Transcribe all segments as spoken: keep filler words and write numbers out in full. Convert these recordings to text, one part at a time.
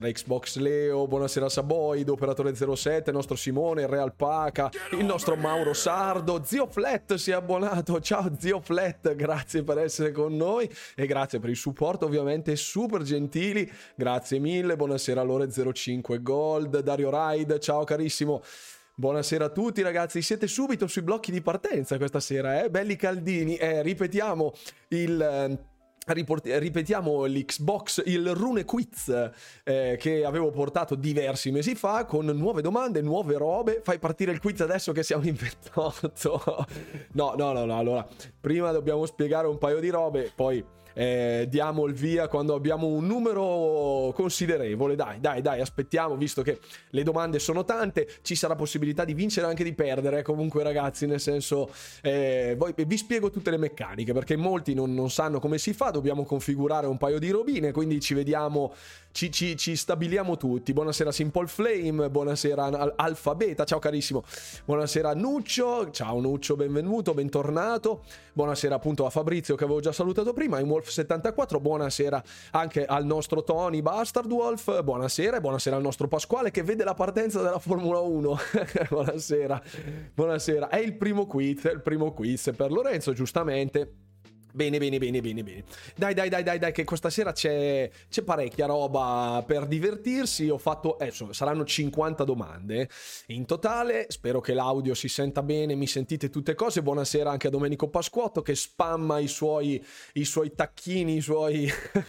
Xbox Leo, buonasera Saboido, Operatore zero sette, il nostro Simone, Real Paca, il nostro Mauro Sardo, Zio Flat si è abbonato, ciao Zio Flat, grazie per essere con noi e grazie per il supporto ovviamente, super gentili, grazie mille, buonasera Lore zero cinque Gold, Dario Ride, ciao carissimo. Buonasera a tutti ragazzi, siete subito sui blocchi di partenza questa sera, eh? Belli caldini, eh, ripetiamo il... Riport- ripetiamo l'Xbox, il Rune Quiz eh, che avevo portato diversi mesi fa con nuove domande, nuove robe. Fai partire il quiz adesso che siamo in ventotto. No, no, no, no, allora prima dobbiamo spiegare un paio di robe, poi eh, diamo il via quando abbiamo un numero considerevole. Dai, dai, dai, aspettiamo, visto che le domande sono tante, ci sarà possibilità di vincere e anche di perdere. Comunque ragazzi, nel senso, eh, voi, vi spiego tutte le meccaniche, perché molti non, non sanno come si fa. Dobbiamo configurare un paio di robine, quindi ci vediamo, ci, ci, ci stabiliamo tutti. Buonasera Simple Flame, buonasera Al- Alfa Beta, ciao carissimo, buonasera Nuccio, ciao Nuccio, benvenuto, bentornato, buonasera appunto a Fabrizio che avevo già salutato prima, in Wolf settantaquattro, buonasera anche al nostro Tony Bastard Wolf, buonasera, e buonasera al nostro Pasquale che vede la partenza della Formula uno. buonasera, buonasera, è il primo quiz, è il primo quiz per Lorenzo, giustamente. Bene, bene, bene, bene, bene. Dai, dai, dai, dai, dai, che questa sera c'è, c'è parecchia roba per divertirsi. Ho fatto, eh, saranno cinquanta domande in totale. Spero che l'audio si senta bene, mi sentite tutte cose. Buonasera anche a Domenico Pasquotto che spamma i suoi, i suoi tacchini, i suoi...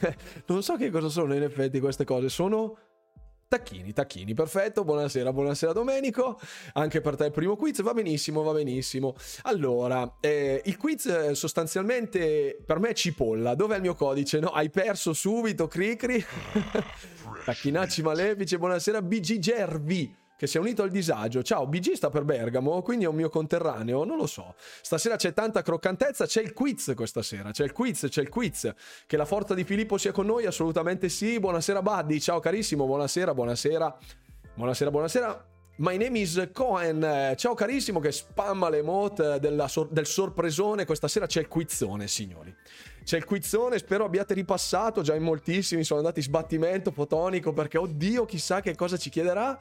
non so che cosa sono in effetti queste cose, sono... Tacchini, tacchini, perfetto, buonasera, buonasera Domenico, anche per te il primo quiz, va benissimo, va benissimo. Allora, eh, il quiz sostanzialmente per me è cipolla, dov'è il mio codice? No, hai perso subito, Cricri. Tacchinacci malefici, buonasera B G Gervi, che si è unito al disagio. Ciao, B G sta per Bergamo, quindi è un mio conterraneo, non lo so. Stasera c'è tanta croccantezza, c'è il quiz questa sera, c'è il quiz, c'è il quiz. Che la forza di Filippo sia con noi, assolutamente sì. Buonasera Buddy, ciao carissimo, buonasera, buonasera. Buonasera, buonasera. My name is Cohen, ciao carissimo che spamma le emote della sor- del sorpresone. Questa sera c'è il quizzone, signori. C'è il quizzone, spero abbiate ripassato, già in moltissimi sono andati sbattimento fotonico perché oddio chissà che cosa ci chiederà.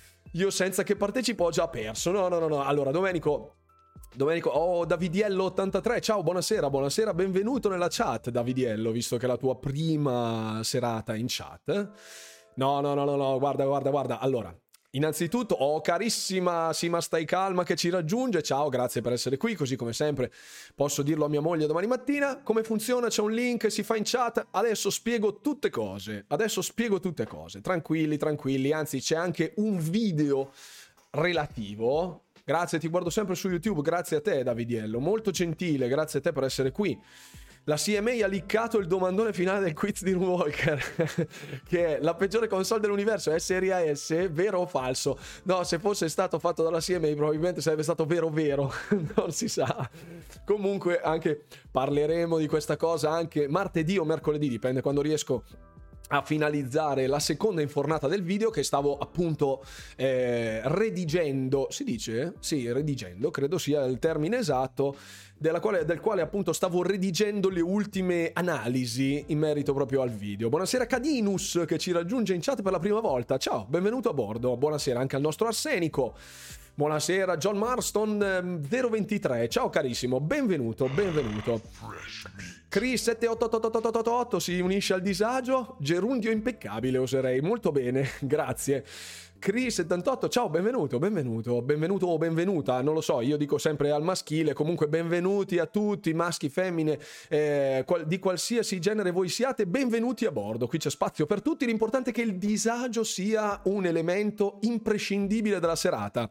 Io senza che partecipo ho già perso. No, no, no, no. Allora, Domenico, Domenico, oh, Davidiello ottantatré, ciao, buonasera, buonasera, benvenuto nella chat, Davidiello, visto che è la tua prima serata in chat. No, no, no, no, no, guarda, guarda, guarda. Allora, innanzitutto, oh, carissima Sima, stai calma che ci raggiunge. Ciao, grazie per essere qui, così come sempre posso dirlo a mia moglie domani mattina. Come funziona? C'è un link, si fa in chat. Adesso spiego tutte cose. Adesso spiego tutte cose. Tranquilli, tranquilli. Anzi, c'è anche un video relativo. Grazie, ti guardo sempre su YouTube. Grazie a te, Davidiello. Molto gentile, grazie a te per essere qui. La C M A ha liccato il domandone finale del quiz di Runewalker, che è la peggiore console dell'universo, è Serie A S, vero o falso? No, se fosse stato fatto dalla C M A probabilmente sarebbe stato vero vero, non si sa. Comunque anche parleremo di questa cosa anche martedì o mercoledì, dipende quando riesco a finalizzare la seconda infornata del video che stavo appunto eh, redigendo, si dice? Sì, redigendo, credo sia il termine esatto, della quale, del quale appunto stavo redigendo le ultime analisi in merito proprio al video. Buonasera Cadinus che ci raggiunge in chat per la prima volta, ciao, benvenuto a bordo, buonasera anche al nostro Arsenico. Buonasera John Marston zero ventitré, ciao carissimo, benvenuto, benvenuto. Chris sette otto otto otto otto otto otto si unisce al disagio, gerundio impeccabile oserei, molto bene, grazie. Chris settantotto, ciao, benvenuto, benvenuto, benvenuto o benvenuta, non lo so, io dico sempre al maschile, comunque benvenuti a tutti, maschi, femmine, eh, qual- di qualsiasi genere voi siate, benvenuti a bordo, qui c'è spazio per tutti, l'importante è che il disagio sia un elemento imprescindibile della serata.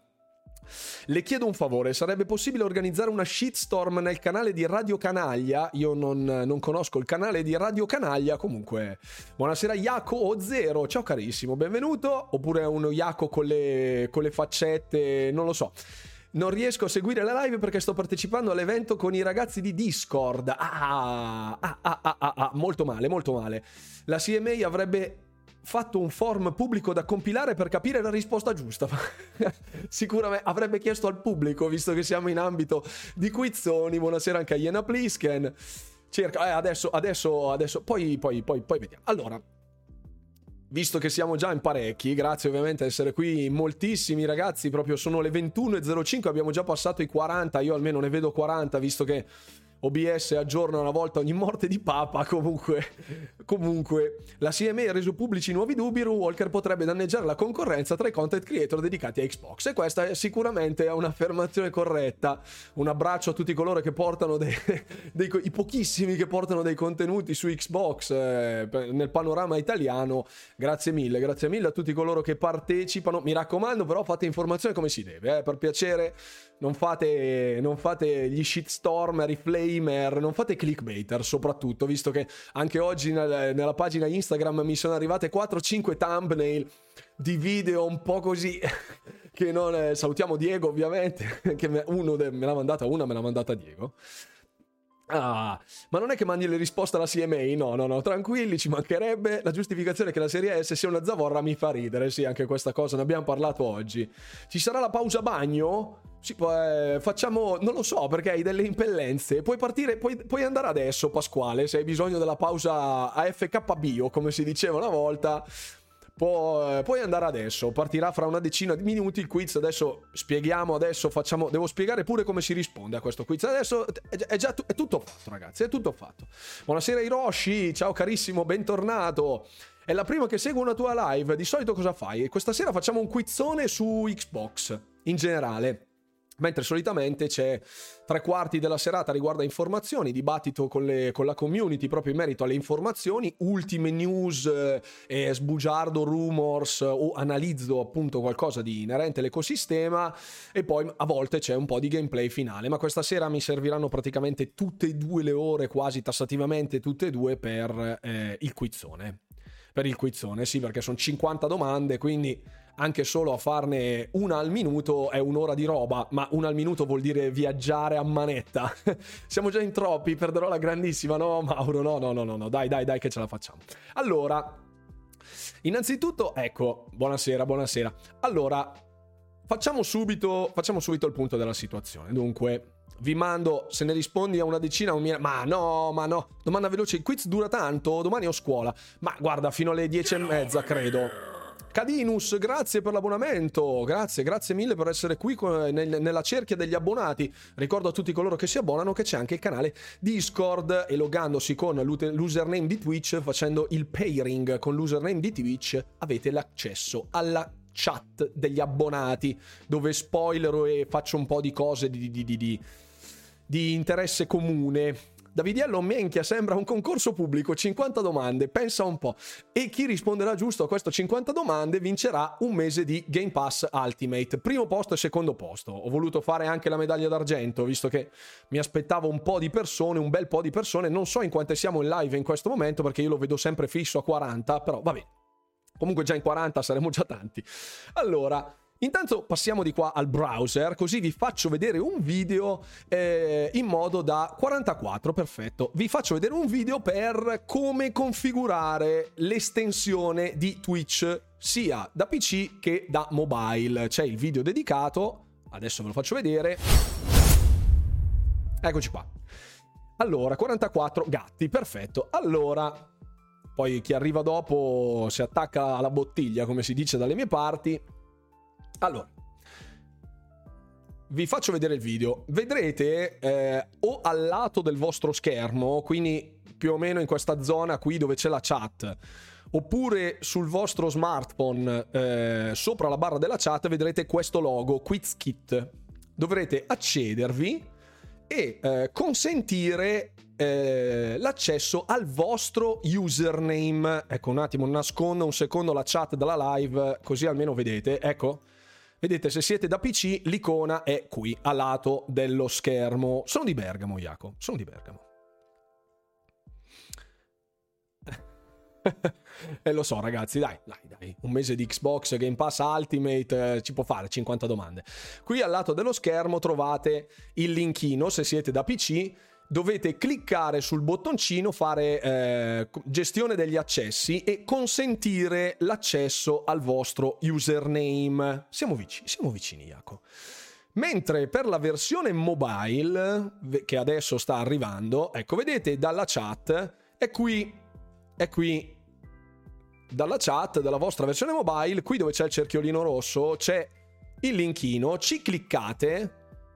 Le chiedo un favore, sarebbe possibile organizzare una shitstorm nel canale di Radio Canaglia? Io non, non conosco il canale di Radio Canaglia, comunque. Buonasera Iaco o Zero, ciao carissimo, benvenuto. Oppure uno Iaco con le, con le faccette, non lo so. Non riesco a seguire la live perché sto partecipando all'evento con i ragazzi di Discord. Ah, ah, ah, ah, ah, ah molto male, molto male. La C M A avrebbe fatto un form pubblico da compilare per capire la risposta giusta. Sicuramente avrebbe chiesto al pubblico, visto che siamo in ambito di quizzoni. Buonasera anche a Iena Plisken. Cerca, eh, adesso, adesso, adesso, poi, poi, poi, poi vediamo. Allora, visto che siamo già in parecchi, grazie ovviamente a essere qui moltissimi ragazzi, proprio sono le ventuno e zero cinque, abbiamo già passato i quaranta, io almeno ne vedo quaranta, visto che O B S aggiorna una volta ogni morte di papa. Comunque, comunque la C M A ha reso pubblici nuovi dubbi. Ru Walker potrebbe danneggiare la concorrenza tra i content creator dedicati a Xbox, e questa è sicuramente un'affermazione corretta. Un abbraccio a tutti coloro che portano dei, dei i pochissimi che portano dei contenuti su Xbox eh, nel panorama italiano. Grazie mille, grazie mille a tutti coloro che partecipano. Mi raccomando, però fate informazione come si deve, eh, per piacere. Non fate, non fate gli shitstormer, i flamer, non fate clickbaiter soprattutto, visto che anche oggi nel, nella pagina Instagram mi sono arrivate quattro cinque thumbnail di video un po' così che non... Eh, salutiamo Diego ovviamente, che me, uno de, me l'ha mandata, una me l'ha mandata Diego. Ah, ma non è che mandi le risposte alla C M A? No, no, no, tranquilli, ci mancherebbe. La giustificazione che la Serie S sia una zavorra mi fa ridere, sì, anche questa cosa, ne abbiamo parlato oggi. Ci sarà la pausa bagno? Sì, eh, facciamo, non lo so, perché hai delle impellenze. Puoi partire, puoi, puoi andare adesso, Pasquale, se hai bisogno della pausa A F K bio, come si diceva una volta. Pu- puoi andare adesso, partirà fra una decina di minuti il quiz. Adesso spieghiamo, adesso facciamo, devo spiegare pure come si risponde a questo quiz. Adesso è, è già è tutto fatto, ragazzi, è tutto fatto. Buonasera Hiroshi, ciao carissimo, bentornato. È la prima che segue una tua live, di solito cosa fai? Questa sera facciamo un quizzone su Xbox in generale, mentre solitamente c'è tre quarti della serata riguarda informazioni, dibattito con, le, con la community proprio in merito alle informazioni, ultime news, eh, sbugiardo, rumors o analizzo appunto qualcosa di inerente all'ecosistema, e poi a volte c'è un po' di gameplay finale. Ma questa sera mi serviranno praticamente tutte e due le ore, quasi tassativamente tutte e due, per eh, il quizzone. Per il quizzone, sì, perché sono cinquanta domande, quindi anche solo a farne una al minuto è un'ora di roba, ma una al minuto vuol dire viaggiare a manetta. Siamo già in troppi, perderò la grandissima, no Mauro, no, no, no, no, no, dai, dai, dai che ce la facciamo. Allora, innanzitutto, ecco, buonasera, buonasera. Allora, facciamo subito, facciamo subito il punto della situazione. Dunque, vi mando, se ne rispondi a una decina, un mira- ma no, ma no, domanda veloce, il quiz dura tanto? Domani ho scuola. Ma guarda, fino alle dieci e mezza, credo. Cadinus, grazie per l'abbonamento, grazie, grazie mille per essere qui con, nel, nella cerchia degli abbonati. Ricordo a tutti coloro che si abbonano che c'è anche il canale Discord, e logandosi con l'username di Twitch, facendo il pairing con l'username di Twitch, avete l'accesso alla chat degli abbonati, dove spoilero e faccio un po' di cose di, di, di, di, di interesse comune. Davidiello, minchia, sembra un concorso pubblico, cinquanta domande, pensa un po'. E chi risponderà giusto a queste cinquanta domande vincerà un mese di Game Pass Ultimate, primo posto e secondo posto. Ho voluto fare anche la medaglia d'argento, visto che mi aspettavo un po' di persone, un bel po' di persone. Non so in quante siamo in live in questo momento, perché io lo vedo sempre fisso a quaranta, però va bene. Comunque già in quaranta saremo già tanti. Allora, intanto passiamo di qua al browser, così vi faccio vedere un video eh, in modo da quarantaquattro, perfetto. Vi faccio vedere un video per come configurare l'estensione di Twitch sia da P C che da mobile. C'è il video dedicato, adesso ve lo faccio vedere. Eccoci qua. Allora, quarantaquattro gatti, perfetto. Allora, poi chi arriva dopo si attacca alla bottiglia, come si dice dalle mie parti. Allora, vi faccio vedere il video. Vedrete eh, o al lato del vostro schermo, quindi più o meno in questa zona qui dove c'è la chat, oppure sul vostro smartphone eh, sopra la barra della chat vedrete questo logo QuizKit. Dovrete accedervi e eh, consentire eh, l'accesso al vostro username. Ecco, un attimo, nascondo un secondo la chat dalla live, così almeno vedete. Ecco, vedete, se siete da P C l'icona è qui a lato dello schermo. Sono di Bergamo, Jaco, sono di Bergamo. E lo so, ragazzi, dai, dai, dai, un mese di Xbox Game Pass Ultimate eh, ci può fare cinquanta domande. Qui al lato dello schermo trovate il linkino. Se siete da P C dovete cliccare sul bottoncino, fare eh, gestione degli accessi e consentire l'accesso al vostro username. Siamo vicini, siamo vicini, Jaco. Mentre per la versione mobile, che adesso sta arrivando, ecco, vedete dalla chat, è qui, è qui dalla chat della vostra versione mobile, qui dove c'è il cerchiolino rosso c'è il linkino, ci cliccate,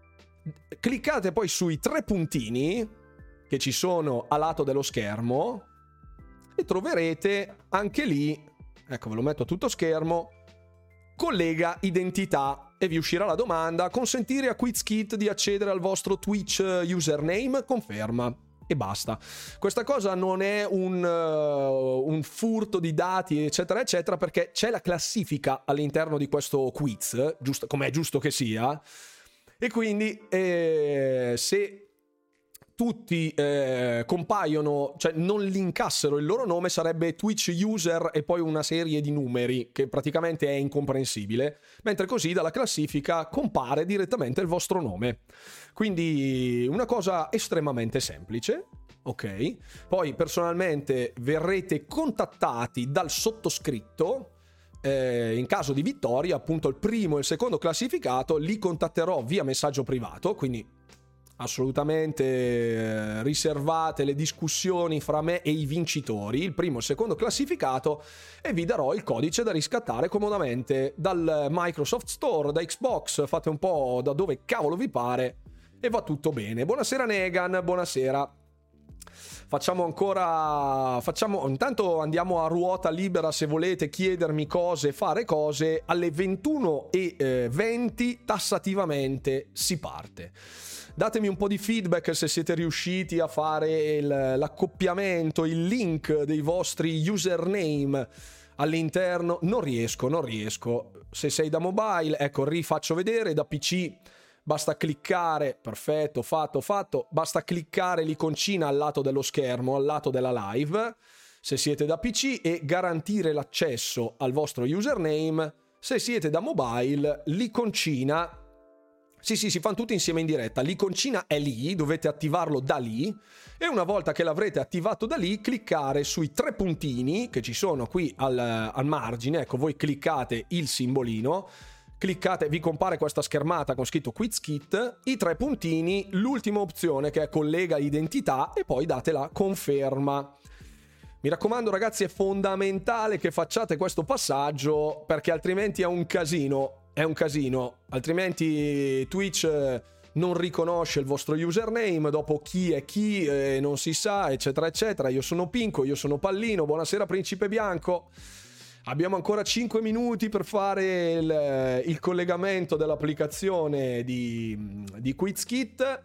cliccate poi sui tre puntini che ci sono a lato dello schermo e troverete anche lì, ecco ve lo metto a tutto schermo, collega identità, e vi uscirà la domanda: consentire a QuizKit di accedere al vostro Twitch username? Conferma. E basta. Questa cosa non è un, uh, un furto di dati eccetera eccetera, perché c'è la classifica all'interno di questo quiz, giusto, come è giusto che sia, e quindi eh, se tutti eh, compaiono, cioè non linkassero il loro nome, sarebbe Twitch user e poi una serie di numeri che praticamente è incomprensibile, mentre così dalla classifica compare direttamente il vostro nome. Quindi una cosa estremamente semplice, ok? Poi personalmente verrete contattati dal sottoscritto. Eh, in caso di vittoria, appunto il primo e il secondo classificato li contatterò via messaggio privato, quindi assolutamente eh, riservate le discussioni fra me e i vincitori, il primo e il secondo classificato, e vi darò il codice da riscattare comodamente dal Microsoft Store, da Xbox, fate un po' da dove cavolo vi pare e va tutto bene. Buonasera Negan, buonasera. Facciamo ancora, facciamo, intanto andiamo a ruota libera se volete chiedermi cose, fare cose, alle ventuno e venti tassativamente si parte. Datemi un po' di feedback se siete riusciti a fare il, l'accoppiamento, il link dei vostri username all'interno. Non riesco, non riesco. Se sei da mobile, ecco, rifaccio vedere, da P C basta cliccare, perfetto, fatto, fatto, basta cliccare l'iconcina al lato dello schermo, al lato della live, se siete da P C, e garantire l'accesso al vostro username. Se siete da mobile, l'iconcina, sì sì, si fanno tutti insieme in diretta, l'iconcina è lì, dovete attivarlo da lì, e una volta che l'avrete attivato da lì, cliccare sui tre puntini che ci sono qui al, al margine, ecco, voi cliccate il simbolino, cliccate, vi compare questa schermata con scritto QuizKit, i tre puntini, l'ultima opzione che è collega identità, e poi date la conferma. Mi raccomando ragazzi, è fondamentale che facciate questo passaggio, perché altrimenti è un casino, è un casino, altrimenti Twitch non riconosce il vostro username, dopo chi è chi eh, non si sa, eccetera eccetera. Io sono Pinco, io sono Pallino, buonasera Principe Bianco. Abbiamo ancora cinque minuti per fare il, il collegamento dell'applicazione di, di QuizKit.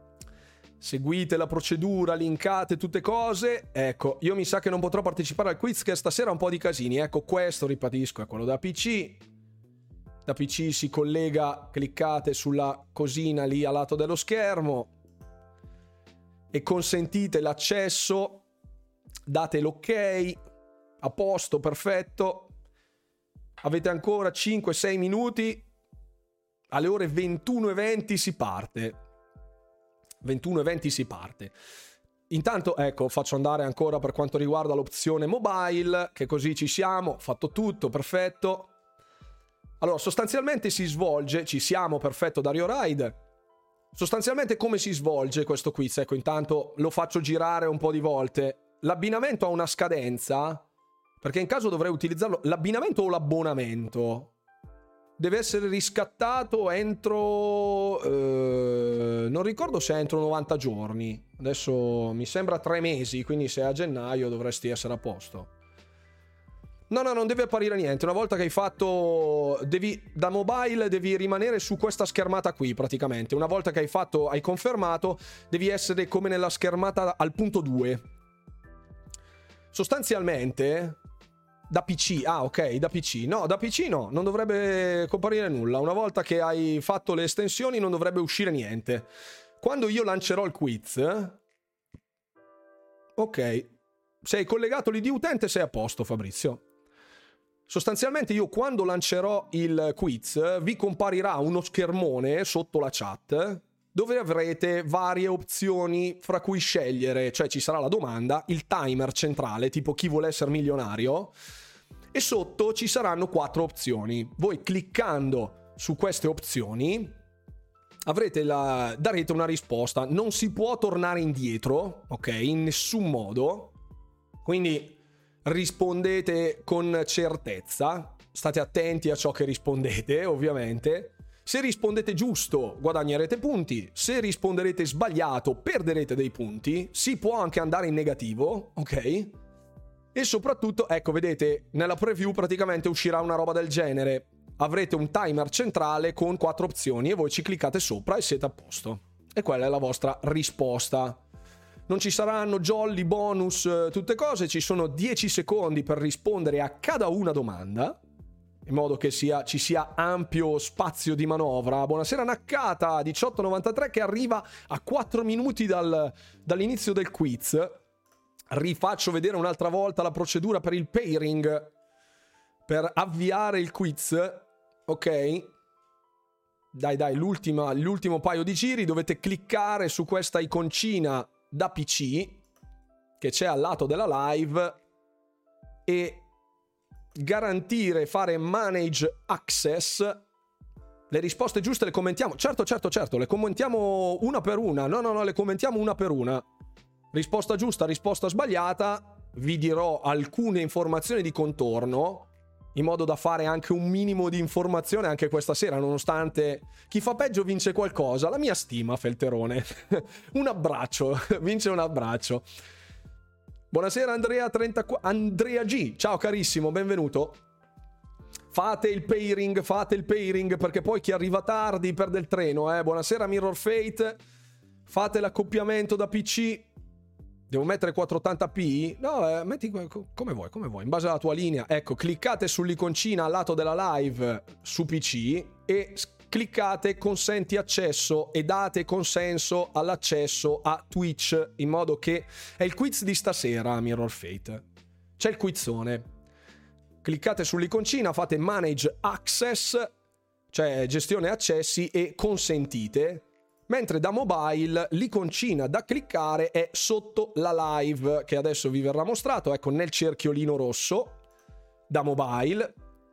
Seguite la procedura, linkate tutte cose. Ecco, io mi sa che non potrò partecipare al quiz, che stasera ha un po' di casini. Ecco, questo, ripetisco, è quello da P C. Da P C si collega, cliccate sulla cosina lì a lato dello schermo e consentite l'accesso, date l'ok. A posto, perfetto. Avete ancora cinque sei minuti. Alle ore ventuno e venti si parte. ventuno e venti si parte. Intanto, ecco, faccio andare ancora per quanto riguarda l'opzione mobile, che così ci siamo, fatto tutto, perfetto. Allora, sostanzialmente si svolge, ci siamo, perfetto Dario Ride. Sostanzialmente come si svolge questo quiz? Ecco, intanto lo faccio girare un po' di volte. L'abbinamento ha una scadenza, perché in caso dovrei utilizzarlo, l'abbinamento o l'abbonamento deve essere riscattato entro eh, non ricordo se è entro novanta giorni, adesso mi sembra tre mesi, quindi se è a gennaio dovresti essere a posto. No no, non deve apparire niente. Una volta che hai fatto, devi, da mobile devi rimanere su questa schermata qui praticamente. Una volta che hai fatto, hai confermato, devi essere come nella schermata al punto due. Sostanzialmente da P C, ah ok, da P C, no, da P C no, non dovrebbe comparire nulla. Una volta che hai fatto le estensioni non dovrebbe uscire niente. Quando io lancerò il quiz, ok, sei collegato l'I D utente, sei a posto Fabrizio. Sostanzialmente io quando lancerò il quiz vi comparirà uno schermone sotto la chat dove avrete varie opzioni fra cui scegliere, cioè ci sarà la domanda, il timer centrale, tipo chi vuole essere milionario, e sotto ci saranno quattro opzioni. Voi cliccando su queste opzioni avrete la, darete una risposta. Non si può tornare indietro, ok? In nessun modo. Quindi rispondete con certezza, state attenti a ciò che rispondete, ovviamente. Se rispondete giusto, guadagnerete punti. Se risponderete sbagliato, perderete dei punti. Si può anche andare in negativo, ok? E soprattutto, ecco, vedete, nella preview praticamente uscirà una roba del genere. Avrete un timer centrale con quattro opzioni e voi ci cliccate sopra e siete a posto. E quella è la vostra risposta. Non ci saranno jolly, bonus, tutte cose. Ci sono dieci secondi per rispondere a cada una domanda, in modo che sia, ci sia ampio spazio di manovra. Buonasera Naccata diciotto novantatré che arriva a quattro minuti dal, dall'inizio del quiz. Rifaccio vedere un'altra volta la procedura per il pairing, per avviare il quiz. Ok? Dai dai, l'ultima, l'ultimo paio di giri. Dovete cliccare su questa iconcina da P C che c'è al lato della live e garantire, fare manage access. Le risposte giuste le commentiamo, certo certo certo, le commentiamo una per una, no no no, le commentiamo una per una. Risposta giusta, risposta sbagliata, vi dirò alcune informazioni di contorno, in modo da fare anche un minimo di informazione anche questa sera, nonostante chi fa peggio vince qualcosa. La mia stima, Felterone. Un abbraccio, vince un abbraccio. Buonasera Andrea trentaquattro, Andrea G, ciao carissimo, benvenuto. Fate il pairing, fate il pairing, perché poi chi arriva tardi perde il treno, eh. Buonasera Mirror Fate, fate l'accoppiamento da P C. Devo mettere quattrocentottanta p? No, eh, metti come vuoi, come vuoi, in base alla tua linea. Ecco, cliccate sull'iconcina al lato della live su P C e cliccate consenti accesso e date consenso all'accesso a Twitch, in modo che è il quiz di stasera, Mirror Fate. C'è il quizzone. Cliccate sull'iconcina, fate manage access, cioè gestione accessi, e consentite. Mentre da mobile l'iconcina da cliccare è sotto la live, che adesso vi verrà mostrato, ecco, nel cerchiolino rosso da mobile.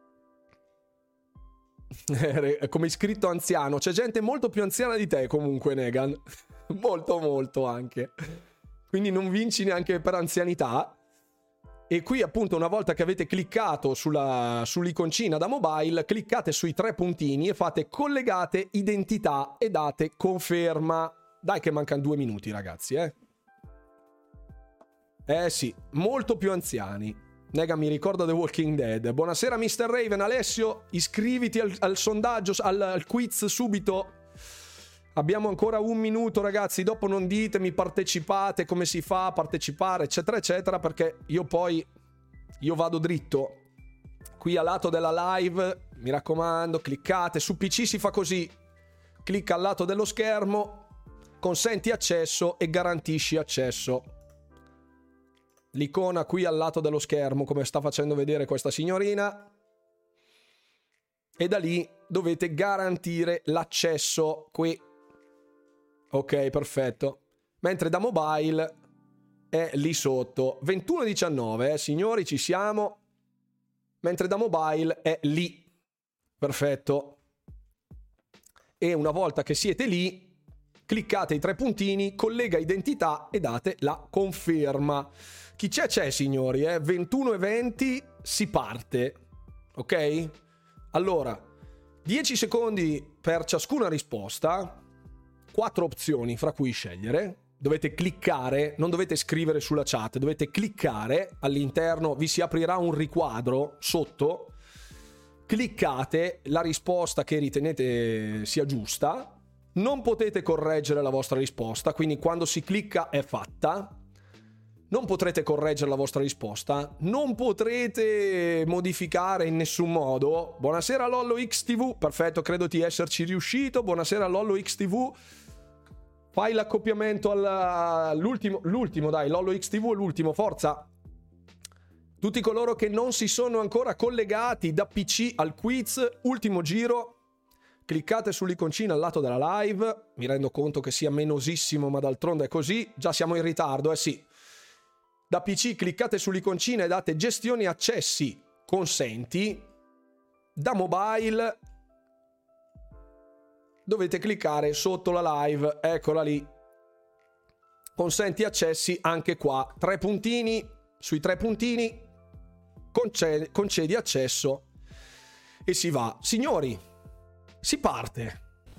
Come iscritto anziano, c'è gente molto più anziana di te comunque, Negan. Molto molto anche. Quindi non vinci neanche per anzianità. E qui appunto, una volta che avete cliccato sulla, sull'iconcina da mobile, cliccate sui tre puntini e fate collegate identità e date conferma. Dai che mancano due minuti ragazzi, eh. Eh sì, molto più anziani. Nega mi ricorda The Walking Dead. Buonasera mister Raven. Alessio, iscriviti al, al sondaggio, al, al quiz subito. Abbiamo ancora un minuto ragazzi, dopo non ditemi partecipate, come si fa a partecipare, eccetera eccetera, perché io poi io vado dritto. Qui al lato della live, mi raccomando, cliccate, su P C si fa così. Clicca al lato dello schermo, consenti accesso e garantisci accesso. L'icona qui al lato dello schermo, come sta facendo vedere questa signorina. E da lì dovete garantire l'accesso qui. Ok, perfetto. Mentre da mobile è lì sotto. ventuno e diciannove, eh, signori, ci siamo. Mentre da mobile è lì. Perfetto. E una volta che siete lì, cliccate i tre puntini, collega identità e date la conferma. Chi c'è c'è, signori, eh? ventuno e venti si parte. Ok? Allora, dieci secondi per ciascuna risposta. Quattro opzioni fra cui scegliere. Dovete cliccare, non dovete scrivere sulla chat, dovete cliccare. All'interno vi si aprirà un riquadro sotto. Cliccate la risposta che ritenete sia giusta. Non potete correggere la vostra risposta, quindi quando si clicca è fatta. Non potrete correggere la vostra risposta. Non potrete modificare in nessun modo. Buonasera Lollo X T V. Perfetto, credo di esserci riuscito. Buonasera Lollo X T V. Fai l'accoppiamento all'ultimo, l'ultimo dai, Lollo X T V è l'ultimo, forza. Tutti coloro che non si sono ancora collegati da P C al quiz, ultimo giro, cliccate sull'iconcina al lato della live. Mi rendo conto che sia menosissimo, ma d'altronde è così. Già siamo in ritardo, eh sì. Da P C cliccate sull'iconcina e date gestioni accessi, consenti. Da mobile dovete cliccare sotto la live, eccola lì. Consenti accessi anche qua. Tre puntini, sui tre puntini concedi, concedi accesso e si va. Signori, si parte.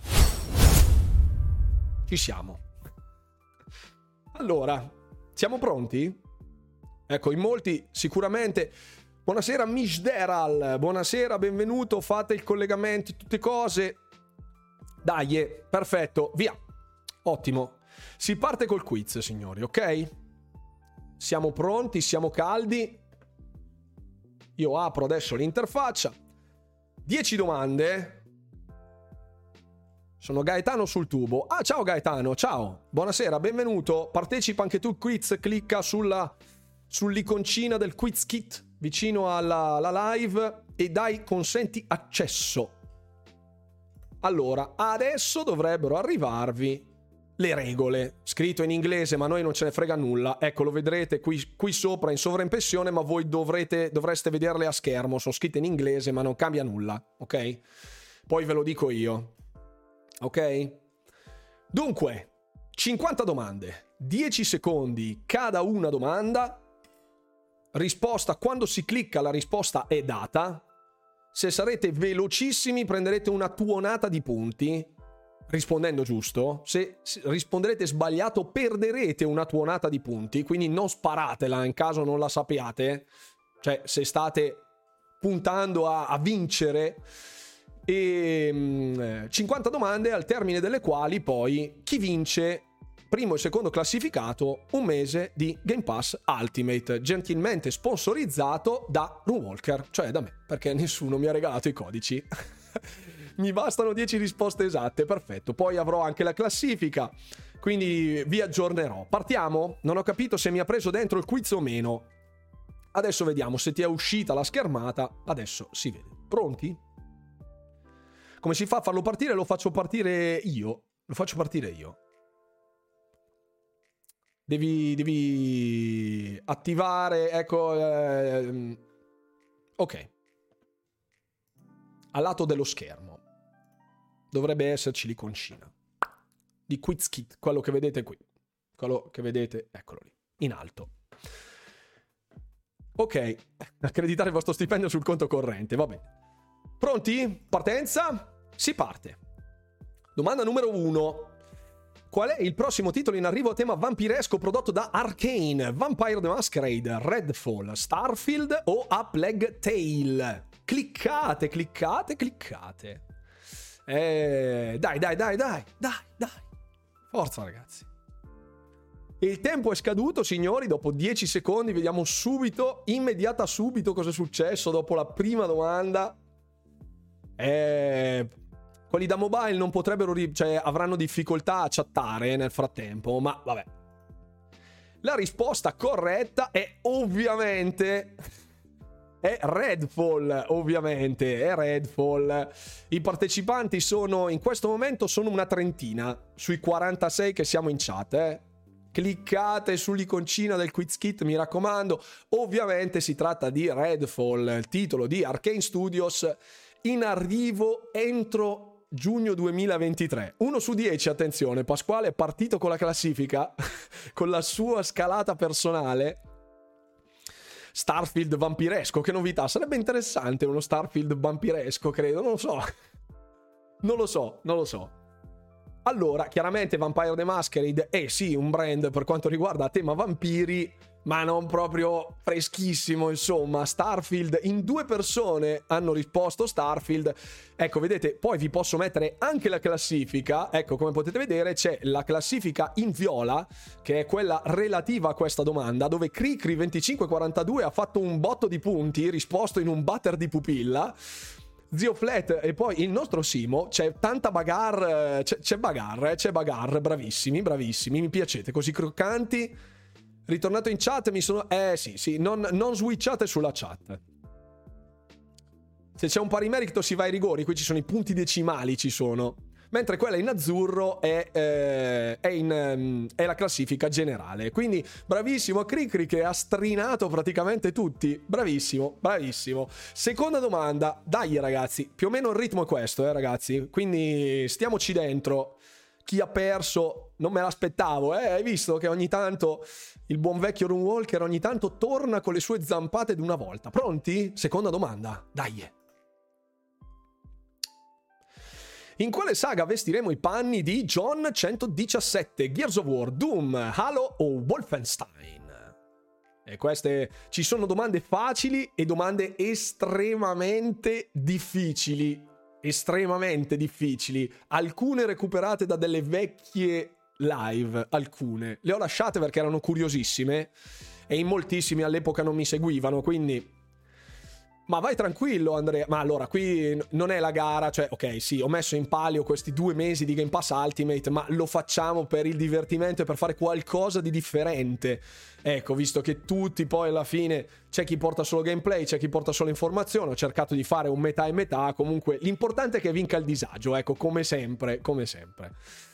Ci siamo. Allora, siamo pronti? Ecco, in molti sicuramente... Buonasera Mishderal, buonasera, benvenuto, fate il collegamento, tutte cose. Dai, perfetto, via. Ottimo. Si parte col quiz, signori, ok? Siamo pronti, siamo caldi. Io apro adesso l'interfaccia. dieci domande. Sono Gaetano sul tubo. Ah, ciao Gaetano, ciao. Buonasera, benvenuto. Partecipa anche tu al quiz, clicca sulla sull'iconcina del quiz kit vicino alla, alla live e dai consenti accesso. Allora, adesso dovrebbero arrivarvi le regole, scritto in inglese, ma a noi non ce ne frega nulla. Ecco, lo vedrete qui, qui sopra in sovraimpressione, ma voi dovrete, dovreste vederle a schermo. Sono scritte in inglese, ma non cambia nulla, ok? Poi ve lo dico io, ok? Dunque, cinquanta domande, dieci secondi cada una domanda. Risposta, quando si clicca la risposta è data. Se sarete velocissimi prenderete una tuonata di punti rispondendo giusto. Se risponderete sbagliato perderete una tuonata di punti, quindi non sparatela in caso non la sappiate, cioè se state puntando a, a vincere. E mh, cinquanta domande al termine delle quali poi chi vince, primo e secondo classificato, un mese di Game Pass Ultimate, gentilmente sponsorizzato da Runewalker, cioè da me, perché nessuno mi ha regalato i codici. Mi bastano dieci risposte esatte, perfetto. Poi avrò anche la classifica, quindi vi aggiornerò. Partiamo? Non ho capito se mi ha preso dentro il quiz o meno. Adesso vediamo se ti è uscita la schermata. Adesso si vede. Pronti? Come si fa a farlo partire? Lo faccio partire io. Lo faccio partire io. Devi, devi attivare, ecco, eh, ok. Al lato dello schermo dovrebbe esserci l'iconcina di Quiz Kit, quello che vedete qui, quello che vedete, eccolo lì, in alto. Ok, accreditare il vostro stipendio sul conto corrente, va bene. Pronti? Partenza? Si parte. Domanda numero uno. Qual è il prossimo titolo in arrivo a tema vampiresco prodotto da Arcane? Vampire the Masquerade, Redfall, Starfield o A Plague Tale? Cliccate, cliccate, cliccate. Eh, dai, dai, dai, dai, dai, dai. Forza ragazzi. Il tempo è scaduto, signori, dopo dieci secondi. Vediamo subito, immediata subito cosa è successo dopo la prima domanda. Eh... Quelli da mobile non potrebbero, ri- cioè avranno difficoltà a chattare nel frattempo, ma vabbè. La risposta corretta è ovviamente è Redfall, ovviamente, è Redfall. I partecipanti sono, in questo momento, sono una trentina, sui quarantasei che siamo in chat, eh. Cliccate sull'iconcina del quiz kit, mi raccomando. Ovviamente si tratta di Redfall, il titolo di Arcane Studios, in arrivo entro giugno duemilaventitré. Uno su dieci, attenzione, Pasquale è partito con la classifica, con la sua scalata personale. Starfield vampiresco, che novità, sarebbe interessante uno Starfield vampiresco, credo, non lo so. Non lo so, non lo so. Allora, chiaramente Vampire the Masquerade è sì un brand per quanto riguarda tema vampiri, ma non proprio freschissimo, insomma. Starfield, in due persone hanno risposto Starfield. Ecco, vedete, poi vi posso mettere anche la classifica. Ecco, come potete vedere c'è la classifica in viola, che è quella relativa a questa domanda, dove Cricri venticinque quarantadue ha fatto un botto di punti, risposto in un batter di pupilla. Zio Flat e poi il nostro Simo, c'è tanta bagarre, c'è, c'è bagarre, c'è bagarre, bravissimi, bravissimi, mi piacete, così croccanti. Ritornato in chat, mi sono... Eh sì, sì, non, non switchate sulla chat. Se c'è un pari merito si va ai rigori, qui ci sono i punti decimali, ci sono. Mentre quella in azzurro è, eh, è, in, um, è la classifica generale. Quindi bravissimo a Cricri che ha strinato praticamente tutti. Bravissimo, bravissimo. Seconda domanda. Dai ragazzi, più o meno il ritmo è questo, eh ragazzi. Quindi stiamoci dentro. chi ha perso non me l'aspettavo, eh? Hai visto che ogni tanto il buon vecchio Runewalker ogni tanto torna con le sue zampate d'una volta. Pronti? Seconda domanda, dai. In quale saga vestiremo i panni di John centodiciassette? Gears of War, Doom, Halo o Wolfenstein? E queste ci sono domande facili e domande estremamente difficili. Estremamente difficili. Alcune recuperate da delle vecchie live. Alcune. Le ho lasciate perché erano curiosissime e in moltissimi all'epoca non mi seguivano, quindi... Ma vai tranquillo, Andrea. Ma allora, qui non è la gara, cioè, ok, sì, ho messo in palio questi due mesi di Game Pass Ultimate, ma lo facciamo per il divertimento e per fare qualcosa di differente. Ecco, visto che tutti poi alla fine c'è chi porta solo gameplay, c'è chi porta solo informazione, ho cercato di fare un metà e metà, comunque l'importante è che vinca il disagio, ecco, come sempre, come sempre.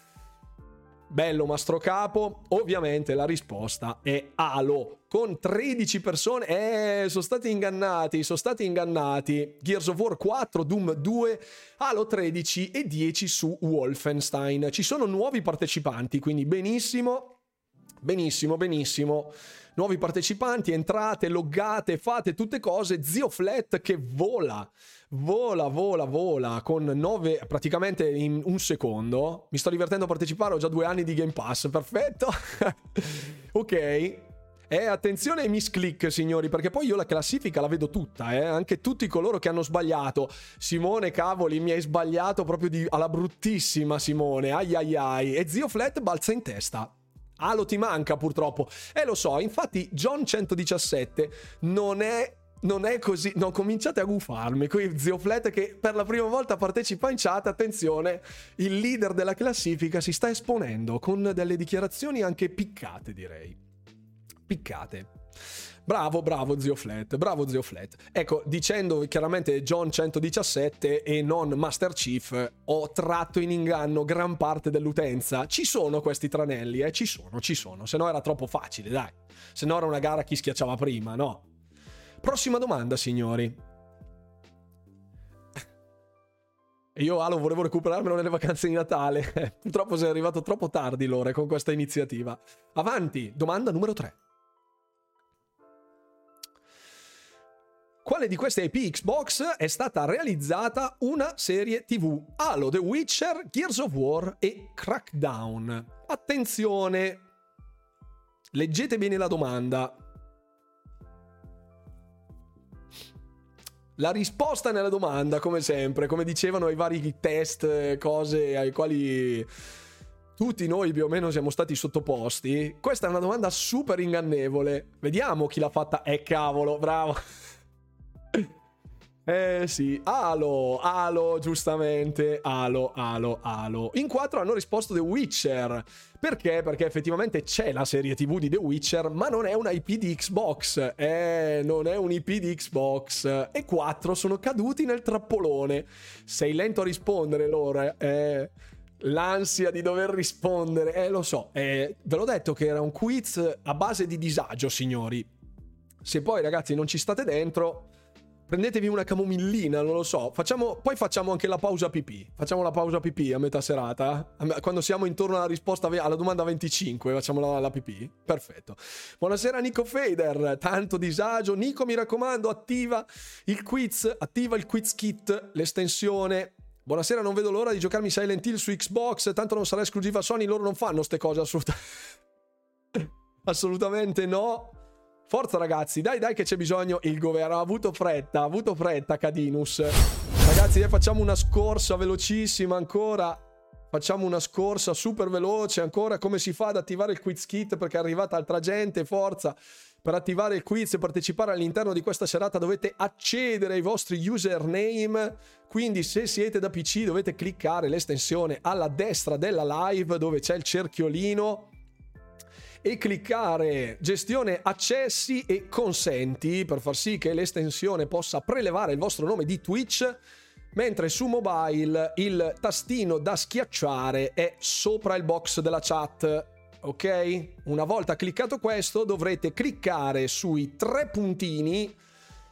Bello Mastrocapo, ovviamente la risposta è Halo, con tredici persone, eh, sono stati ingannati, sono stati ingannati, Gears of War quattro, Doom due, Halo tredici e dieci su Wolfenstein, ci sono nuovi partecipanti, quindi benissimo, benissimo, benissimo, nuovi partecipanti, entrate, loggate, fate tutte cose, Zio Flat che vola, vola, vola, vola, con nove, praticamente in un secondo, mi sto divertendo a partecipare, ho già due anni di Game Pass, perfetto, ok, e eh, attenzione ai misclick signori, perché poi io la classifica la vedo tutta, eh? Anche tutti coloro che hanno sbagliato, Simone cavoli mi hai sbagliato proprio di, alla bruttissima Simone, ai ai ai, e Zio Flat balza in testa. Halo ti manca purtroppo, eh lo so, infatti John centodiciassette non è non è così, non cominciate a gufarmi qui Zio Flat che per la prima volta partecipa in chat, attenzione, il leader della classifica si sta esponendo con delle dichiarazioni anche piccate, direi piccate. Bravo, bravo Zio Flat, bravo Zio Flat. Ecco, dicendo chiaramente John centodiciassette e non Master Chief, ho tratto in inganno gran parte dell'utenza. Ci sono questi tranelli, eh, ci sono, ci sono, se no era troppo facile, dai. Se no era una gara a chi schiacciava prima, no? Prossima domanda, signori. Io Halo volevo recuperarmelo nelle vacanze di Natale. Purtroppo sei arrivato troppo tardi, Lore, con questa iniziativa. Avanti, domanda numero tre. Quale di queste I P Xbox è stata realizzata una serie tivù? Halo, The Witcher, Gears of War e Crackdown. Attenzione, leggete bene la domanda. La risposta nella domanda, come sempre, come dicevano ai vari test, cose ai quali tutti noi più o meno siamo stati sottoposti. Questa è una domanda super ingannevole. Vediamo chi l'ha fatta. Eh cavolo, bravo. Eh sì, Halo, Halo, giustamente, Halo, Halo, Halo. In quattro hanno risposto The Witcher. Perché? Perché effettivamente c'è la serie tivù di The Witcher, ma non è una I P di Xbox. Eh, non è un I P di Xbox. E quattro sono caduti nel trappolone. Sei lento a rispondere, Lore. Eh, l'ansia di dover rispondere. Eh, lo so. Eh, ve l'ho detto che era un quiz a base di disagio, signori. Se poi, ragazzi, non ci state dentro... Prendetevi una camomillina, non lo so. Facciamo, poi facciamo anche la pausa pipì. Facciamo la pausa pipì a metà serata. Quando siamo intorno alla risposta alla domanda venticinque, facciamo la, la pipì. Perfetto. Buonasera Nico Fader. Tanto disagio. Nico, mi raccomando, attiva il quiz. Attiva il quiz kit, l'estensione. Buonasera, non vedo l'ora di giocarmi Silent Hill su Xbox. Tanto non sarà esclusiva Sony. Loro non fanno ste cose assolutamente. Assolutamente no. Forza ragazzi, dai dai che c'è bisogno, il governo ha avuto fretta, ha avuto fretta Cadinus. Ragazzi, eh, facciamo una scorsa velocissima ancora, facciamo una scorsa super veloce ancora, come si fa ad attivare il quiz kit perché è arrivata altra gente, forza. Per attivare il quiz e partecipare all'interno di questa serata dovete accedere ai vostri username, quindi se siete da P C dovete cliccare l'estensione alla destra della live dove c'è il cerchiolino e cliccare gestione accessi e consenti per far sì che l'estensione possa prelevare il vostro nome di Twitch, mentre su mobile il tastino da schiacciare è sopra il box della chat, ok? Una volta cliccato questo dovrete cliccare sui tre puntini,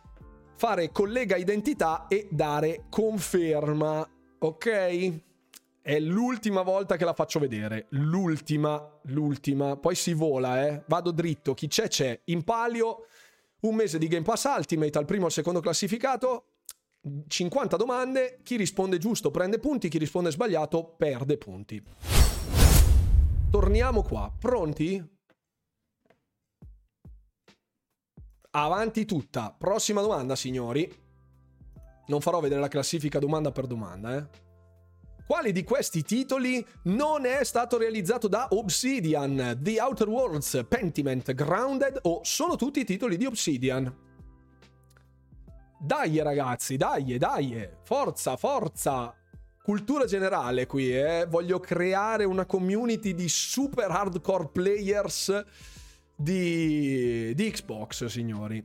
fare collega identità e dare conferma, ok? È l'ultima volta che la faccio vedere. L'ultima, l'ultima. Poi si vola, eh. Vado dritto. Chi c'è, c'è. In palio, un mese di Game Pass Ultimate al primo e al secondo classificato. cinquanta domande. Chi risponde giusto prende punti. Chi risponde sbagliato perde punti. Torniamo qua. Pronti? Avanti tutta. Prossima domanda, signori. Non farò vedere la classifica domanda per domanda, eh. Quale di questi titoli non è stato realizzato da Obsidian? The Outer Worlds, Pentiment, Grounded o sono tutti titoli di Obsidian? Dai ragazzi, dai, dai, forza, forza. Cultura generale qui, eh. Voglio creare una community di super hardcore players di, di Xbox, signori.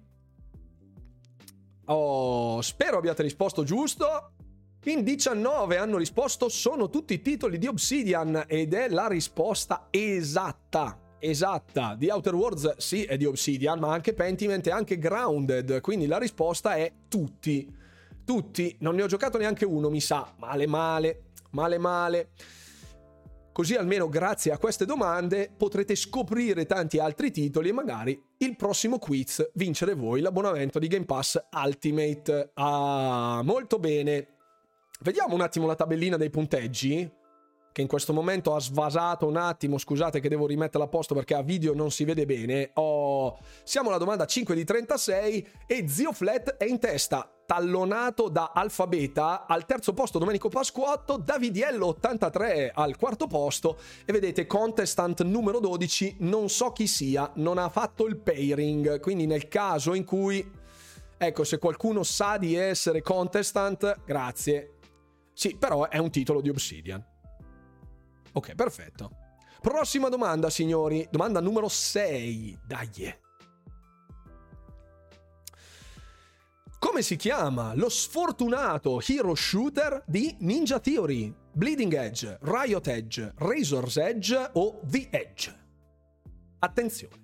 Oh, spero abbiate risposto giusto. In diciannove hanno risposto sono tutti titoli di Obsidian ed è la risposta esatta, esatta. The Outer Worlds sì è di Obsidian, ma anche Pentiment e anche Grounded, quindi la risposta è tutti, tutti. Non ne ho giocato neanche uno, mi sa, male male, male male. Così almeno grazie a queste domande potrete scoprire tanti altri titoli e magari il prossimo quiz vincere voi l'abbonamento di Game Pass Ultimate. Ah, molto bene. Vediamo un attimo la tabellina dei punteggi, che in questo momento ha svasato un attimo, scusate che devo rimetterla a posto perché a video non si vede bene. Oh, siamo alla domanda cinque di trentasei e Zio Flat è in testa, tallonato da Alfabeta, al terzo posto Domenico Pasquotto, Davidiello ottantatré al quarto posto e vedete contestant numero dodici, non so chi sia, non ha fatto il pairing, quindi nel caso in cui, ecco, se qualcuno sa di essere contestant, grazie. Sì, però è un titolo di Obsidian. Ok, perfetto. Prossima domanda, signori. Domanda numero sei. Dai. Come si chiama lo sfortunato hero shooter di Ninja Theory, Bleeding Edge, Riot Edge, Razor's Edge o The Edge? Attenzione.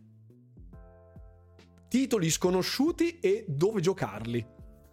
Titoli sconosciuti e dove giocarli.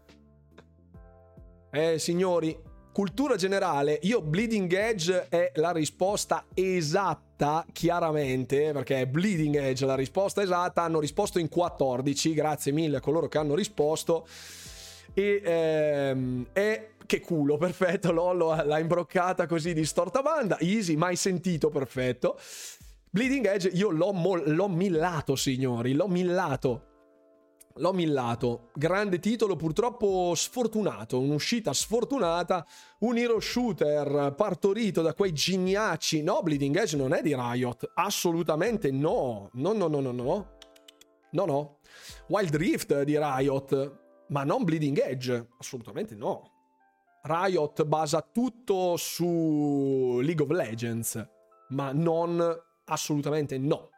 Eh, signori, cultura generale, io Bleeding Edge è la risposta esatta, chiaramente, perché è Bleeding Edge la risposta esatta, hanno risposto in quattordici, grazie mille a coloro che hanno risposto, e ehm, è... che culo, perfetto, Lollo l'ha imbroccata così di storta banda, easy, mai sentito, perfetto. Bleeding Edge io l'ho, mo- l'ho millato, signori, l'ho millato. L'ho millato, grande titolo, purtroppo sfortunato, un'uscita sfortunata, un hero shooter partorito da quei geniacci. No, Bleeding Edge non è di Riot, assolutamente no, no, no, no, no, no, no, no. Wild Rift di Riot, ma non Bleeding Edge, assolutamente no. Riot basa tutto su League of Legends, ma non, assolutamente no.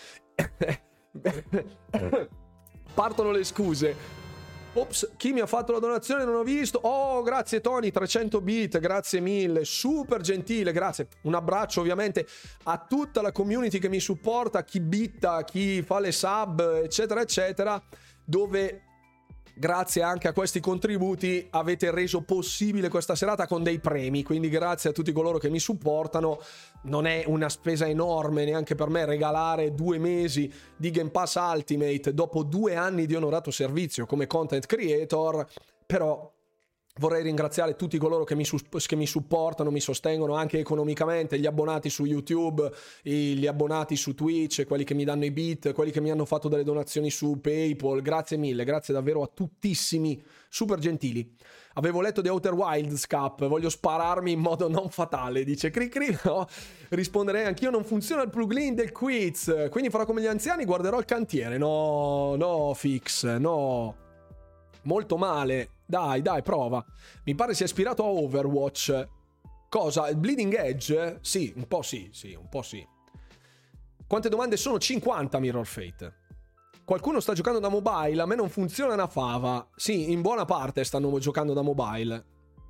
Partono le scuse. Ops, chi mi ha fatto la donazione non ho visto. Oh, grazie Tony, trecento bit, grazie mille, super gentile, grazie. Un abbraccio ovviamente a tutta la community che mi supporta, chi bitta, chi fa le sub, eccetera, eccetera, dove grazie anche a questi contributi avete reso possibile questa serata con dei premi, quindi grazie a tutti coloro che mi supportano. Non è una spesa enorme neanche per me regalare due mesi di Game Pass Ultimate dopo due anni di onorato servizio come content creator, però vorrei ringraziare tutti coloro che mi, su- che mi supportano, mi sostengono anche economicamente, gli abbonati su YouTube, gli abbonati su Twitch, quelli che mi danno i bit, quelli che mi hanno fatto delle donazioni su PayPal. Grazie mille, grazie davvero a tuttissimi, super gentili. Avevo letto The Outer Wilds Cup, voglio spararmi in modo non fatale, dice cri cri, no? Risponderei anch'io, non funziona il plugin del quiz, quindi farò come gli anziani, guarderò il cantiere. No, no, fix, no. Molto male. Dai, dai, prova. Mi pare sia ispirato a Overwatch. Cosa? Il Bleeding Edge? Sì, un po' sì, sì, un po' sì. Quante domande sono? cinquanta, Mirror Fate. Qualcuno sta giocando da mobile? A me non funziona una fava. Sì, in buona parte stanno giocando da mobile.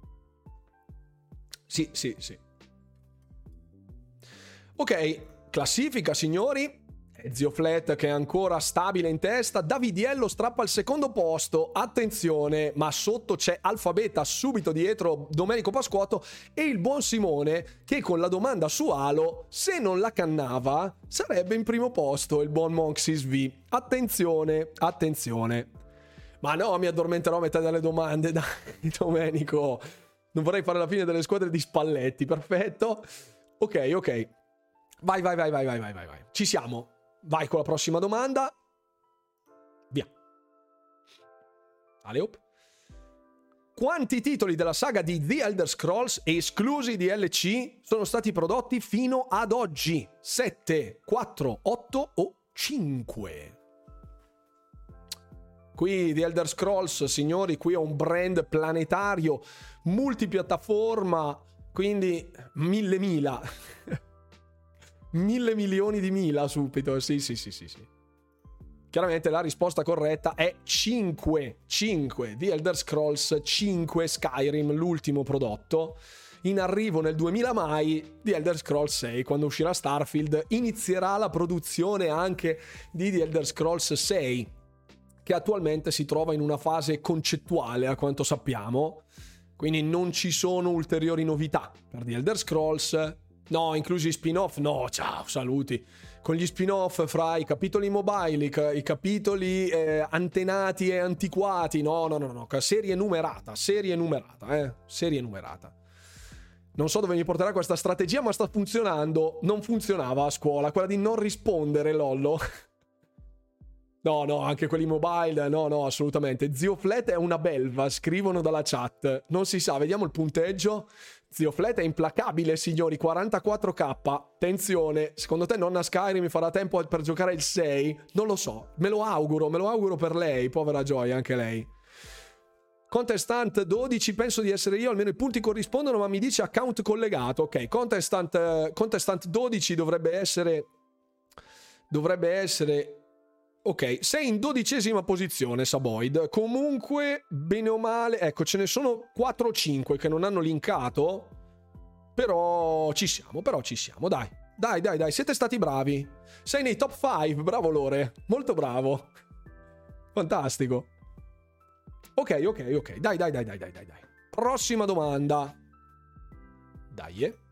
Sì, sì, sì. Ok, classifica, signori. Zio Flat che è ancora stabile in testa, Davidiello strappa al secondo posto, attenzione, ma sotto c'è Alfabeta subito dietro Domenico Pasquotto e il buon Simone che con la domanda su Halo, se non la cannava, sarebbe in primo posto il buon Monxis V. Attenzione, attenzione. Ma no, mi addormenterò a metà delle domande, dai Domenico, non vorrei fare la fine delle squadre di Spalletti, perfetto. Ok, ok. Vai, vai, vai, vai, vai, vai, vai, vai. Ci siamo. Vai con la prossima domanda. Via. Aleop. Quanti titoli della saga di The Elder Scrolls, esclusi D L C, sono stati prodotti fino ad oggi? sette, quattro, otto o cinque? Qui The Elder Scrolls, signori, qui è un brand planetario, multipiattaforma, quindi mille mila. Mille milioni di mila subito, sì, sì, sì, sì, sì. Chiaramente la risposta corretta è cinque, cinque. The Elder Scrolls cinque Skyrim, l'ultimo prodotto. In arrivo nel duemila mai, The Elder Scrolls sei, quando uscirà Starfield, inizierà la produzione anche di The Elder Scrolls sei, che attualmente si trova in una fase concettuale, a quanto sappiamo. Quindi non ci sono ulteriori novità per The Elder Scrolls. No, inclusi spin-off? No, ciao, saluti. Con gli spin-off fra i capitoli mobile, i, i capitoli eh, antenati e antiquati. No, no, no, no, serie numerata, serie numerata, eh, serie numerata. Non so dove mi porterà questa strategia, ma sta funzionando. Non funzionava a scuola, quella di non rispondere, Lollo. No, no, anche quelli mobile, no, no, assolutamente. Zio Flat è una belva, scrivono dalla chat. Non si sa, vediamo il punteggio. Zio Flat è implacabile, signori, quarantaquattro k. Attenzione, secondo te nonna Skyrim mi farà tempo per giocare il sei? Non lo so, me lo auguro, me lo auguro per lei, povera gioia, anche lei. Contestant dodici, penso di essere io, almeno i punti corrispondono, ma mi dice account collegato. Ok, Contestant, Contestant dodici dovrebbe essere... Dovrebbe essere... Ok, sei in dodicesima posizione, Saboid. Comunque, bene o male, ecco, ce ne sono quattro o cinque che non hanno linkato. Però ci siamo, però ci siamo, dai. Dai, dai, dai, siete stati bravi. Sei nei top cinque, bravo Lore. Molto bravo. Fantastico. Ok, ok, ok. Dai, dai, dai, dai, dai, dai. Prossima domanda. Dai, eh.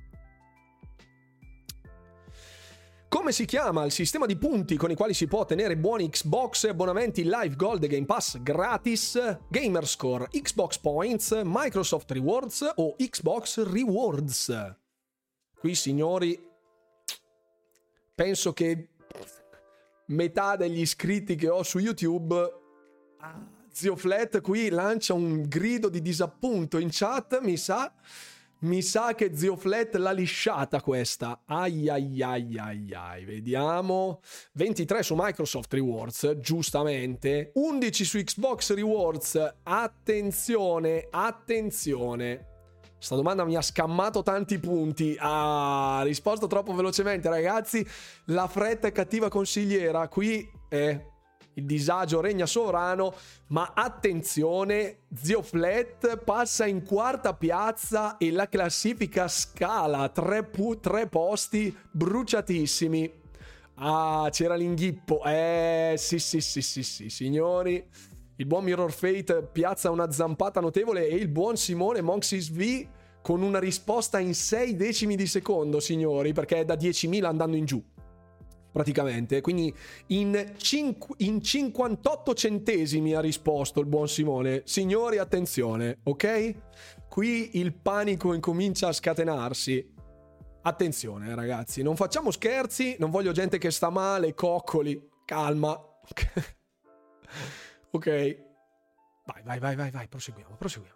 Come si chiama il sistema di punti con i quali si può ottenere buoni Xbox, abbonamenti Live Gold e Game Pass gratis? Gamerscore, Xbox Points, Microsoft Rewards o Xbox Rewards? Qui, signori, penso che metà degli iscritti che ho su YouTube... Ah, Zio Flat qui lancia un grido di disappunto in chat, mi sa... Mi sa che Zio Flat l'ha lisciata questa. Ai ai ai ai ai. Vediamo. ventitré su Microsoft Rewards, giustamente. undici su Xbox Rewards. Attenzione, attenzione. Sta domanda mi ha scammato tanti punti. Ah, risposto troppo velocemente, ragazzi. La fretta è cattiva consigliera. Qui è... il disagio regna sovrano, ma attenzione, Zio Flat passa in quarta piazza e la classifica scala tre, pu- tre posti bruciatissimi. Ah, c'era l'inghippo. Eh, sì, sì, sì, sì, sì, signori. Il buon Mirror Fate piazza una zampata notevole e il buon Simone Monxis V con una risposta in sei decimi di secondo, signori, perché è da diecimila andando in giù. Praticamente, quindi in, cinqu- in cinquantotto centesimi ha risposto il buon Simone. Signori, attenzione, ok? Qui il panico incomincia a scatenarsi. Attenzione, ragazzi, non facciamo scherzi, non voglio gente che sta male, coccoli, calma. Ok, vai, vai, vai, vai, vai, proseguiamo, proseguiamo.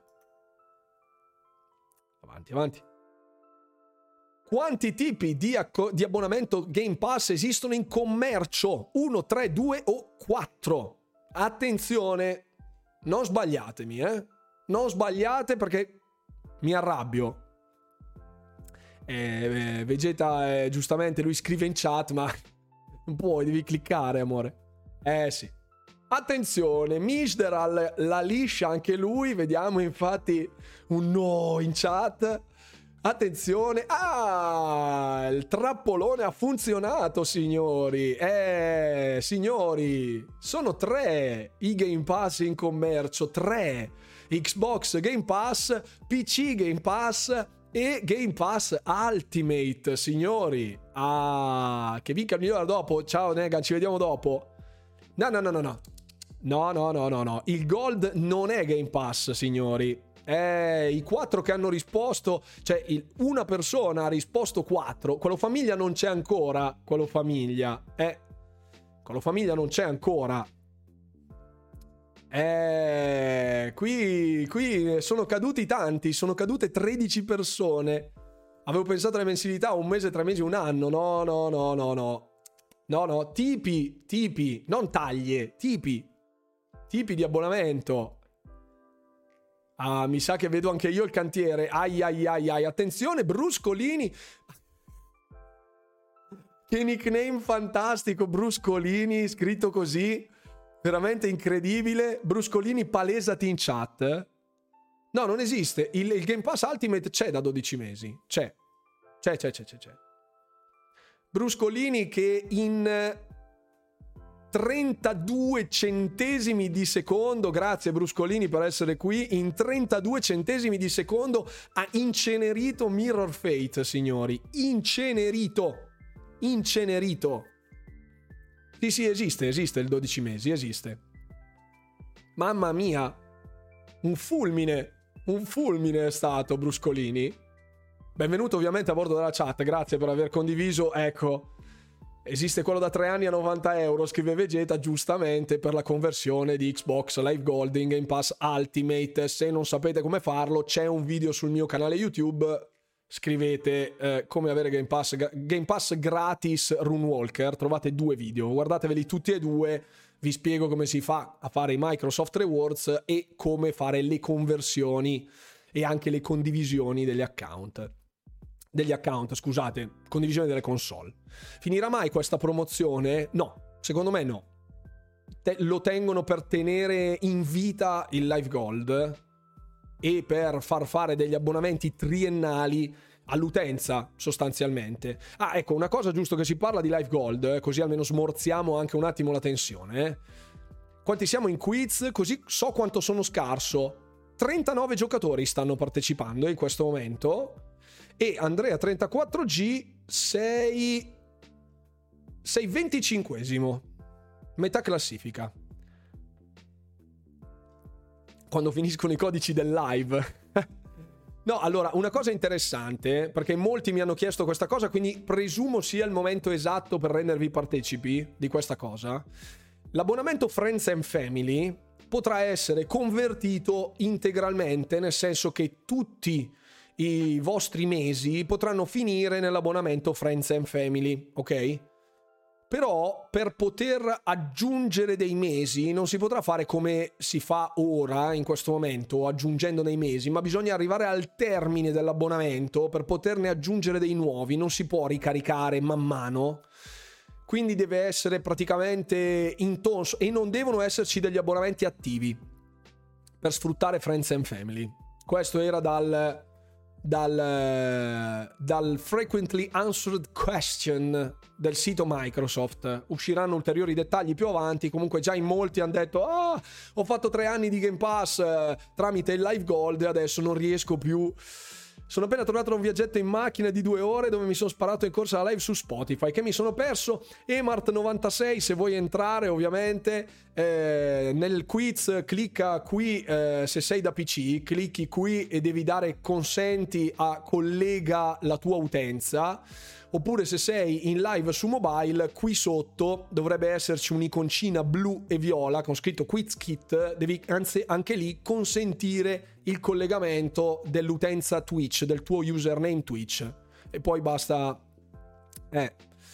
Avanti, avanti. Quanti tipi di, acco- di abbonamento Game Pass esistono in commercio? uno, tre, due o quattro? Attenzione, non sbagliatemi, eh? Non sbagliate perché mi arrabbio. Eh, Vegeta, eh, giustamente, lui scrive in chat, ma non puoi, devi cliccare, amore. Eh sì. Attenzione, Mishderal la liscia anche lui, vediamo infatti un no in chat. Attenzione, ah, il trappolone ha funzionato, signori. Eh, signori, sono tre i Game Pass in commercio, tre. Xbox Game Pass, P C Game Pass e Game Pass Ultimate, signori. Ah, che vinca il migliore dopo. Ciao Negan, ci vediamo dopo. No, no, no, no, no. No, no, no, no, no. Il Gold non è Game Pass, signori. Eh, i quattro che hanno risposto, cioè il, una persona ha risposto quattro. Quello famiglia non c'è ancora. Quello famiglia, eh. Quello famiglia non c'è ancora. Eh, qui, qui sono caduti tanti. Sono cadute tredici persone. Avevo pensato alle mensilità un mese, tre mesi, un anno. No, no, no, no, no. No, no, tipi, tipi, non taglie, tipi. Tipi di abbonamento. Ah, mi sa che vedo anche io il cantiere. Ai ai ai ai. Attenzione, Bruscolini. Che nickname fantastico, Bruscolini, scritto così. Veramente incredibile. Bruscolini, palesati in chat. No, non esiste. Il, il Game Pass Ultimate c'è da dodici mesi. C'è. C'è, c'è, c'è, c'è, c'è. Bruscolini che in trentadue centesimi di secondo, grazie Bruscolini per essere qui, in trentadue centesimi di secondo ha incenerito Mirror Fate, signori. Incenerito. Incenerito. Sì, sì, esiste, esiste il dodici mesi, esiste. Mamma mia. Un fulmine. Un fulmine è stato, Bruscolini. Benvenuto ovviamente a bordo della chat, grazie per aver condiviso, ecco. Esiste quello da tre anni a novanta euro, scrive Vegeta, giustamente, per la conversione di Xbox Live Gold in Game Pass Ultimate. Se non sapete come farlo, c'è un video sul mio canale YouTube. Scrivete eh, come avere Game Pass, Game Pass gratis Runewalker. Trovate due video, guardateveli tutti e due. Vi spiego come si fa a fare i Microsoft Rewards e come fare le conversioni e anche le condivisioni degli account. Degli account, scusate, condivisione delle console. Finirà mai questa promozione? No, secondo me no. Te- lo tengono per tenere in vita il Live Gold e per far fare degli abbonamenti triennali all'utenza, sostanzialmente. Ah, ecco, una cosa giusto che si parla di Live Gold, eh, così almeno smorziamo anche un attimo la tensione. Eh. Quanti siamo in quiz? Così so quanto sono scarso. trentanove giocatori stanno partecipando in questo momento. E Andrea trentaquattro G sei sei venticinquesimo, metà classifica. Quando finiscono i codici del live. No, allora, una cosa interessante, perché molti mi hanno chiesto questa cosa, quindi presumo sia il momento esatto per rendervi partecipi di questa cosa. L'abbonamento Friends and Family potrà essere convertito integralmente, nel senso che tutti i vostri mesi potranno finire nell'abbonamento Friends and Family, ok? Però per poter aggiungere dei mesi non si potrà fare come si fa ora in questo momento, aggiungendo dei mesi, ma bisogna arrivare al termine dell'abbonamento per poterne aggiungere dei nuovi. Non si può ricaricare man mano, quindi deve essere praticamente intonso e non devono esserci degli abbonamenti attivi per sfruttare Friends and Family. Questo era dal Dal, dal Frequently Answered Question del sito Microsoft. Usciranno ulteriori dettagli più avanti. Comunque già in molti hanno detto: ah, ho fatto tre anni di Game Pass eh, tramite il Live Gold e adesso non riesco più. Sono appena tornato da un viaggetto in macchina di due ore dove mi sono sparato in corsa la live su Spotify, che mi sono perso. Emart novantasei, se vuoi entrare ovviamente eh, nel quiz, clicca qui, eh, se sei da P C clicchi qui e devi dare consenti a collega la tua utenza. Oppure se sei in live su mobile, qui sotto dovrebbe esserci un'iconcina blu e viola con scritto Quiz Kit. Devi anzi anche lì consentire il collegamento dell'utenza Twitch, del tuo username Twitch, e poi basta. Eh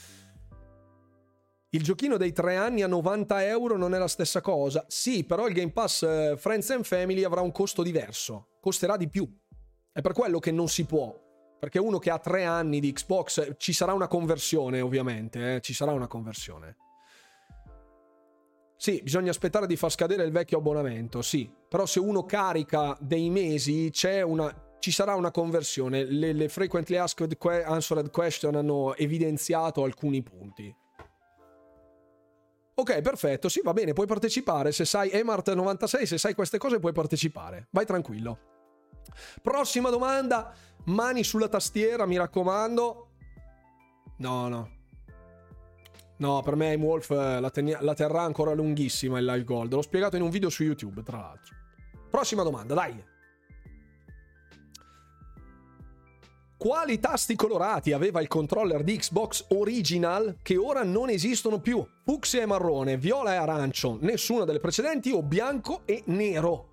il giochino dei tre anni a novanta euro non è la stessa cosa. Sì, però il Game Pass eh, Friends and Family avrà un costo diverso, costerà di più. È per quello che non si può. Perché uno che ha tre anni di Xbox, ci sarà una conversione ovviamente, eh? ci sarà una conversione. Sì, bisogna aspettare di far scadere il vecchio abbonamento, sì. Però se uno carica dei mesi, c'è una, ci sarà una conversione. Le, le frequently asked que- answered question hanno evidenziato alcuni punti. Ok, perfetto, sì, va bene, puoi partecipare. Se sai Emart novantasei, se sai queste cose puoi partecipare. Vai tranquillo. Prossima domanda, mani sulla tastiera, mi raccomando. No, no. No, per me Wolf la, ten- la terrà ancora lunghissima il live gold. L'ho spiegato in un video su YouTube, tra l'altro. Prossima domanda, dai. Quali tasti colorati aveva il controller di Xbox Original che ora non esistono più? Fucsia e marrone, viola e arancio, nessuna delle precedenti o bianco e nero?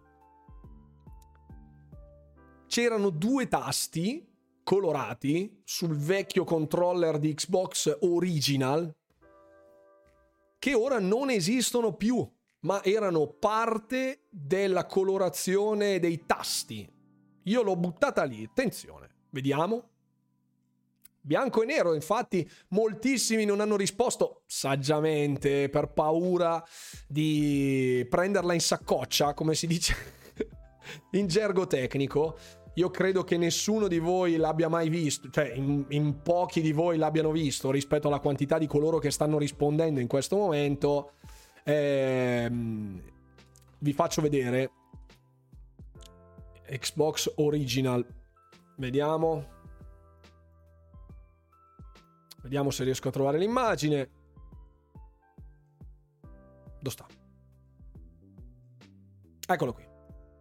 C'erano due tasti colorati sul vecchio controller di Xbox Original che ora non esistono più, ma erano parte della colorazione dei tasti. Io l'ho buttata lì, attenzione. Vediamo. Bianco e nero, infatti moltissimi non hanno risposto saggiamente per paura di prenderla in saccoccia, come si dice in gergo tecnico. Io credo che nessuno di voi l'abbia mai visto, cioè in, in pochi di voi l'abbiano visto rispetto alla quantità di coloro che stanno rispondendo in questo momento. Ehm, vi faccio vedere Xbox Original. Vediamo. Vediamo se riesco a trovare l'immagine. Dove sta? Eccolo qui.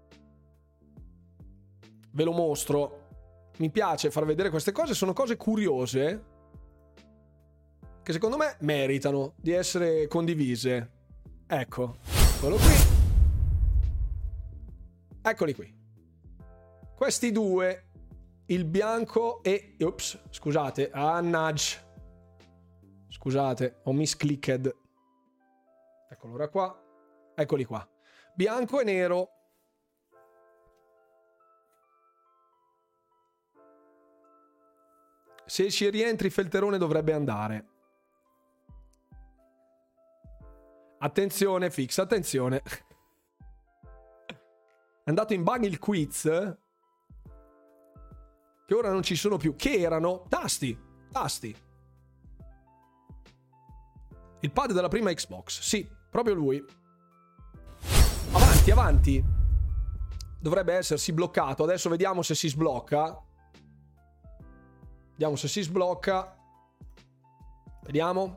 Ve lo mostro. Mi piace far vedere queste cose, sono cose curiose che secondo me meritano di essere condivise. Ecco, eccolo qui. Eccoli qui. Questi due, il bianco e... Ops, scusate, ah, nudge. Scusate, ho misclicked. Eccolo ora qua. Eccoli qua. Bianco e nero. Se ci rientri Felterone dovrebbe andare. Attenzione, Fix, attenzione. È andato in bug il quiz, che ora non ci sono più, che erano tasti, tasti. Il pad della prima Xbox, sì, proprio lui. Avanti, avanti. Dovrebbe essersi bloccato, adesso vediamo se si sblocca. Vediamo se si sblocca. Vediamo.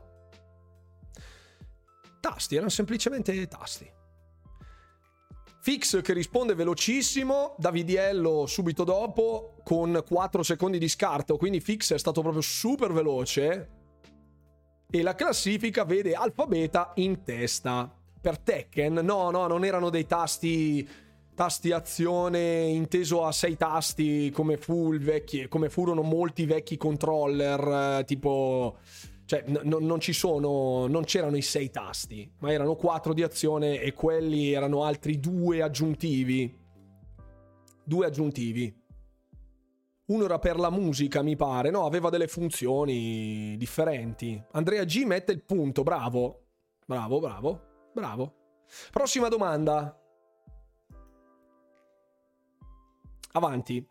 Tasti, erano semplicemente tasti. Fix che risponde velocissimo, Davidiello subito dopo con quattro secondi di scarto, quindi Fix è stato proprio super veloce e la classifica vede Alpha Beta in testa. Per Tekken, no, no, non erano dei tasti tasti azione inteso a sei tasti come fu il vecchi, come furono molti vecchi controller, tipo... Cioè, n- non ci sono, non c'erano i sei tasti, ma erano quattro di azione e quelli erano altri due aggiuntivi. Due aggiuntivi. Uno era per la musica, mi pare. No, aveva delle funzioni differenti. Andrea G mette il punto, bravo. Bravo, bravo, bravo. Prossima domanda. Avanti.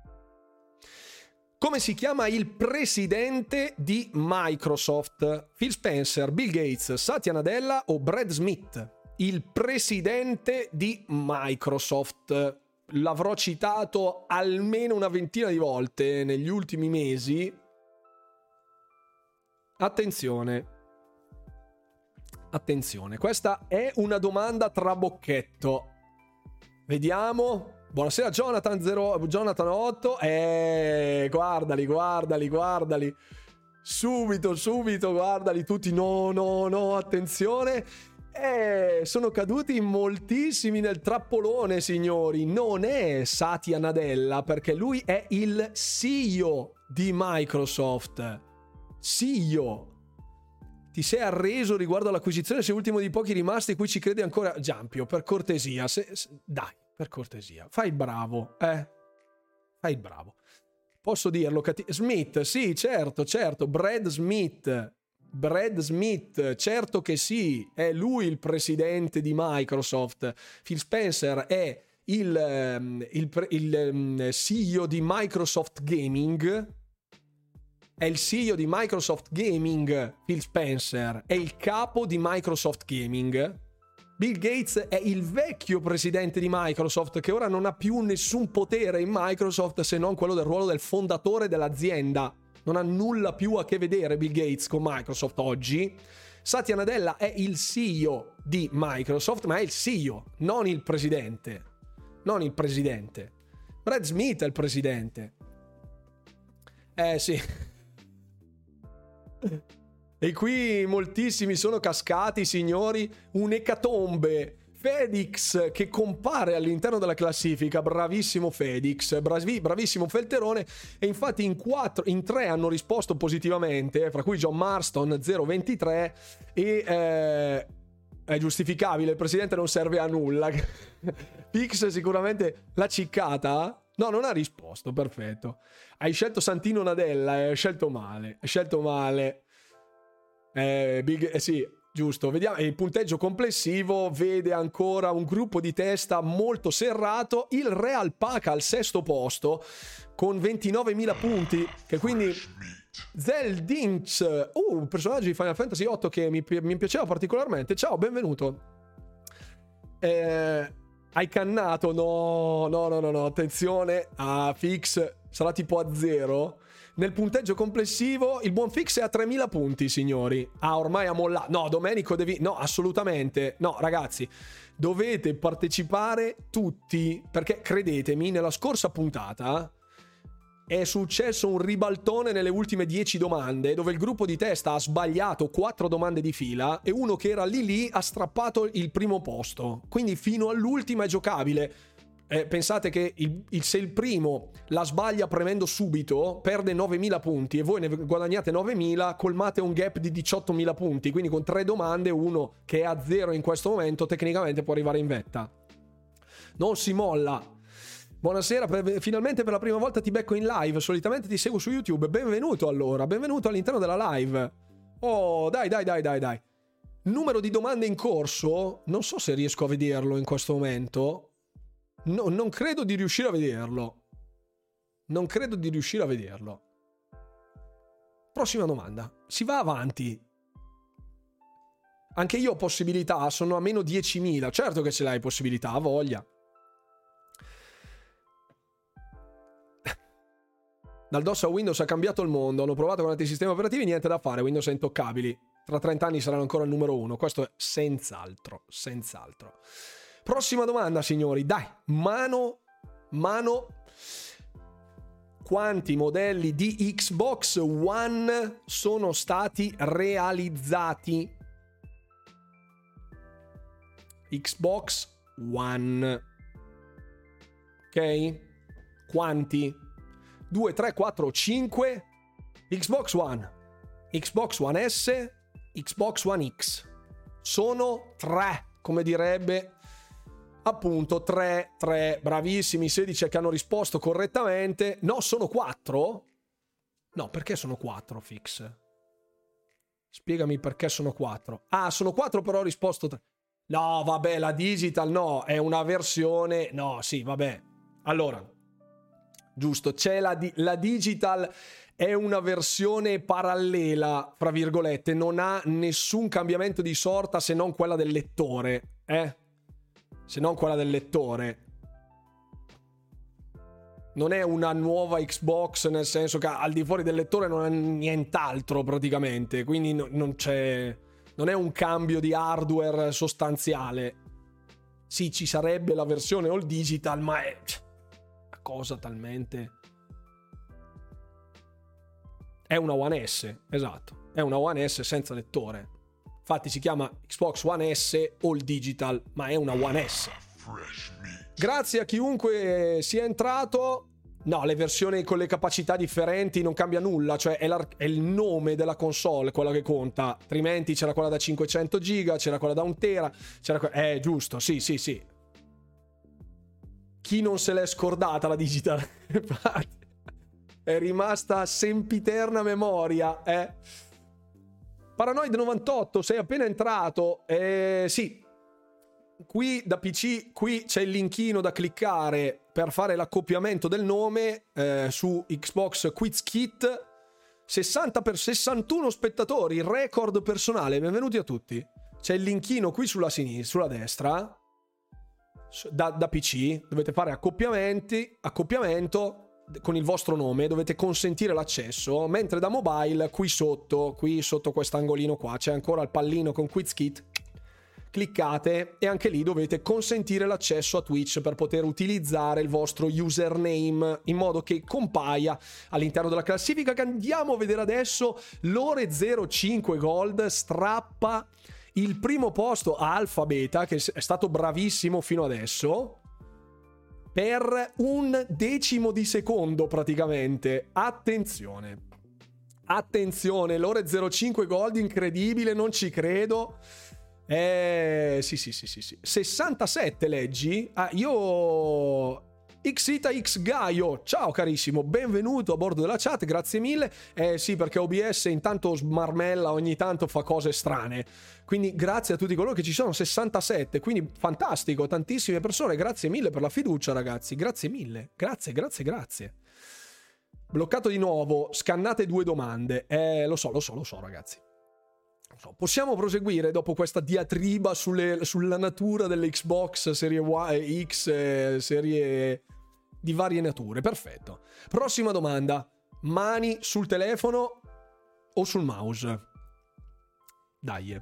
Come si chiama il presidente di Microsoft? Phil Spencer, Bill Gates, Satya Nadella o Brad Smith? Il presidente di Microsoft. L'avrò citato almeno una ventina di volte negli ultimi mesi. Attenzione. Attenzione, questa è una domanda trabocchetto. Vediamo. Buonasera Jonathan, zero, Jonathan otto. Eh, guardali, guardali, guardali. Subito, subito, guardali tutti. No, no, no, attenzione. Eh, sono caduti moltissimi nel trappolone, signori. Non è Satya Nadella, perché lui è il C E O di Microsoft. C E O. Ti sei arreso riguardo all'acquisizione? Sei ultimo di pochi rimasti, qui ci credi ancora? Giampio, per cortesia, se, se, dai. Per cortesia, fai il bravo, eh? Fai il bravo. Posso dirlo? Catti- Smith, sì, certo, certo. Brad Smith. Brad Smith, certo che sì. È lui il presidente di Microsoft. Phil Spencer è il, il, il, il C E O di Microsoft Gaming, è il C E O di Microsoft Gaming, Phil Spencer, è il capo di Microsoft Gaming. Bill Gates è il vecchio presidente di Microsoft, che ora non ha più nessun potere in Microsoft se non quello del ruolo del fondatore dell'azienda. Non ha nulla più a che vedere Bill Gates con Microsoft oggi. Satya Nadella è il C E O di Microsoft, ma è il C E O, non il presidente. Non il presidente. Brad Smith è il presidente. Eh sì. E qui moltissimi sono cascati, signori. Un'ecatombe. Fedix che compare all'interno della classifica. Bravissimo Fedix, bravi, bravissimo Felterone. E infatti in quattro, in tre hanno risposto positivamente, fra cui John Marston zero virgola ventitré. E eh, è giustificabile, il presidente non serve a nulla. Fix sicuramente l'ha ciccata. No, non ha risposto, perfetto. Hai scelto Santino Nadella, hai scelto male. Hai scelto male. Eh, big, eh sì, giusto. Vediamo. Il punteggio complessivo vede ancora un gruppo di testa molto serrato. Il Re Alpaca al sesto posto con ventinovemila punti. Che quindi Zeldinch, uh, un personaggio di Final Fantasy otto che mi, mi piaceva particolarmente. Ciao, benvenuto. Eh, hai cannato? No, no, no, no, no. Attenzione. Ah, Fix sarà tipo a zero. Nel punteggio complessivo il buon Fix è a tremila punti, signori. Ah, ormai ha mollato. No, Domenico devi... No, assolutamente. No, ragazzi, dovete partecipare tutti, perché credetemi, nella scorsa puntata è successo un ribaltone nelle ultime dieci domande, dove il gruppo di testa ha sbagliato quattro domande di fila e uno che era lì lì ha strappato il primo posto. Quindi fino all'ultima è giocabile. Eh, pensate che il, il, se il primo la sbaglia premendo subito perde novemila punti e voi ne guadagnate novemila, colmate un gap di diciottomila punti, quindi con tre domande uno che è a zero in questo momento tecnicamente può arrivare in vetta. Non si molla. Buonasera, per, finalmente per la prima volta ti becco in live, solitamente ti seguo su YouTube. Benvenuto allora, benvenuto all'interno della live. Oh, dai dai dai dai dai. Numero di domande in corso, non so se riesco a vederlo in questo momento. No, non credo di riuscire a vederlo. Non credo di riuscire a vederlo. Prossima domanda. Si va avanti. Anche io ho possibilità, sono a meno diecimila. Certo che ce l'hai possibilità, ha voglia. Dal DOS a Windows ha cambiato il mondo. Hanno provato con altri sistemi operativi, niente da fare. Windows è intoccabili. Tra trenta anni saranno ancora il numero uno. Questo è senz'altro, senz'altro. Prossima domanda, signori. Dai, mano, mano. Quanti modelli di Xbox One sono stati realizzati? Xbox One. Ok? Quanti? due, tre, quattro, cinque. Xbox One. Xbox One S. Xbox One X. Sono tre, come direbbe... Appunto, tre, tre, bravissimi, sedici che hanno risposto correttamente. No, sono quattro? No, perché sono quattro, Fix? Spiegami perché sono quattro. Ah, sono quattro però ho risposto tre. No, vabbè, la Digital no, è una versione... No, sì, vabbè. Allora, giusto, c'è la, di... la Digital... È una versione parallela, fra virgolette, non ha nessun cambiamento di sorta se non quella del lettore, eh? Se non quella del lettore. Non è una nuova Xbox, nel senso che al di fuori del lettore non è nient'altro praticamente, quindi no, non c'è, non è un cambio di hardware sostanziale. Sì, ci sarebbe la versione all digital, ma è una cosa talmente... È una One S, esatto, è una One S senza lettore. Infatti si chiama Xbox One S All Digital, ma è una One S. Grazie a chiunque sia entrato. No, le versioni con le capacità differenti non cambia nulla, cioè è, è il nome della console quello che conta. Altrimenti c'era quella da cinquecento giga, c'era quella da un tera, c'era que- Eh, giusto, sì, sì, sì. Chi non se l'è scordata la Digital? È rimasta sempiterna memoria, eh. Paranoid novantotto, sei appena entrato. Eh, sì. qui da P C, qui c'è il linkino da cliccare per fare l'accoppiamento del nome eh, su Xbox Quiz Kit. sessanta per sessantuno spettatori, record personale, benvenuti a tutti. C'è il linkino qui sulla sinistra, sulla destra, da, da P C, dovete fare accoppiamenti, accoppiamento con il vostro nome, dovete consentire l'accesso, mentre da mobile qui sotto, qui sotto quest'angolino qua, c'è ancora il pallino con Quiz Kit, cliccate e anche lì dovete consentire l'accesso a Twitch per poter utilizzare il vostro username in modo che compaia all'interno della classifica che andiamo a vedere adesso. L'Ore zero cinque Gold strappa il primo posto a Alpha Beta, che è stato bravissimo fino adesso, per un decimo di secondo praticamente. Attenzione, attenzione, l'Ore zero cinque Gold incredibile, non ci credo. Eh, sì, sì, sì, sì, sì. sessantasette leggi. Ah, io... Xita X Gaio, ciao carissimo, benvenuto a bordo della chat, grazie mille. Eh sì, perché O B S intanto smarmella, ogni tanto fa cose strane. Quindi grazie a tutti coloro che ci sono, sessantasette, quindi fantastico, tantissime persone, grazie mille per la fiducia ragazzi, grazie mille, grazie, grazie, grazie. Bloccato di nuovo, scannate due domande. Eh, lo so, lo so, lo so ragazzi. Possiamo proseguire dopo questa diatriba sulle, sulla natura delle Xbox serie Y, X, eh, serie di varie nature. Perfetto. Prossima domanda. Mani sul telefono o sul mouse? Dai.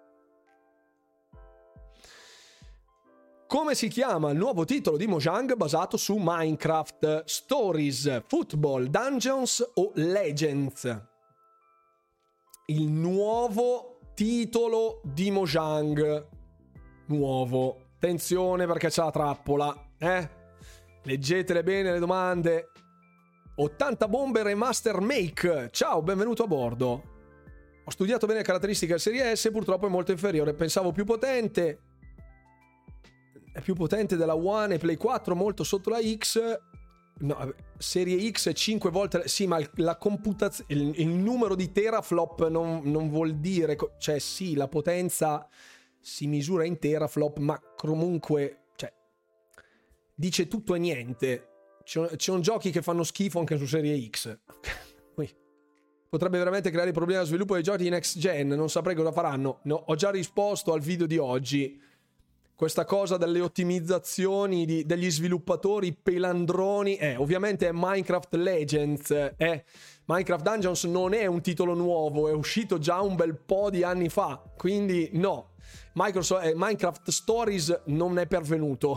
Come si chiama il nuovo titolo di Mojang basato su Minecraft? Stories, Football, Dungeons o Legends? Il nuovo titolo di Mojang. Nuovo. Attenzione perché c'è la trappola. Eh? Leggetele bene le domande. ottanta bombe remaster make. Ciao, benvenuto a bordo. Ho studiato bene le caratteristiche del Serie S, purtroppo è molto inferiore. Pensavo più potente. È più potente della One e Play quattro, molto sotto la X. No, Serie X è cinque volte. Sì, ma la computazione, il, il numero di teraflop non, non vuol dire, cioè sì, la potenza si misura in teraflop, ma comunque, cioè, dice tutto e niente. Ci sono giochi che fanno schifo anche su Serie X. Potrebbe veramente creare problemi allo sviluppo dei giochi di next gen. Non saprei cosa faranno. No, ho già risposto al video di oggi. Questa cosa delle ottimizzazioni di, degli sviluppatori pelandroni, eh, ovviamente è Minecraft Legends, eh. Minecraft Dungeons non è un titolo nuovo, è uscito già un bel po' di anni fa, quindi no. Microsoft, eh, Minecraft Stories non è pervenuto.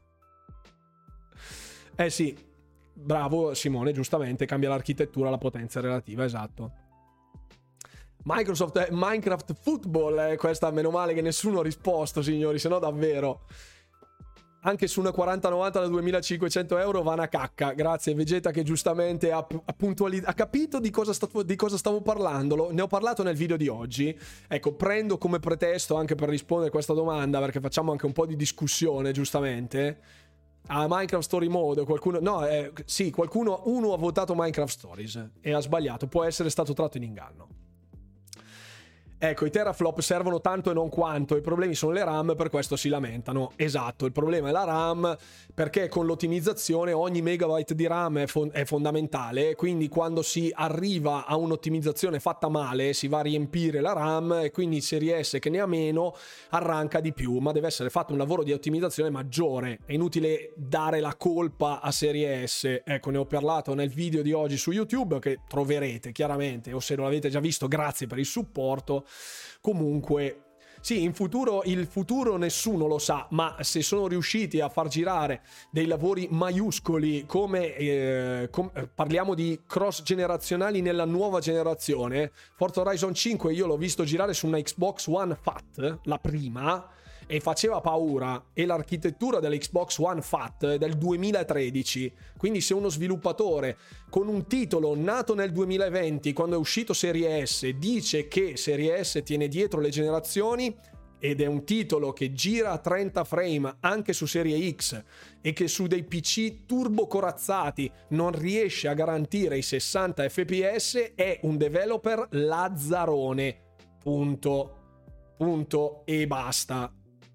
Eh sì, bravo Simone, giustamente, cambia l'architettura, la potenza relativa, esatto. Microsoft è Minecraft Football, eh, questa meno male che nessuno ha risposto, signori, se no davvero. Anche su una quaranta novanta da duemilacinquecento euro va una cacca. Grazie Vegeta che giustamente ha, ha, puntualizz- ha capito di cosa, sta- di cosa stavo parlando. Lo, ne ho parlato nel video di oggi. Ecco, prendo come pretesto anche per rispondere a questa domanda, perché facciamo anche un po' di discussione, giustamente. A Minecraft Story Mode qualcuno... No, eh, sì, qualcuno... Uno ha votato Minecraft Stories e ha sbagliato. Può essere stato tratto in inganno. Ecco, i teraflop servono tanto e non quanto, i problemi sono le RAM, per questo si lamentano. Esatto, il problema è la RAM, perché con l'ottimizzazione ogni megabyte di RAM è, fon- è fondamentale, quindi quando si arriva a un'ottimizzazione fatta male si va a riempire la RAM e quindi Serie S che ne ha meno arranca di più, ma deve essere fatto un lavoro di ottimizzazione maggiore. È inutile dare la colpa a Serie S. Ecco, ne ho parlato nel video di oggi su YouTube, che troverete chiaramente, o se non l'avete già visto, grazie per il supporto. Comunque sì, in futuro, il futuro nessuno lo sa, ma se sono riusciti a far girare dei lavori maiuscoli come eh, com- parliamo di cross generazionali nella nuova generazione, Forza Horizon cinque io l'ho visto girare su una Xbox One Fat, la prima, e faceva paura, e l'architettura dell'Xbox One Fat è del duemilatredici, quindi se uno sviluppatore con un titolo nato nel duemilaventi, quando è uscito Serie S, dice che Serie S tiene dietro le generazioni ed è un titolo che gira a trenta frame anche su Serie X e che su dei P C turbo corazzati non riesce a garantire i sessanta F P S, è un developer lazzarone, punto, punto e basta.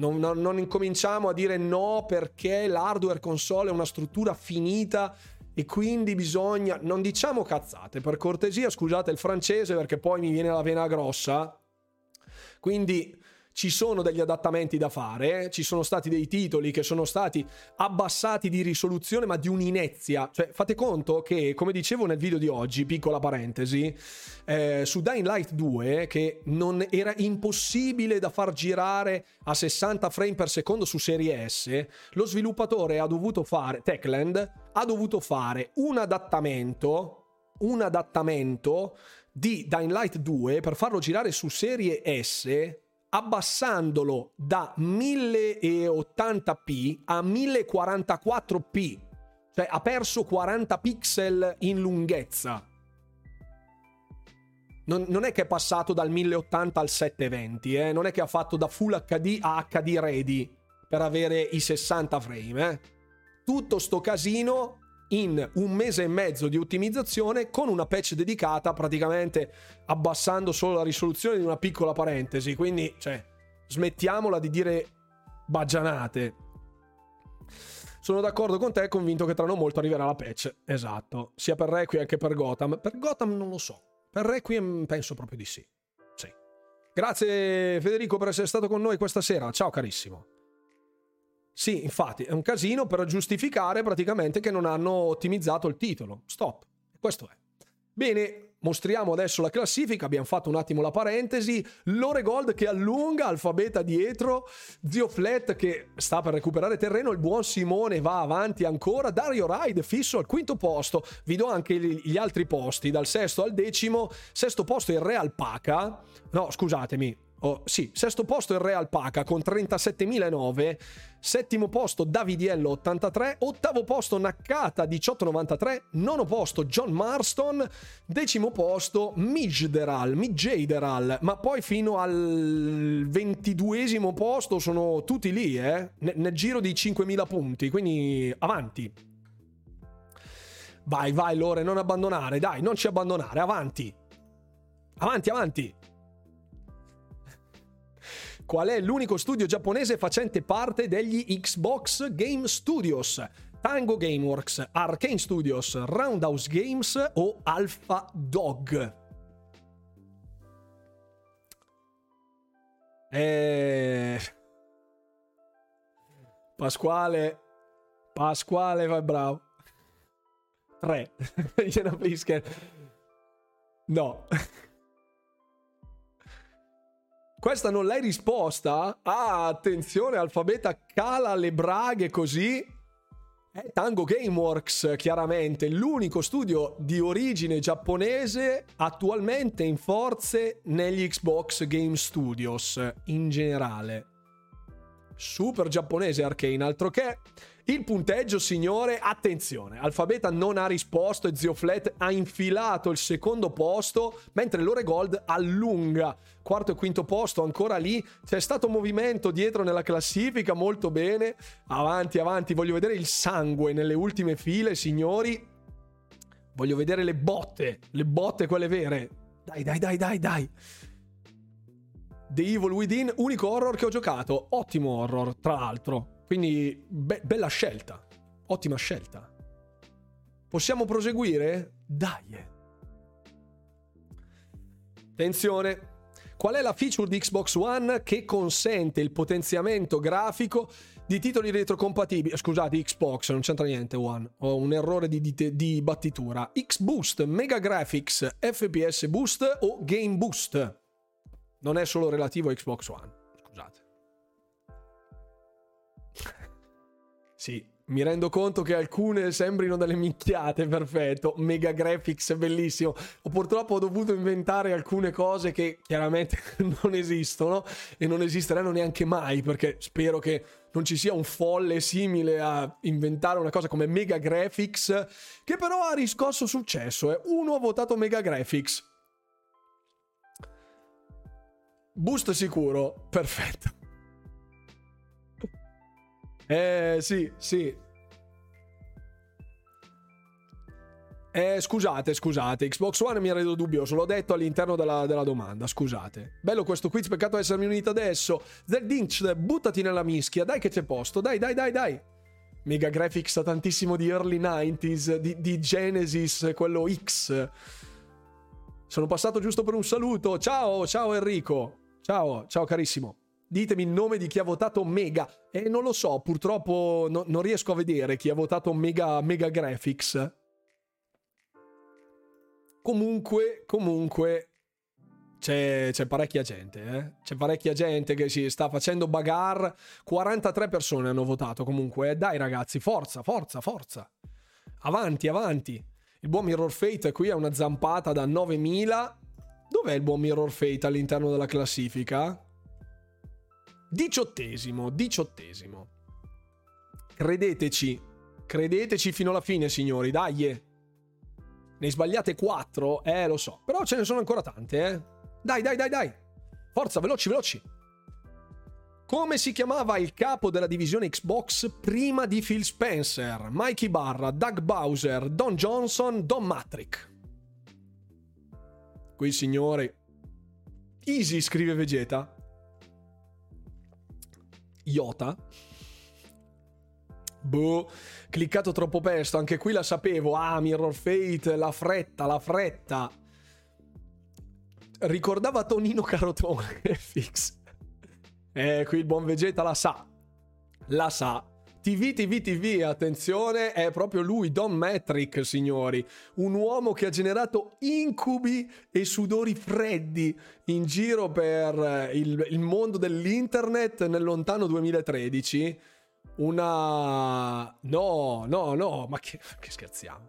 Non, non, non incominciamo a dire no perché l'hardware console è una struttura finita e quindi bisogna... Non diciamo cazzate, per cortesia, scusate il francese perché poi mi viene la vena grossa. Quindi ci sono degli adattamenti da fare, ci sono stati dei titoli che sono stati abbassati di risoluzione ma di un'inezia, cioè fate conto che, come dicevo nel video di oggi, piccola parentesi, eh, su Dying Light due, che non era impossibile da far girare a sessanta frame per secondo su serie S, lo sviluppatore ha dovuto fare, Techland ha dovuto fare un adattamento un adattamento di Dying Light due per farlo girare su serie S, abbassandolo da mille ottanta p a mille quarantaquattro p, cioè ha perso quaranta pixel in lunghezza. Non, non è che è passato dal mille ottanta al settecentoventi, eh? Non è che ha fatto da Full acca di a acca di ready per avere i sessanta frame. Eh? Tutto sto casino in un mese e mezzo di ottimizzazione con una patch dedicata, praticamente abbassando solo la risoluzione di una piccola parentesi. Quindi, cioè, smettiamola di dire baggianate. Sono d'accordo con te, convinto che tra non molto arriverà la patch. Esatto, sia per Requiem che per Gotham. Per Gotham non lo so, per Requiem penso proprio di sì. Sì. Grazie Federico per essere stato con noi questa sera. Ciao carissimo. Sì, infatti, è un casino per giustificare praticamente che non hanno ottimizzato il titolo. Stop. Questo è. Bene, mostriamo adesso la classifica. Abbiamo fatto un attimo la parentesi. Lore Gold che allunga, Alfabeta dietro, Zio Flat che sta per recuperare terreno, il buon Simone va avanti ancora, Dario Ride fisso al quinto posto. Vi do anche gli altri posti, dal sesto al decimo. Sesto posto il Re Alpaca. No, scusatemi. Oh, sì, sesto posto il Re Alpaca con trentasettemila settimo posto Davidiello ottantatré, ottavo posto Nakata diciotto novantatré, nono posto John Marston, decimo posto Mijderal, Mijderal, ma poi fino al ventiduesimo posto sono tutti lì, eh, nel, nel giro di cinquemila punti, quindi avanti. Vai, vai Lore, non abbandonare, dai, non ci abbandonare, avanti. Avanti, avanti. Qual è l'unico studio giapponese facente parte degli Xbox Game Studios? Tango Gameworks, Arcane Studios, Roundhouse Games o Alpha Dog? Eh... Pasquale Pasquale vai bravo. Tre. No. Questa non l'hai risposta? Ah, attenzione, Alfabeta cala le braghe così. È Tango Gameworks, chiaramente, l'unico studio di origine giapponese attualmente in forze negli Xbox Game Studios, in generale. Super giapponese Arcane, altro che. Il punteggio, signore, attenzione, Alfabeta non ha risposto e Zio Flat ha infilato il secondo posto, mentre Lore Gold allunga quarto e quinto posto, ancora lì. C'è stato movimento dietro nella classifica, molto bene, avanti, avanti, voglio vedere il sangue nelle ultime file, signori, voglio vedere le botte, le botte quelle vere, dai, dai, dai, dai, dai. The Evil Within, unico horror che ho giocato, ottimo horror, tra l'altro. Quindi be- bella scelta, ottima scelta. Possiamo proseguire? Dai. Attenzione. Qual è la feature di Xbox One che consente il potenziamento grafico di titoli retrocompatibili? Scusate, Xbox, non c'entra niente One. Ho un errore di, di, di battitura. X-Boost, Mega Graphics, F P S Boost o Game Boost? Non è solo relativo a Xbox One. Scusate. Sì, mi rendo conto che alcune sembrino delle minchiate, perfetto. Mega Graphics, bellissimo. Ho purtroppo dovuto inventare alcune cose che chiaramente non esistono e non esisteranno neanche mai, perché spero che non ci sia un folle simile a inventare una cosa come Mega Graphics, che però ha riscosso successo. Eh. Uno ha votato Mega Graphics. Boost sicuro, perfetto. Eh, sì, sì. Eh, scusate, scusate, Xbox One mi ha reso dubbioso, l'ho detto all'interno della, della domanda, scusate. Bello questo quiz, peccato essermi unito adesso. Zeldinch, buttati nella mischia, dai che c'è posto, dai, dai, dai, dai. Mega Graphics ha tantissimo di early nineties, di, di Genesis, quello X. Sono passato giusto per un saluto, ciao, ciao Enrico, ciao, ciao carissimo. Ditemi il nome di chi ha votato Mega. E eh, non lo so, purtroppo no, non riesco a vedere chi ha votato Mega, Mega Graphics. Comunque, comunque, c'è, c'è parecchia gente, eh? C'è parecchia gente che si sta facendo bagarre. quarantatré persone hanno votato comunque. Eh? Dai ragazzi, forza, forza, forza. Avanti, avanti. Il buon Mirror Fate qui ha una zampata da novemila. Dov'è il buon Mirror Fate all'interno della classifica? Diciottesimo, diciottesimo. Credeteci, credeteci fino alla fine, signori, dai. Ne sbagliate quattro? Eh, lo so. Però ce ne sono ancora tante, eh. Dai, dai, dai, dai. Forza, veloci, veloci. Come si chiamava il capo della divisione Xbox prima di Phil Spencer? Mikey Barra, Doug Bowser, Don Johnson, Don Matrick. Qui, signori. Easy, scrive Vegeta. Iota. Boh, cliccato troppo presto, anche qui la sapevo. Ah, Mirror Fate, la fretta, la fretta. Ricordava Tonino Carotone. Fix. Eh, qui il buon Vegeta la sa. La sa. T V, T V, T V, attenzione, è proprio lui, Don Matrick, signori. Un uomo che ha generato incubi e sudori freddi in giro per il, il mondo dell'internet nel lontano duemilatredici. Una... No, no, no, ma che, che scherziamo.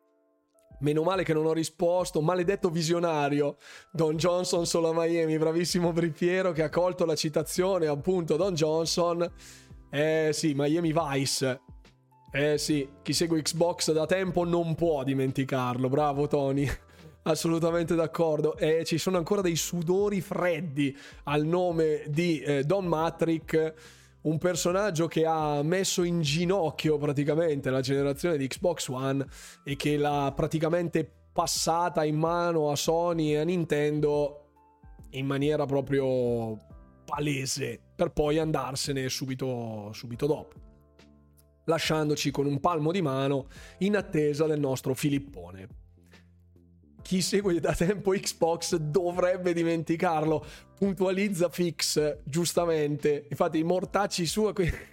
Meno male che non ho risposto, maledetto visionario. Don Johnson solo a Miami, bravissimo Bripiero che ha colto la citazione, appunto, Don Johnson. Eh sì, Miami Vice. Eh sì, chi segue Xbox da tempo non può dimenticarlo, bravo Tony. Assolutamente d'accordo. E eh, ci sono ancora dei sudori freddi al nome di eh, Don Matrick, un personaggio che ha messo in ginocchio praticamente la generazione di Xbox One e che l'ha praticamente passata in mano a Sony e a Nintendo in maniera proprio palese, per poi andarsene subito, subito dopo, lasciandoci con un palmo di mano in attesa del nostro Filippone. Chi segue da tempo Xbox dovrebbe dimenticarlo, puntualizza Fix, giustamente. Infatti i mortacci su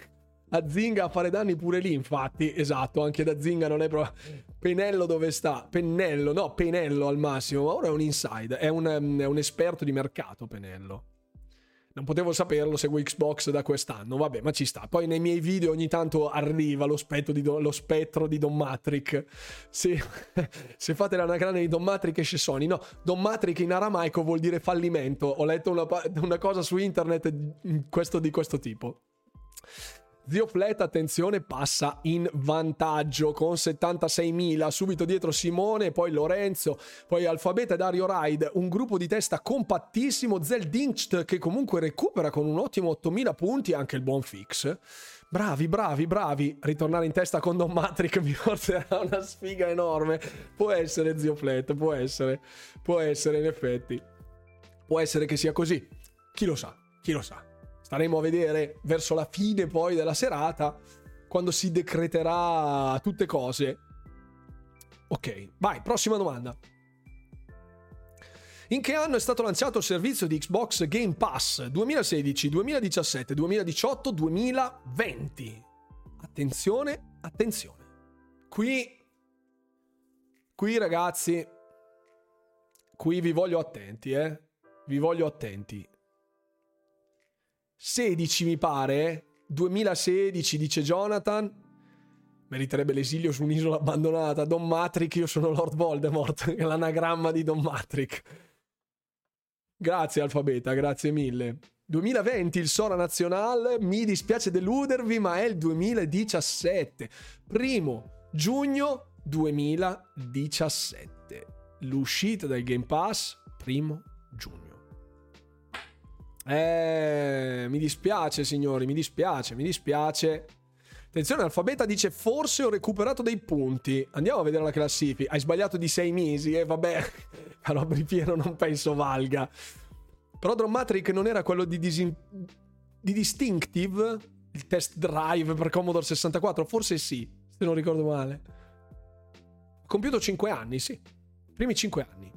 a Zinga a fare danni pure lì, infatti, esatto, anche da Zinga non è proprio... Penello dove sta? Pennello, no, Penello al massimo, ma ora è un inside, è un, è un esperto di mercato Penello. Non potevo saperlo, seguo Xbox da quest'anno, vabbè, ma ci sta. Poi nei miei video ogni tanto arriva lo spettro di, Don, lo spettro di Don Matrick. Se, se fate l'anagrane di Don Matrick esce Sony. No, Don Matrick in aramaico vuol dire fallimento. Ho letto una, una cosa su internet questo, di questo tipo. Zio Flet, attenzione, passa in vantaggio con settantaseimila, subito dietro Simone, poi Lorenzo, poi Alfabeta e Dario Ride, un gruppo di testa compattissimo, Zeldincht che comunque recupera con un ottimo ottomila punti, anche il buon Fix. Bravi, bravi, bravi, ritornare in testa con Don Matrick mi porterà una sfiga enorme. Può essere, Zio Flet, può essere, può essere in effetti, può essere che sia così, chi lo sa, chi lo sa. Staremo a vedere verso la fine poi della serata, quando si decreterà tutte cose. Ok, vai, prossima domanda. In che anno è stato lanciato il servizio di Xbox Game Pass? duemilasedici, duemiladiciassette, duemiladiciotto, duemilaventi. Attenzione, attenzione. Qui, qui ragazzi, qui vi voglio attenti, eh. Vi voglio attenti. sedici mi pare, duemilasedici dice Jonathan, meriterebbe l'esilio su un'isola abbandonata. Don Matrick, io sono Lord Voldemort, l'anagramma di Don Matrick. Grazie Alfabeta, grazie mille. duemilaventi il Sora Nazionale, mi dispiace deludervi ma è il duemiladiciassette, primo giugno duemiladiciassette, l'uscita del Game Pass, primo giugno. Eh, mi dispiace signori, mi dispiace, mi dispiace. Attenzione, Alfabeta dice forse ho recuperato dei punti. Andiamo a vedere la classifica. Hai sbagliato di sei mesi, e eh, vabbè. Però Bripiero non penso valga. Però Drummatric non era quello di, disin... di Distinctive? Il test drive per Commodore sessantaquattro? Forse sì, se non ricordo male. Ha compiuto cinque anni, sì. Primi cinque anni.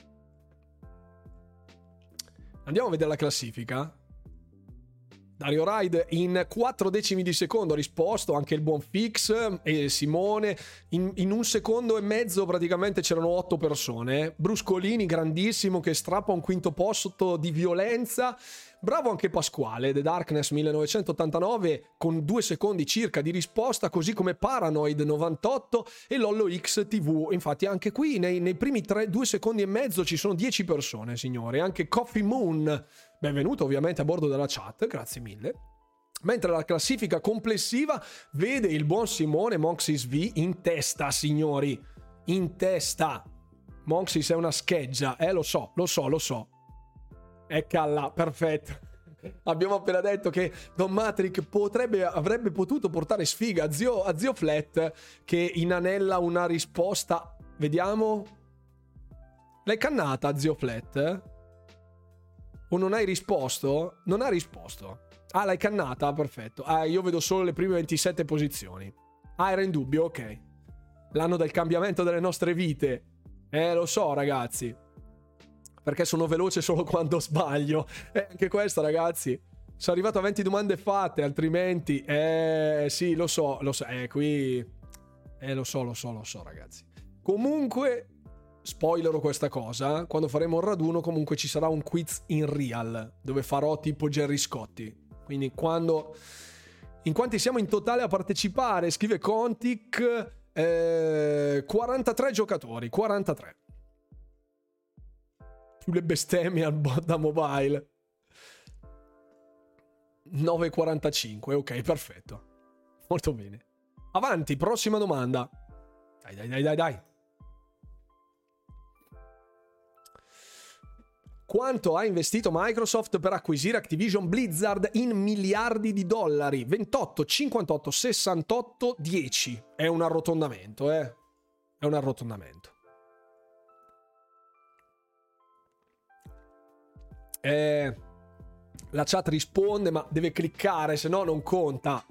Andiamo a vedere la classifica. Dario Ride in quattro decimi di secondo ha risposto, anche il buon Fix e Simone. In, in un secondo e mezzo praticamente c'erano otto persone. Bruscolini, grandissimo, che strappa un quinto posto di violenza. Bravo anche Pasquale, The Darkness millenovecentottantanove con due secondi circa di risposta, così come Paranoid novantotto e Lollo X T V. Infatti anche qui nei, nei primi tre, due secondi e mezzo ci sono dieci persone, signori. Anche Coffee Moon, benvenuto ovviamente a bordo della chat, grazie mille. Mentre la classifica complessiva vede il buon Simone Monxis V in testa, signori. In testa. Monxis è una scheggia, eh, lo so, lo so, lo so. Eccola, perfetto. Abbiamo appena detto che Don Matrix potrebbe, avrebbe potuto portare sfiga a zio, a zio Flat, che inanella una risposta. Vediamo. L'hai cannata, zio Flat? Eh? O non hai risposto? Non ha risposto. Ah, l'hai cannata? Perfetto. Ah, io vedo solo le prime ventisette posizioni. Ah, era in dubbio? Ok. L'anno del cambiamento delle nostre vite. Eh, lo so, ragazzi. Perché sono veloce solo quando sbaglio. E anche questa, ragazzi. Sono arrivato a venti domande fatte, altrimenti... Eh, sì, lo so, lo so. Eh, qui... Eh, lo so, lo so, lo so, ragazzi. Comunque, spoilerò questa cosa. Quando faremo il raduno, comunque ci sarà un quiz in real, dove farò tipo Gerry Scotti. Quindi quando... In quanti siamo in totale a partecipare? Scrive Contic... Eh, quarantatré giocatori, quarantatré. Più le bestemmie al bot da mobile. nove e quarantacinque, ok, perfetto. Molto bene. Avanti, prossima domanda. Dai, dai, dai, dai, dai. Quanto ha investito Microsoft per acquisire Activision Blizzard in miliardi di dollari? ventotto, cinquantotto, sessantotto, dieci. È un arrotondamento, eh. È un arrotondamento. Eh, la chat risponde, ma deve cliccare, se no non conta.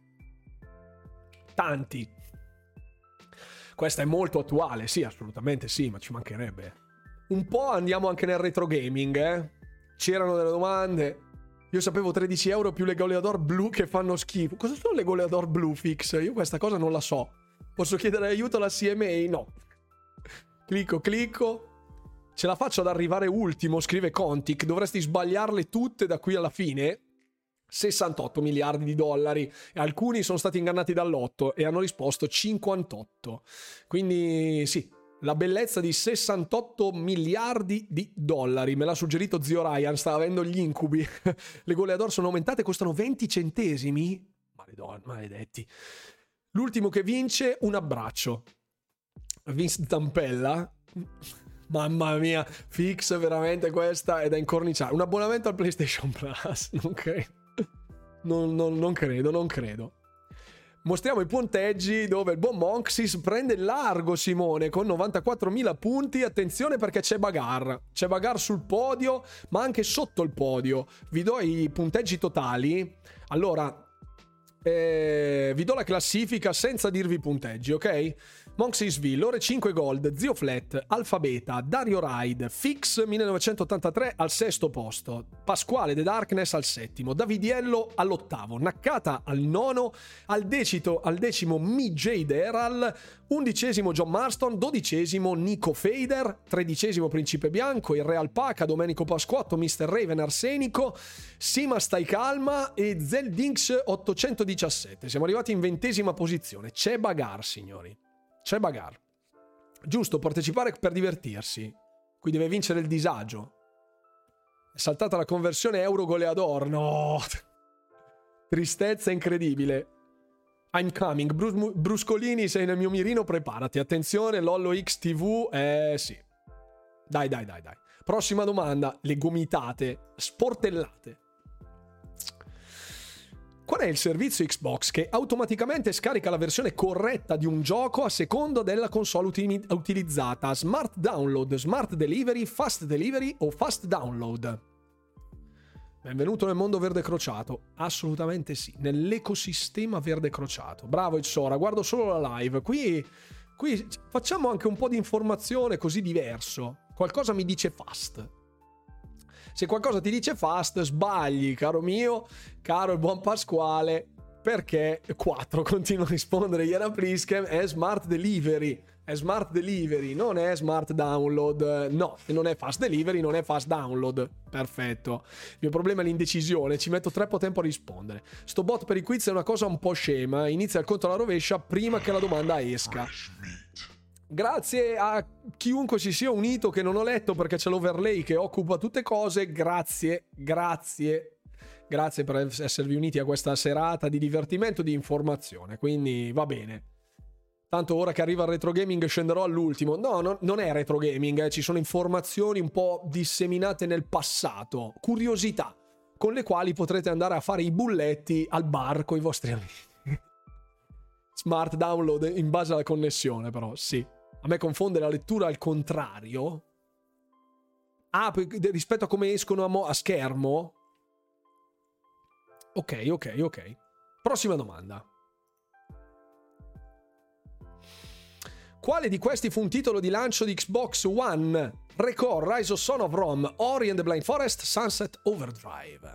Tanti. Questa è molto attuale, sì, assolutamente sì, ma ci mancherebbe. Un po' andiamo anche nel retro gaming, eh. C'erano delle domande. Io sapevo tredici euro più le goleador blu che fanno schifo. Cosa sono le goleador blu, Fix? Io questa cosa non la so. Posso chiedere aiuto alla C M A? No. Clicco, clicco. Ce la faccio ad arrivare ultimo, scrive Contic. Dovresti sbagliarle tutte da qui alla fine. sessantotto miliardi di dollari. E alcuni sono stati ingannati dall'otto e hanno risposto cinquantotto. Quindi sì, la bellezza di sessantotto miliardi di dollari. Me l'ha suggerito zio Ryan, sta avendo gli incubi. Le goleador sono aumentate, costano venti centesimi. Maledon, maledetti. L'ultimo che vince, un abbraccio. Vince Tampella. Mamma mia, Fix veramente questa è da incorniciare. Un abbonamento al PlayStation Plus. Non credo. Non, non, non credo, non credo. Mostriamo i punteggi dove il buon Monxis prende largo Simone con novantaquattromila punti. Attenzione perché c'è bagarre. C'è bagarre sul podio, ma anche sotto il podio. Vi do i punteggi totali. Allora, eh, vi do la classifica senza dirvi i punteggi, ok? Monxis V, Lore cinque Gold, Zio Flat, Alfabeta, Dario Ride, Fix millenovecentottantatré al sesto posto, Pasquale The Darkness al settimo, Davidiello all'ottavo, Naccata al nono, al decimo, al decimo Mi J Deral, undicesimo John Marston, dodicesimo Nico Fader, tredicesimo Principe Bianco, il Real Paca, Domenico Pasquotto, mister Raven Arsenico, Sima Stai Calma e Zeldinx ottocentodiciassette. Siamo arrivati in ventesima posizione. C'è bagar, signori. C'è bagar. Giusto, partecipare per divertirsi. Qui deve vincere il disagio. È saltata la conversione euro goleador. No. Tristezza incredibile. I'm coming. Brus- Bruscolini, sei nel mio mirino, preparati. Attenzione, Lollo X T V. Eh sì. Dai, dai, dai, dai. Prossima domanda. Le gomitate sportellate. Qual è il servizio Xbox che automaticamente scarica la versione corretta di un gioco a seconda della console uti- utilizzata? Smart Download, Smart Delivery, Fast Delivery o Fast Download? Benvenuto nel mondo verde crociato. Assolutamente sì, nell'ecosistema verde crociato. Bravo Itsora, guardo solo la live. Qui, qui facciamo anche un po' di informazione così diverso. Qualcosa mi dice fast. Se qualcosa ti dice fast, sbagli, caro mio, caro il buon Pasquale, perché quattro continua a rispondere. Iena Plisken è Smart Delivery. È Smart Delivery, non è Smart Download. No, non è Fast Delivery, non è Fast Download. Perfetto. Il mio problema è l'indecisione, ci metto troppo tempo a rispondere. Sto bot per i quiz è una cosa un po' scema, inizia il conto alla rovescia prima che la domanda esca. Grazie a chiunque si sia unito che non ho letto perché c'è l'overlay che occupa tutte cose. Grazie, grazie. Grazie per esservi uniti a questa serata di divertimento e di informazione. Quindi va bene. Tanto ora che arriva il retro gaming scenderò all'ultimo. No, no non è retro gaming, eh. Ci sono informazioni un po' disseminate nel passato. Curiosità con le quali potrete andare a fare i bulletti al bar con i vostri amici. Smart download in base alla connessione, però, sì. A me confonde la lettura al contrario. Ah, rispetto a come escono a, mo- a schermo? Ok, ok, ok. Prossima domanda. Quale di questi fu un titolo di lancio di Xbox One? Record, Rise of Son of Rome, Ori and the Blind Forest, Sunset Overdrive.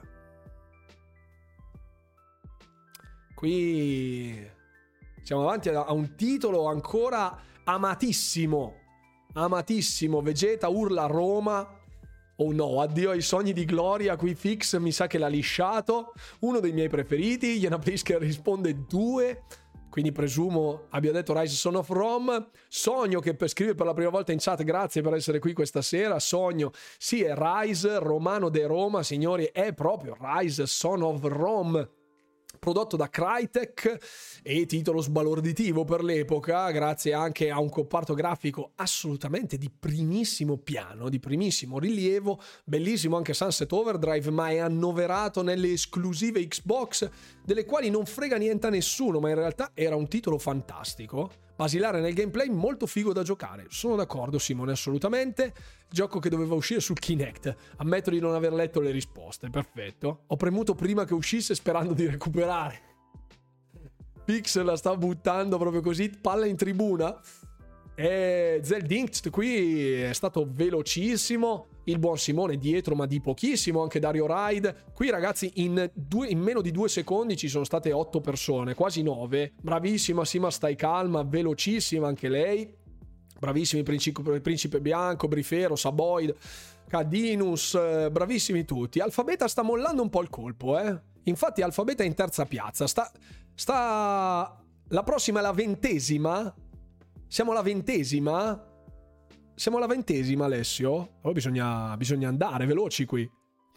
Qui siamo avanti a un titolo ancora amatissimo. Amatissimo. Vegeta urla a Roma. Oh no, addio ai sogni di gloria. Qui Fix mi sa che l'ha lisciato. Uno dei miei preferiti. Iena Plisker risponde due. Quindi presumo abbia detto Rise Son of Rome. Sogno che scrive per la prima volta in chat, grazie per essere qui questa sera. Sogno, sì, è Rise, Romano de Roma, signori, è proprio Rise Son of Rome, prodotto da Crytek e titolo sbalorditivo per l'epoca, grazie anche a un comparto grafico assolutamente di primissimo piano, di primissimo rilievo. Bellissimo anche Sunset Overdrive, ma è annoverato nelle esclusive Xbox, delle quali non frega niente a nessuno, ma in realtà era un titolo fantastico, basilare nel gameplay, molto figo da giocare. Sono d'accordo, Simone, assolutamente. Gioco che doveva uscire sul Kinect. Ammetto di non aver letto le risposte, perfetto. Ho premuto prima che uscisse sperando di recuperare. Pix la sta buttando proprio così, palla in tribuna. E Zeldinkt qui è stato velocissimo. Il buon Simone dietro, ma di pochissimo, anche Dario Ride. Qui ragazzi in, due, in meno di due secondi ci sono state otto persone, quasi nove. Bravissima Sima, stai calma, velocissima anche lei. Bravissimi Principe, Principe Bianco, Brifero, Saboid, Cadinus, bravissimi tutti. Alfabeta sta mollando un po' il colpo, eh. Infatti Alfabeta è in terza piazza. Sta, sta... La prossima è la ventesima. Siamo alla ventesima. Siamo alla ventesima, Alessio. Allora bisogna, bisogna andare veloci qui.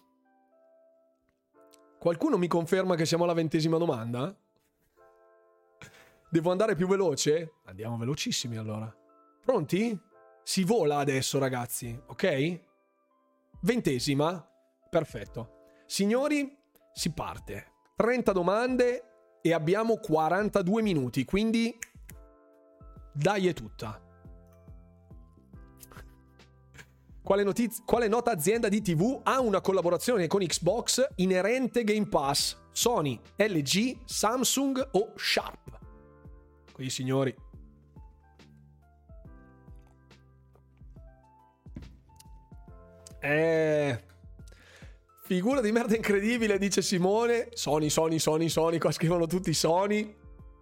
Qualcuno mi conferma che siamo alla ventesima domanda? Devo andare più veloce? Andiamo velocissimi allora. Pronti? Si vola adesso, ragazzi, ok? Ventesima? Perfetto. Signori, si parte. trenta domande e abbiamo quarantadue minuti, quindi dai è tutta. Quale, notiz- quale nota azienda di tivù ha una collaborazione con Xbox inerente Game Pass? Sony, L G, Samsung o Sharp? Qui, signori. Eh... Figura di merda incredibile, dice Simone. Sony, Sony, Sony, Sony. Qua scrivono tutti Sony.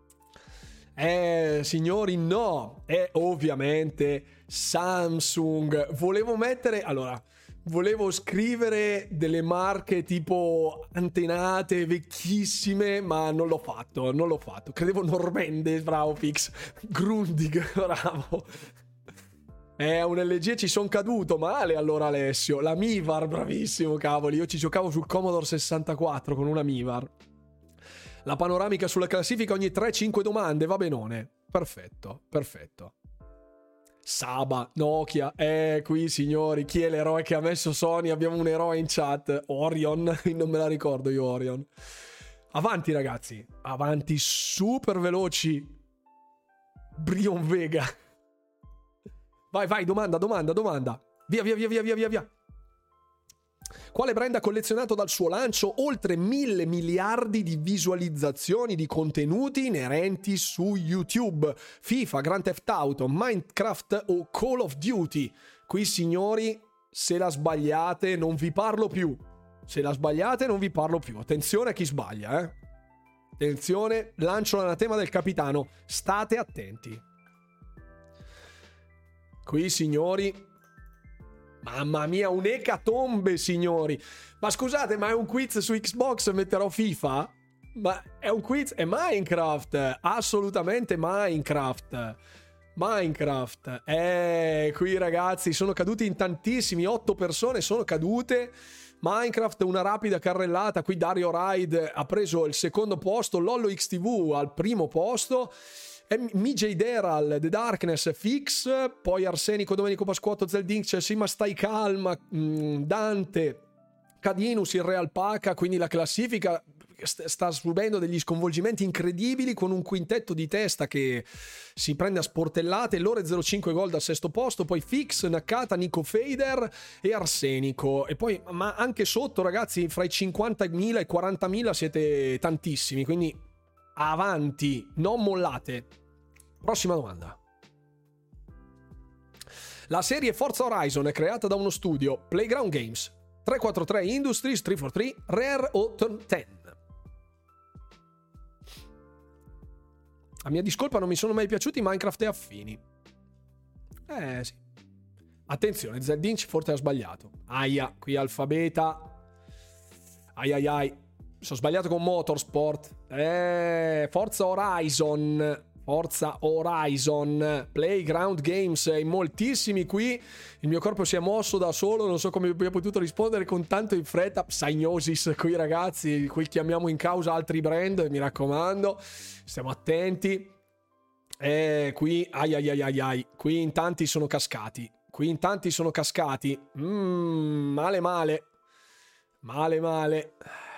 Eh, signori, no. È ovviamente Samsung. Volevo mettere... Allora, volevo scrivere delle marche tipo antenate, vecchissime, ma non l'ho fatto, non l'ho fatto. Credevo Normende, bravo Pix. Grundig, bravo. Eh, un L G ci sono caduto male allora, Alessio. La Mivar, bravissimo, cavoli. Io ci giocavo sul Commodore sessantaquattro con una Mivar. La panoramica sulla classifica ogni tre cinque domande, va benone. Perfetto, perfetto. Saba, Nokia. Eh, qui signori, chi è l'eroe che ha messo Sony? Abbiamo un eroe in chat. Orion, non me la ricordo io Orion. Avanti ragazzi, avanti super veloci. Brion Vega. Vai, vai, domanda, domanda, domanda. Via, via, via, via, via, via, via. Quale brand ha collezionato dal suo lancio oltre mille miliardi di visualizzazioni di contenuti inerenti su YouTube? FIFA, Grand Theft Auto, Minecraft o Call of Duty? Qui signori, se la sbagliate non vi parlo più. Se la sbagliate non vi parlo più. Attenzione a chi sbaglia, eh. Attenzione, lancio l'anatema del capitano. State attenti. Qui signori, mamma mia, un'ecatombe signori. Ma scusate, ma è un quiz su Xbox, metterò FIFA? Ma è un quiz, è Minecraft, assolutamente Minecraft. Minecraft, eh, qui ragazzi sono caduti in tantissimi, otto persone sono cadute. Minecraft, una rapida carrellata, qui Dario Ride ha preso il secondo posto, Lollo X T V al primo posto, M J Deral, The Darkness, Fix, poi Arsenico, Domenico Pasquotto, Zeldinx, Sima Stai Calma, Dante, Cadinus, il Real Paca, quindi la classifica sta subendo degli sconvolgimenti incredibili con un quintetto di testa che si prende a sportellate. Lore zero cinque Gold al sesto posto, poi Fix, Nakata, Nico Fader e Arsenico, e poi ma anche sotto ragazzi fra i cinquantamila e i quarantamila siete tantissimi, quindi avanti, non mollate. Prossima domanda. La serie Forza Horizon è creata da uno studio Playground Games, tre quattro tre Industries, tre quattro tre Rare o Turn dieci? A mia discolpa non mi sono mai piaciuti Minecraft e affini. Eh sì. Attenzione, Zeddinch forse ha sbagliato. Aia, qui alfabeta. Ai ai ai. Mi sono sbagliato con Motorsport. Eh, Forza Horizon. Forza Horizon. Playground Games. In moltissimi qui. Il mio corpo si è mosso da solo. Non so come abbia potuto rispondere con tanto in fretta. Psygnosis qui ragazzi. Qui chiamiamo in causa altri brand. Mi raccomando. Stiamo attenti. Eh, qui. Ai ai ai ai ai. Qui in tanti sono cascati. Qui in tanti sono cascati. Mm, male male. Male male.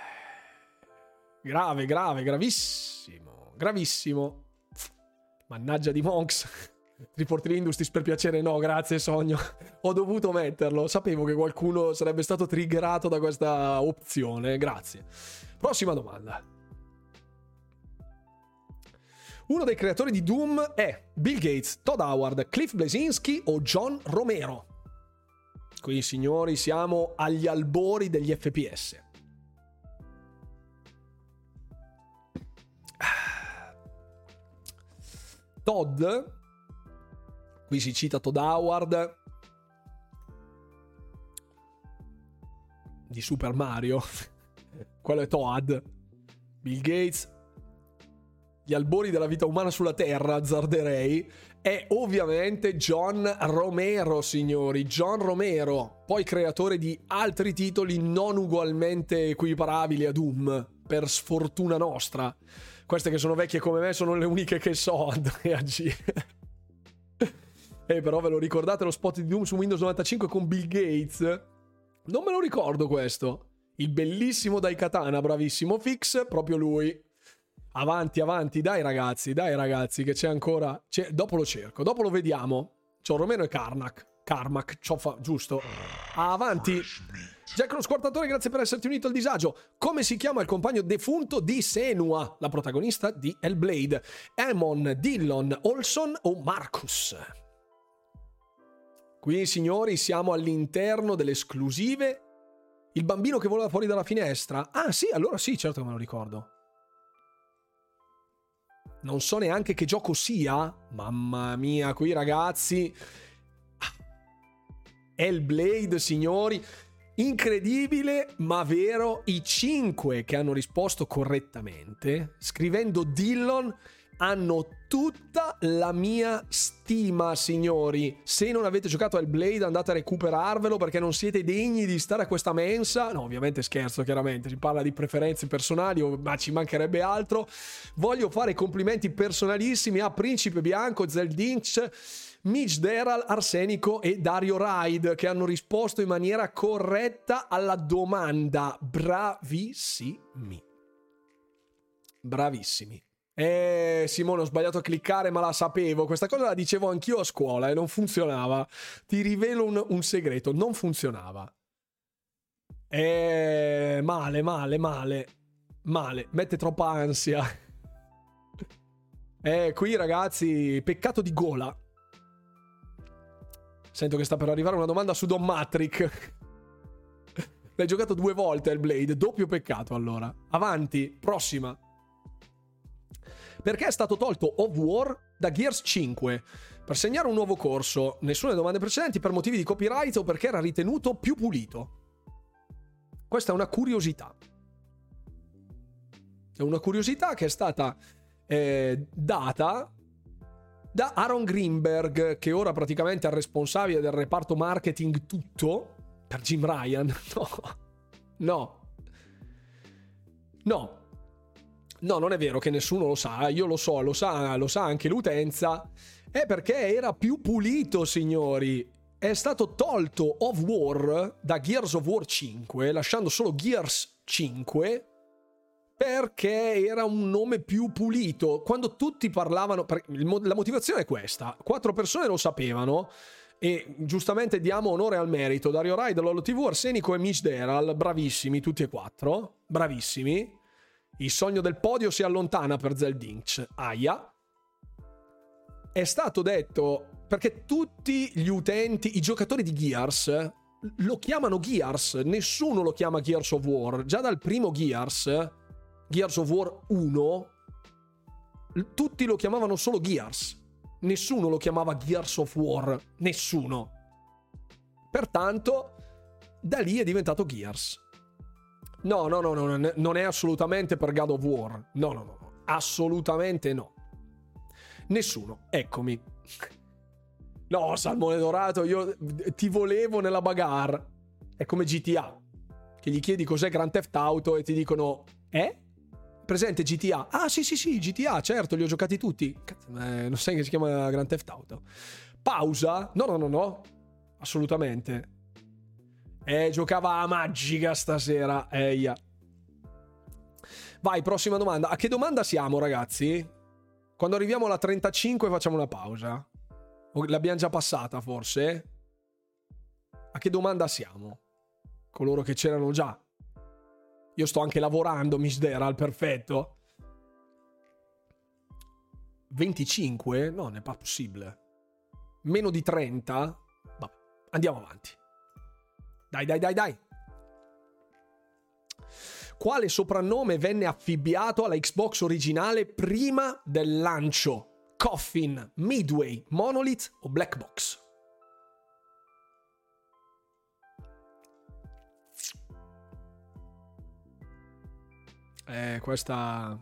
Grave, grave, gravissimo. Gravissimo. Mannaggia di Monks. Riporti Industries per piacere, no, grazie Sogno. Ho dovuto metterlo. Sapevo che qualcuno sarebbe stato triggerato da questa opzione. Grazie. Prossima domanda. Uno dei creatori di Doom è Bill Gates, Todd Howard, Cliff Bleszinski o John Romero? Qui signori siamo agli albori degli F P S. Todd, qui si cita Todd Howard di Super Mario, quello è Todd. Bill Gates, gli albori della vita umana sulla Terra, azzarderei, è ovviamente John Romero, signori, John Romero, poi creatore di altri titoli non ugualmente equiparabili a Doom, per sfortuna nostra. Queste che sono vecchie come me sono le uniche che so, Andrea G. Eh, però ve lo ricordate lo spot di Doom su Windows novantacinque con Bill Gates? Non me lo ricordo questo. Il bellissimo Daikatana, bravissimo Fix, proprio lui. Avanti, avanti, dai ragazzi, dai ragazzi, che c'è ancora... C'è... Dopo lo cerco, dopo lo vediamo. C'ho Romero e Carmack. Carmack, fa... giusto. Avanti. Jack lo squartatore, grazie per esserti unito al disagio. Come si chiama il compagno defunto di Senua, la protagonista di Hellblade? Amon, Dillon, Olson o Marcus? Qui, signori, siamo all'interno delle esclusive. Il bambino che vola fuori dalla finestra. Ah, sì, allora sì, certo che me lo ricordo. Non so neanche che gioco sia. Mamma mia, qui, ragazzi. Hellblade, signori. Incredibile, ma vero, i cinque che hanno risposto correttamente, scrivendo Dillon, hanno tutta la mia stima, signori. Se non avete giocato a Hellblade andate a recuperarvelo perché non siete degni di stare a questa mensa. No, ovviamente scherzo, chiaramente, si parla di preferenze personali, ma ci mancherebbe altro. Voglio fare complimenti personalissimi a Principe Bianco, Zeldinch, Mitch Deral, Arsenico e Dario Ride, che hanno risposto in maniera corretta alla domanda. Bravissimi. Bravissimi. Eh, Simone, ho sbagliato a cliccare, ma la sapevo. Questa cosa la dicevo anch'io a scuola e non funzionava. Ti rivelo un, un segreto, non funzionava. Eh, male, male, male. Male, mette troppa ansia. Eh, qui ragazzi, peccato di gola. Sento che sta per arrivare una domanda su Don Matrick. L'hai giocato due volte Hellblade, doppio peccato allora. Avanti, prossima. Perché è stato tolto of War da Gears cinque? Per segnare un nuovo corso. Nessune domande precedenti, per motivi di copyright o perché era ritenuto più pulito. Questa è una curiosità. È una curiosità che è stata eh, data da Aaron Greenberg, che ora praticamente è il responsabile del reparto marketing tutto per Jim Ryan. No, no, no, no, non è vero che nessuno lo sa. Io lo so, lo sa, lo sa anche l'utenza. È perché era più pulito, signori. È stato tolto of War da Gears of War cinque, lasciando solo Gears cinque, perché era un nome più pulito. Quando tutti parlavano, la motivazione è questa: quattro persone lo sapevano e giustamente diamo onore al merito. Dario Raid, Lolo tivù, Arsenico e Mitch Deral, bravissimi tutti e quattro, bravissimi. Il sogno del podio si allontana per Zeldinch. Aia. È stato detto perché tutti gli utenti, i giocatori di Gears lo chiamano Gears, nessuno lo chiama Gears of War. Già dal primo Gears, Gears of War uno, tutti lo chiamavano solo Gears. Nessuno lo chiamava Gears of War, nessuno. Pertanto, da lì è diventato Gears. No, no, no, no, non è assolutamente per God of War. No, no, no, assolutamente no. Nessuno, eccomi. No, Salmone Dorato, io ti volevo nella bagarre. È come G T A, che gli chiedi cos'è Grand Theft Auto e ti dicono, eh? Presente G T A? Ah, sì, sì, sì, G T A, certo, li ho giocati tutti. Cazzo, eh, non sai che si chiama Grand Theft Auto. Pausa? No, no, no, no, assolutamente. Eh, giocava a Magica stasera, eia. Vai, prossima domanda. A che domanda siamo, ragazzi? Quando arriviamo alla trentacinque facciamo una pausa. L'abbiamo già passata, forse? A che domanda siamo? Coloro che c'erano già. Io sto anche lavorando, Misderal, perfetto. venticinque? No, non è pas possibile. Meno di trenta? Vabbè, andiamo avanti. Dai, dai, dai, dai. Quale soprannome venne affibbiato alla Xbox originale prima del lancio? Coffin, Midway, Monolith o Black Box? Eh, questa...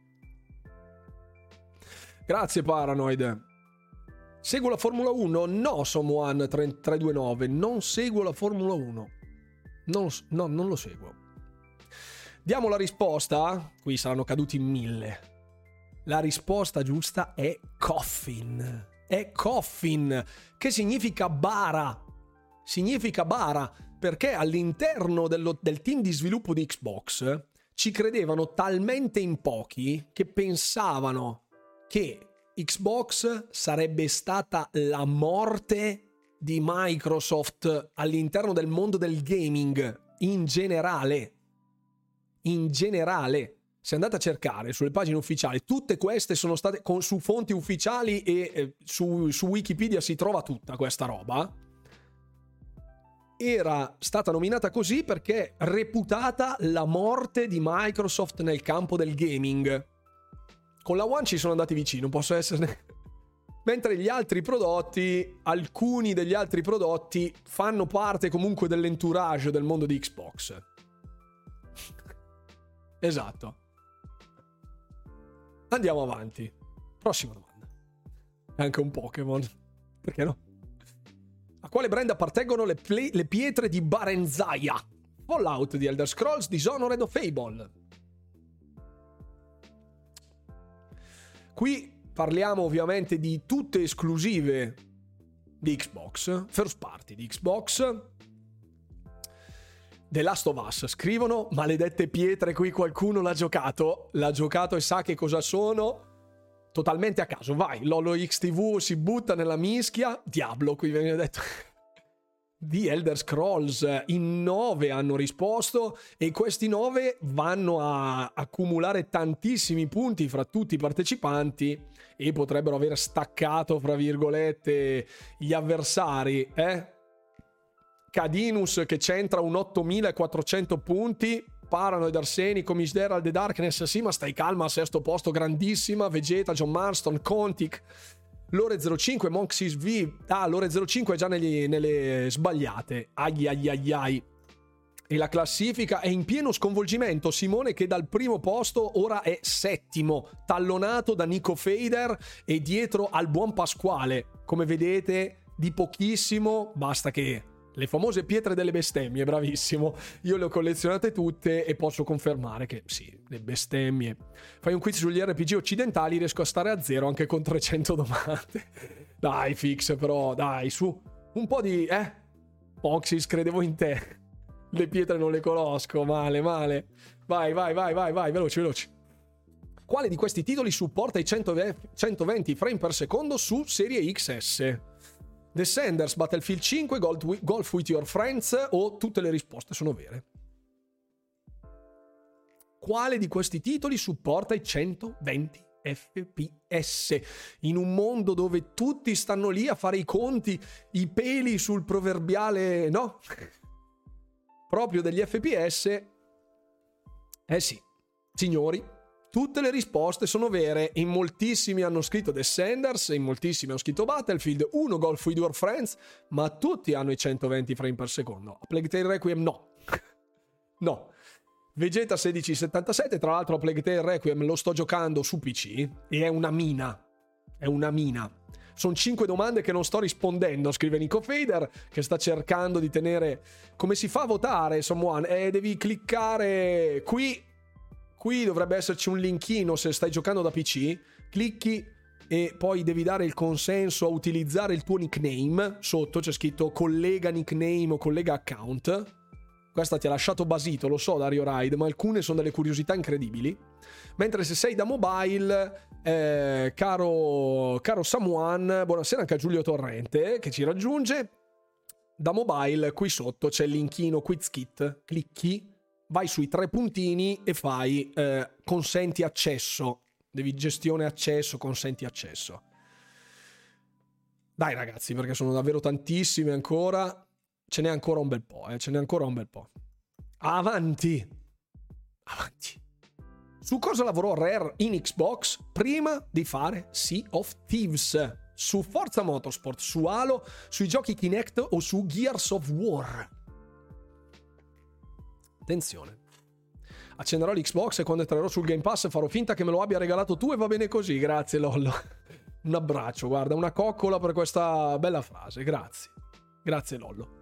Grazie Paranoid. Seguo la Formula uno? No, Someone tre due nove. Non seguo la Formula uno. Non, no, non lo seguo. Diamo la risposta. Qui saranno caduti in mille. La risposta giusta è Coffin. È Coffin, che significa bara. Significa bara, perché all'interno dello, del team di sviluppo di Xbox ci credevano talmente in pochi che pensavano che Xbox sarebbe stata la morte di Microsoft all'interno del mondo del gaming in generale. In generale. Se andate a cercare sulle pagine ufficiali, tutte queste sono state con, su fonti ufficiali e eh, su, su Wikipedia si trova tutta questa roba. Era stata nominata così perché reputata la morte di Microsoft nel campo del gaming. Con la One ci sono andati vicino, posso esserne. Mentre gli altri prodotti, alcuni degli altri prodotti fanno parte comunque dell'entourage del mondo di Xbox. Esatto. Andiamo avanti. Prossima domanda. È anche un Pokémon. Perché no? A quale brand appartengono le, play- le pietre di Barenzaya? Fallout, di Elder Scrolls, Dishonored o Fable? Qui parliamo ovviamente di tutte esclusive di Xbox, first party di Xbox. The Last of Us, scrivono, maledette pietre, qui qualcuno l'ha giocato, l'ha giocato e sa che cosa sono, totalmente a caso, vai, Lollo X T V si butta nella mischia, Diablo, qui viene detto, The Elder Scrolls, in nove hanno risposto e questi nove vanno a accumulare tantissimi punti fra tutti i partecipanti e potrebbero aver staccato, fra virgolette, gli avversari, eh? Cadinus che c'entra un ottomilaquattrocento punti, Paranoid, Arsenico, Misdera, The Darkness, sì ma stai calma, al sesto posto, grandissima, Vegeta, John Marston, Contic, Lore zero cinque, Monxis V, ah Lore zero cinque è già negli, nelle sbagliate, ai ai ai ai, e la classifica è in pieno sconvolgimento, Simone che dal primo posto ora è settimo, tallonato da Nico Fader e dietro al buon Pasquale, come vedete di pochissimo, basta che... Le famose pietre delle bestemmie, bravissimo. Io le ho collezionate tutte e posso confermare che sì, le bestemmie. Fai un quiz sugli R P G occidentali, riesco a stare a zero anche con trecento domande. Dai, Fix, però, dai, su. Un po' di... eh? Moxis, credevo in te. Le pietre non le conosco, male, male. Vai, vai, vai, vai, vai, veloci, veloci. Quale di questi titoli supporta i centoventi frame per secondo su serie X S? Descenders, Battlefield cinque, Golf with Your Friends o tutte le risposte sono vere? Quale di questi titoli supporta i centoventi F P S? In un mondo dove tutti stanno lì a fare i conti, i peli sul proverbiale, no? Proprio degli F P S? Eh sì, signori. Tutte le risposte sono vere, in moltissimi hanno scritto Descenders, in moltissimi hanno scritto Battlefield, uno Golf with Your Friends, ma tutti hanno i centoventi frame per secondo. A Plague Tale Requiem no. No. Vegeta sedici settantasette, tra l'altro a Plague Tale Requiem lo sto giocando su P C e è una mina. È una mina. Sono cinque domande che non sto rispondendo, scrive Nico Fader, che sta cercando di tenere... Come si fa a votare, someone? Eh, devi cliccare qui... Qui dovrebbe esserci un linkino se stai giocando da P C, clicchi e poi devi dare il consenso a utilizzare il tuo nickname, sotto c'è scritto collega nickname o collega account. Questa ti ha lasciato basito, lo so Dario Ride, ma alcune sono delle curiosità incredibili. Mentre se sei da mobile, eh, caro, caro Samuan, buonasera anche a Giulio Torrente che ci raggiunge, da mobile qui sotto c'è il linkino Quizkit, clicchi, vai sui tre puntini e fai eh, consenti accesso. Devi gestione accesso, consenti accesso. Dai ragazzi, perché sono davvero tantissime ancora. Ce n'è ancora un bel po', eh. Ce n'è ancora un bel po'. Avanti. Avanti. Su cosa lavorò Rare in Xbox prima di fare Sea of Thieves? Su Forza Motorsport, su Halo, sui giochi Kinect o su Gears of War? Attenzione. Accenderò l'Xbox e quando entrerò sul Game Pass farò finta che me lo abbia regalato tu e va bene così. Grazie Lollo. Un abbraccio, guarda, una coccola per questa bella frase. Grazie. Grazie Lollo.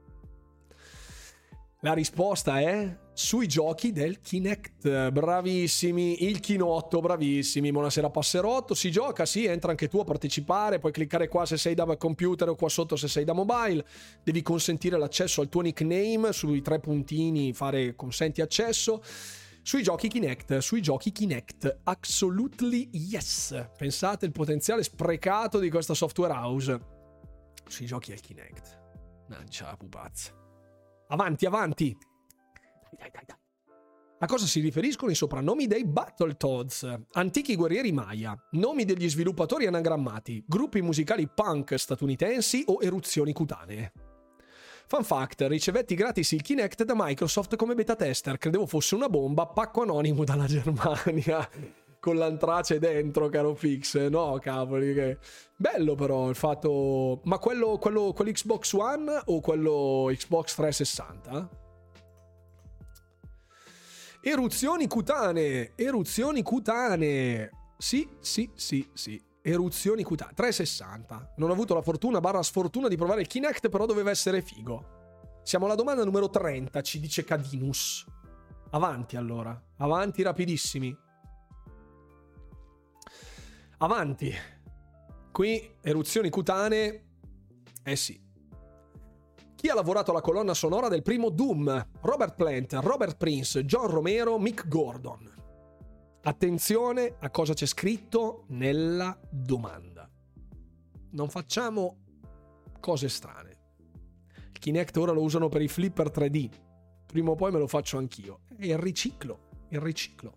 La risposta è sui giochi del Kinect. Bravissimi, il Kinotto, bravissimi. Buonasera Passerotto, si gioca, sì, entra anche tu a partecipare, puoi cliccare qua se sei da computer o qua sotto se sei da mobile. Devi consentire l'accesso al tuo nickname, sui tre puntini fare consenti accesso. Sui giochi Kinect, sui giochi Kinect, absolutely yes. Pensate il potenziale sprecato di questa software house. Sui giochi al Kinect. Mancia pupazza. Avanti, avanti. Dai, dai, dai. A cosa si riferiscono i soprannomi dei Battletoads? Antichi guerrieri Maya, nomi degli sviluppatori anagrammati, gruppi musicali punk statunitensi o eruzioni cutanee? Fun fact, ricevetti gratis il Kinect da Microsoft come beta tester, credevo fosse una bomba, pacco anonimo dalla Germania. Con l'antrace dentro, caro Fix. No, cavoli, che... Bello però il fatto... Ma quello, quello, quello Xbox One o quello Xbox trecentosessanta? Eruzioni cutanee. Eruzioni cutanee. Sì, sì, sì, sì. Eruzioni cutanee. trecentosessanta. Non ho avuto la fortuna barra sfortuna di provare il Kinect, però doveva essere figo. Siamo alla domanda numero trenta, ci dice Cadinus. Avanti allora. Avanti rapidissimi. Avanti. Qui eruzioni cutanee. Eh sì. Chi ha lavorato alla colonna sonora del primo Doom? Robert Plant, Robert Prince, John Romero, Mick Gordon. Attenzione a cosa c'è scritto nella domanda. Non facciamo cose strane. Il Kinect ora lo usano per i flipper tre D. Prima o poi me lo faccio anch'io. È il riciclo, il riciclo.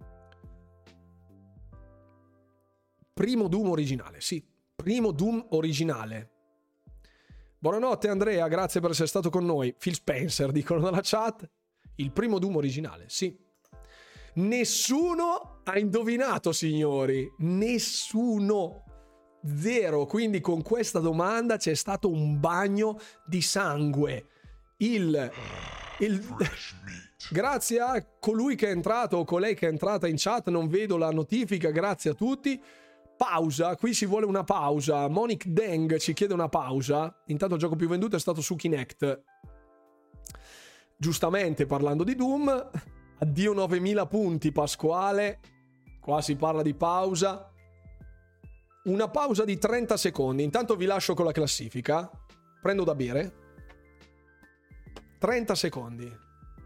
Primo Doom originale, sì. Primo Doom originale. Buonanotte Andrea, grazie per essere stato con noi. Phil Spencer, dicono nella chat. Il primo Doom originale, sì. Nessuno ha indovinato, signori. Nessuno. Zero. Quindi con questa domanda c'è stato un bagno di sangue. Il... il... Grazie a colui che è entrato o colei che è entrata in chat, non vedo la notifica, grazie a tutti. Pausa, qui si vuole una pausa. Monique Deng ci chiede una pausa. Intanto il gioco più venduto è stato su Kinect. Giustamente parlando di Doom. Addio novemila punti Pasquale. Qua si parla di pausa. Una pausa di trenta secondi. Intanto vi lascio con la classifica. Prendo da bere. trenta secondi.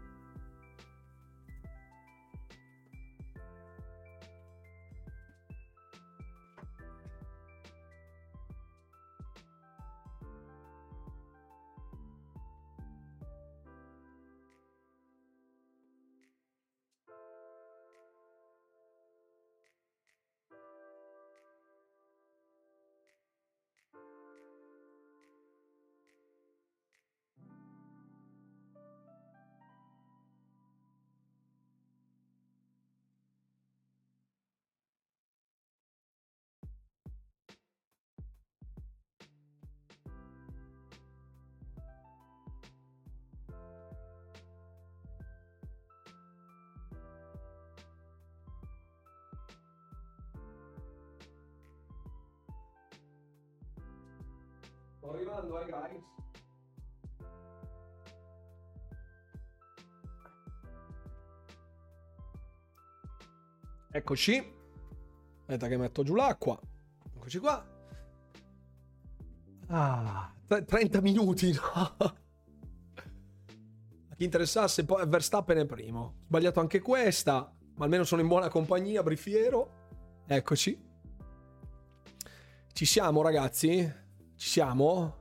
Sto arrivando, eh, guys. Eccoci. Aspetta che metto giù l'acqua. Eccoci qua. Ah, trenta minuti, no? A chi interessasse, poi Verstappen è primo. Sbagliato anche questa, ma almeno sono in buona compagnia, Brifiero. Eccoci. Ci siamo, ragazzi? Ci siamo?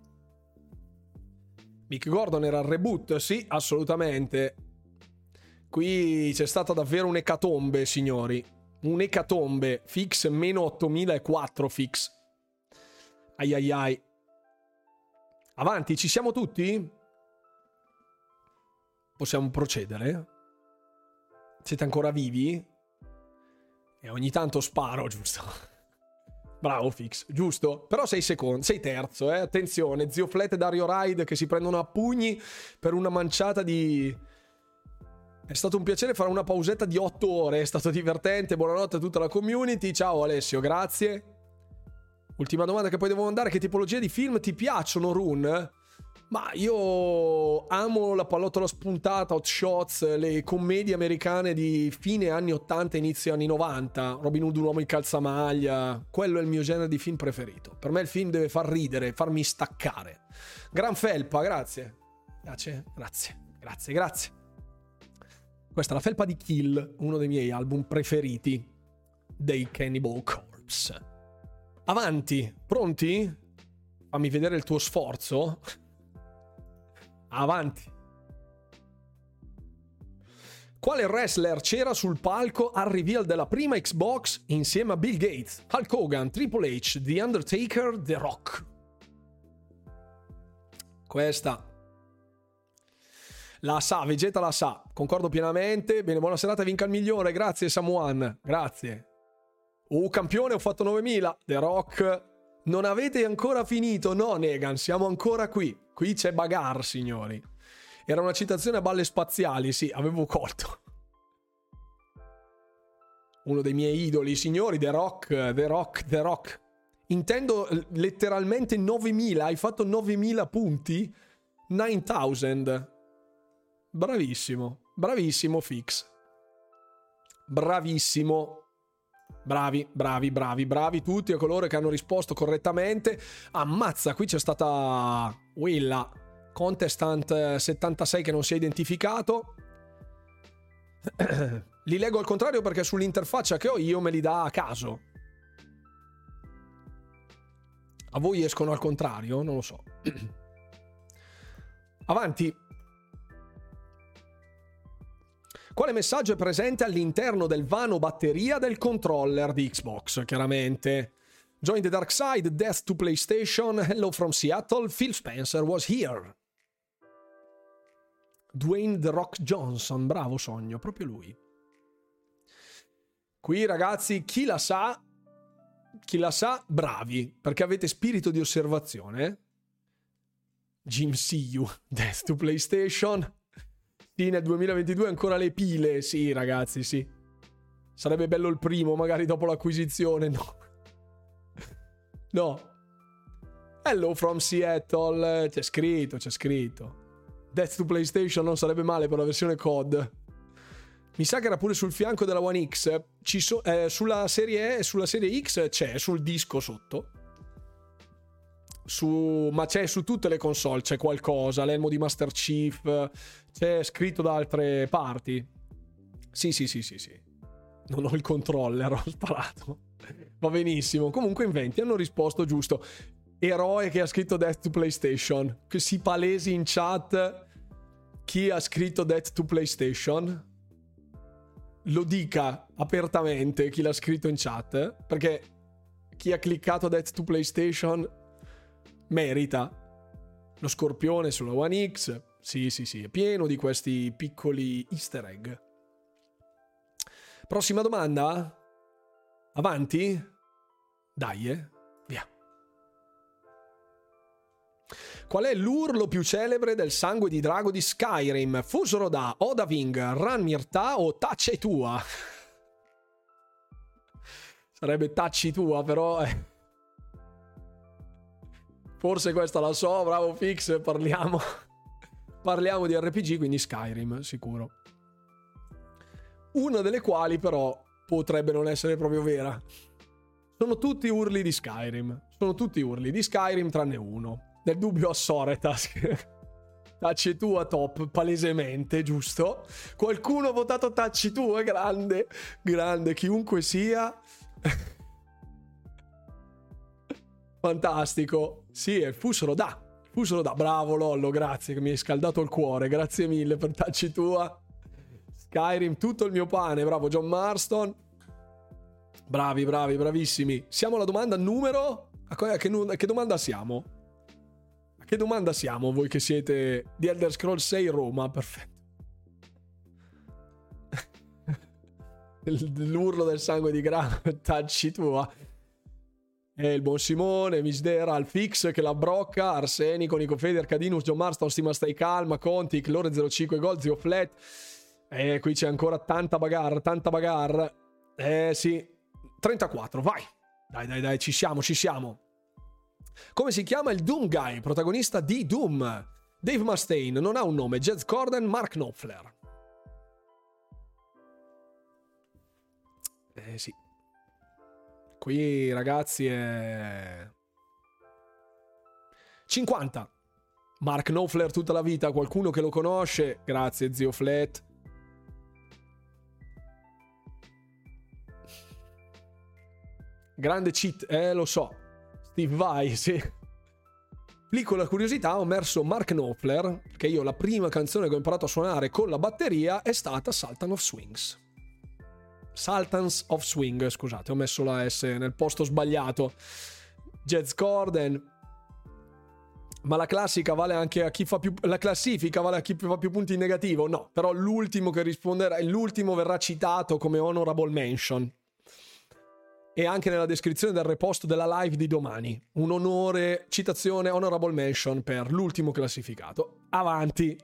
Mick Gordon era al reboot? Sì, assolutamente. Qui c'è stata davvero un'ecatombe, signori. Un'ecatombe. Fix meno ottomilaquattro fix. Ai ai ai. Avanti, ci siamo tutti? Possiamo procedere? Siete ancora vivi? E ogni tanto sparo, giusto? Bravo Fix, giusto? Però sei secondo, sei terzo, eh? Attenzione, Zio Flat e Dario Ride che si prendono a pugni per una manciata di... È stato un piacere fare una pausetta di otto ore, è stato divertente, buonanotte a tutta la community, ciao Alessio, grazie. Ultima domanda che poi devo mandare, che tipologia di film ti piacciono, Rune? Ma io amo la pallottola spuntata, Hot Shots, le commedie americane di fine anni ottanta, inizio anni novanta, Robin Hood, un uomo in calzamaglia, quello è il mio genere di film preferito. Per me il film deve far ridere, farmi staccare. Gran felpa, grazie. Grazie, grazie, grazie, grazie. Questa è la felpa di Kill, uno dei miei album preferiti dei Cannibal Corpse. Avanti, pronti? Fammi vedere il tuo sforzo. Avanti. Quale wrestler c'era sul palco al reveal della prima Xbox insieme a Bill Gates, Hulk Hogan, Triple H, The Undertaker, The Rock? Questa la sa, Vegeta la sa, concordo pienamente. Bene, buona serata, vinca il migliore, grazie Samuan, grazie. Uh, campione, ho fatto novemila. The Rock. Non avete ancora finito, no Negan, siamo ancora qui. Qui c'è bagarre, signori. Era una citazione a Balle Spaziali, sì, avevo colto. Uno dei miei idoli, signori, The Rock, The Rock, The Rock. Intendo letteralmente novemila, hai fatto novemila punti? novemila. Bravissimo, bravissimo Fix. Bravissimo. Bravi, bravi, bravi, bravi tutti a coloro che hanno risposto correttamente. Ammazza, qui c'è stata Willa. Contestant settantasei che non si è identificato. Li leggo al contrario perché sull'interfaccia che ho io me li dà a caso. A voi escono al contrario? Non lo so. Avanti. Quale messaggio è presente all'interno del vano batteria del controller di Xbox? Chiaramente. Join the dark side, death to PlayStation, hello from Seattle, Phil Spencer was here. Dwayne The Rock Johnson, bravo Sogno, proprio lui. Qui ragazzi, chi la sa, chi la sa, bravi, perché avete spirito di osservazione. Jim See You, Death to PlayStation. Sì, nel duemilaventidue ancora le pile, sì ragazzi, sì. Sarebbe bello il primo, magari dopo l'acquisizione, no. No. Hello from Seattle, c'è scritto, c'è scritto. Death to PlayStation non sarebbe male per la versione C O D. Mi sa che era pure sul fianco della One X. Ci so, eh, sulla serie E e sulla serie X c'è sul disco sotto. Su, ma c'è su tutte le console, c'è qualcosa. L'elmo di Master Chief, c'è scritto da altre parti. Sì, sì, sì, sì, sì. Non ho il controller, ho sparato. Va benissimo. Comunque in venti hanno risposto giusto. Eroe che ha scritto Death to PlayStation. Che si palesi in chat chi ha scritto Death to PlayStation. Lo dica apertamente chi l'ha scritto in chat, perché chi ha cliccato Death to PlayStation merita. Lo scorpione sulla One X. Sì, sì, sì, è pieno di questi piccoli easter egg. Prossima domanda? Avanti? Dai, eh? Via. Qual è l'urlo più celebre del sangue di drago di Skyrim? Fusroda, Odahviing, Ranmirta o Tacci Tua? Sarebbe Tacci Tua, però... Eh. Forse questa la so, bravo Fix, parliamo... Parliamo di R P G, quindi Skyrim, sicuro. Una delle quali, però, potrebbe non essere proprio vera. Sono tutti urli di Skyrim. Sono tutti urli di Skyrim, tranne uno. Del dubbio a Soretas. Tacci Tua top, palesemente, giusto? Qualcuno ha votato Tacci Tua, grande, grande, chiunque sia. Fantastico. Sì, è Fusroda. Fusroda, bravo Lollo, grazie che mi hai scaldato il cuore. Grazie mille per Tacci Tua. Skyrim, tutto il mio pane, bravo John Marston. Bravi, bravi, bravissimi. Siamo alla domanda numero... A che, a che domanda siamo? A che domanda siamo voi che siete di Elder Scrolls sei Roma? Perfetto. L'urlo del sangue di grano, Tacci Tua. E il buon Simone, Misdera, Alfix che la brocca, Arsenico, Nico Fede, Arcadinus, John Marston, Stima Stai Calma, Conti, Clore zero cinque Gold, Zio Flat. E qui c'è ancora tanta bagarre, tanta bagarre. Eh sì, trentaquattro, vai. Dai, dai, dai, ci siamo, ci siamo. Come si chiama il Doom Guy, protagonista di Doom? Dave Mustaine, non ha un nome. Jez Corden, Mark Knopfler. Eh sì. Qui, ragazzi, è... cinquanta. Mark Knopfler tutta la vita, qualcuno che lo conosce? Grazie, Zio Flat. Grande cheat, eh, lo so. Steve Vai, sì. Piccola curiosità, ho messo Mark Knopfler, perché io la prima canzone che ho imparato a suonare con la batteria è stata Sultan of Swings. Sultans of Swing, scusate, ho messo la S nel posto sbagliato. Jez Corden. Ma la classica vale anche a chi fa più... La classifica vale a chi fa più punti in negativo? No, però l'ultimo che risponderà... L'ultimo verrà citato come honorable mention. E anche nella descrizione del repost della live di domani. Un onore, citazione, honorable mention per l'ultimo classificato. Avanti.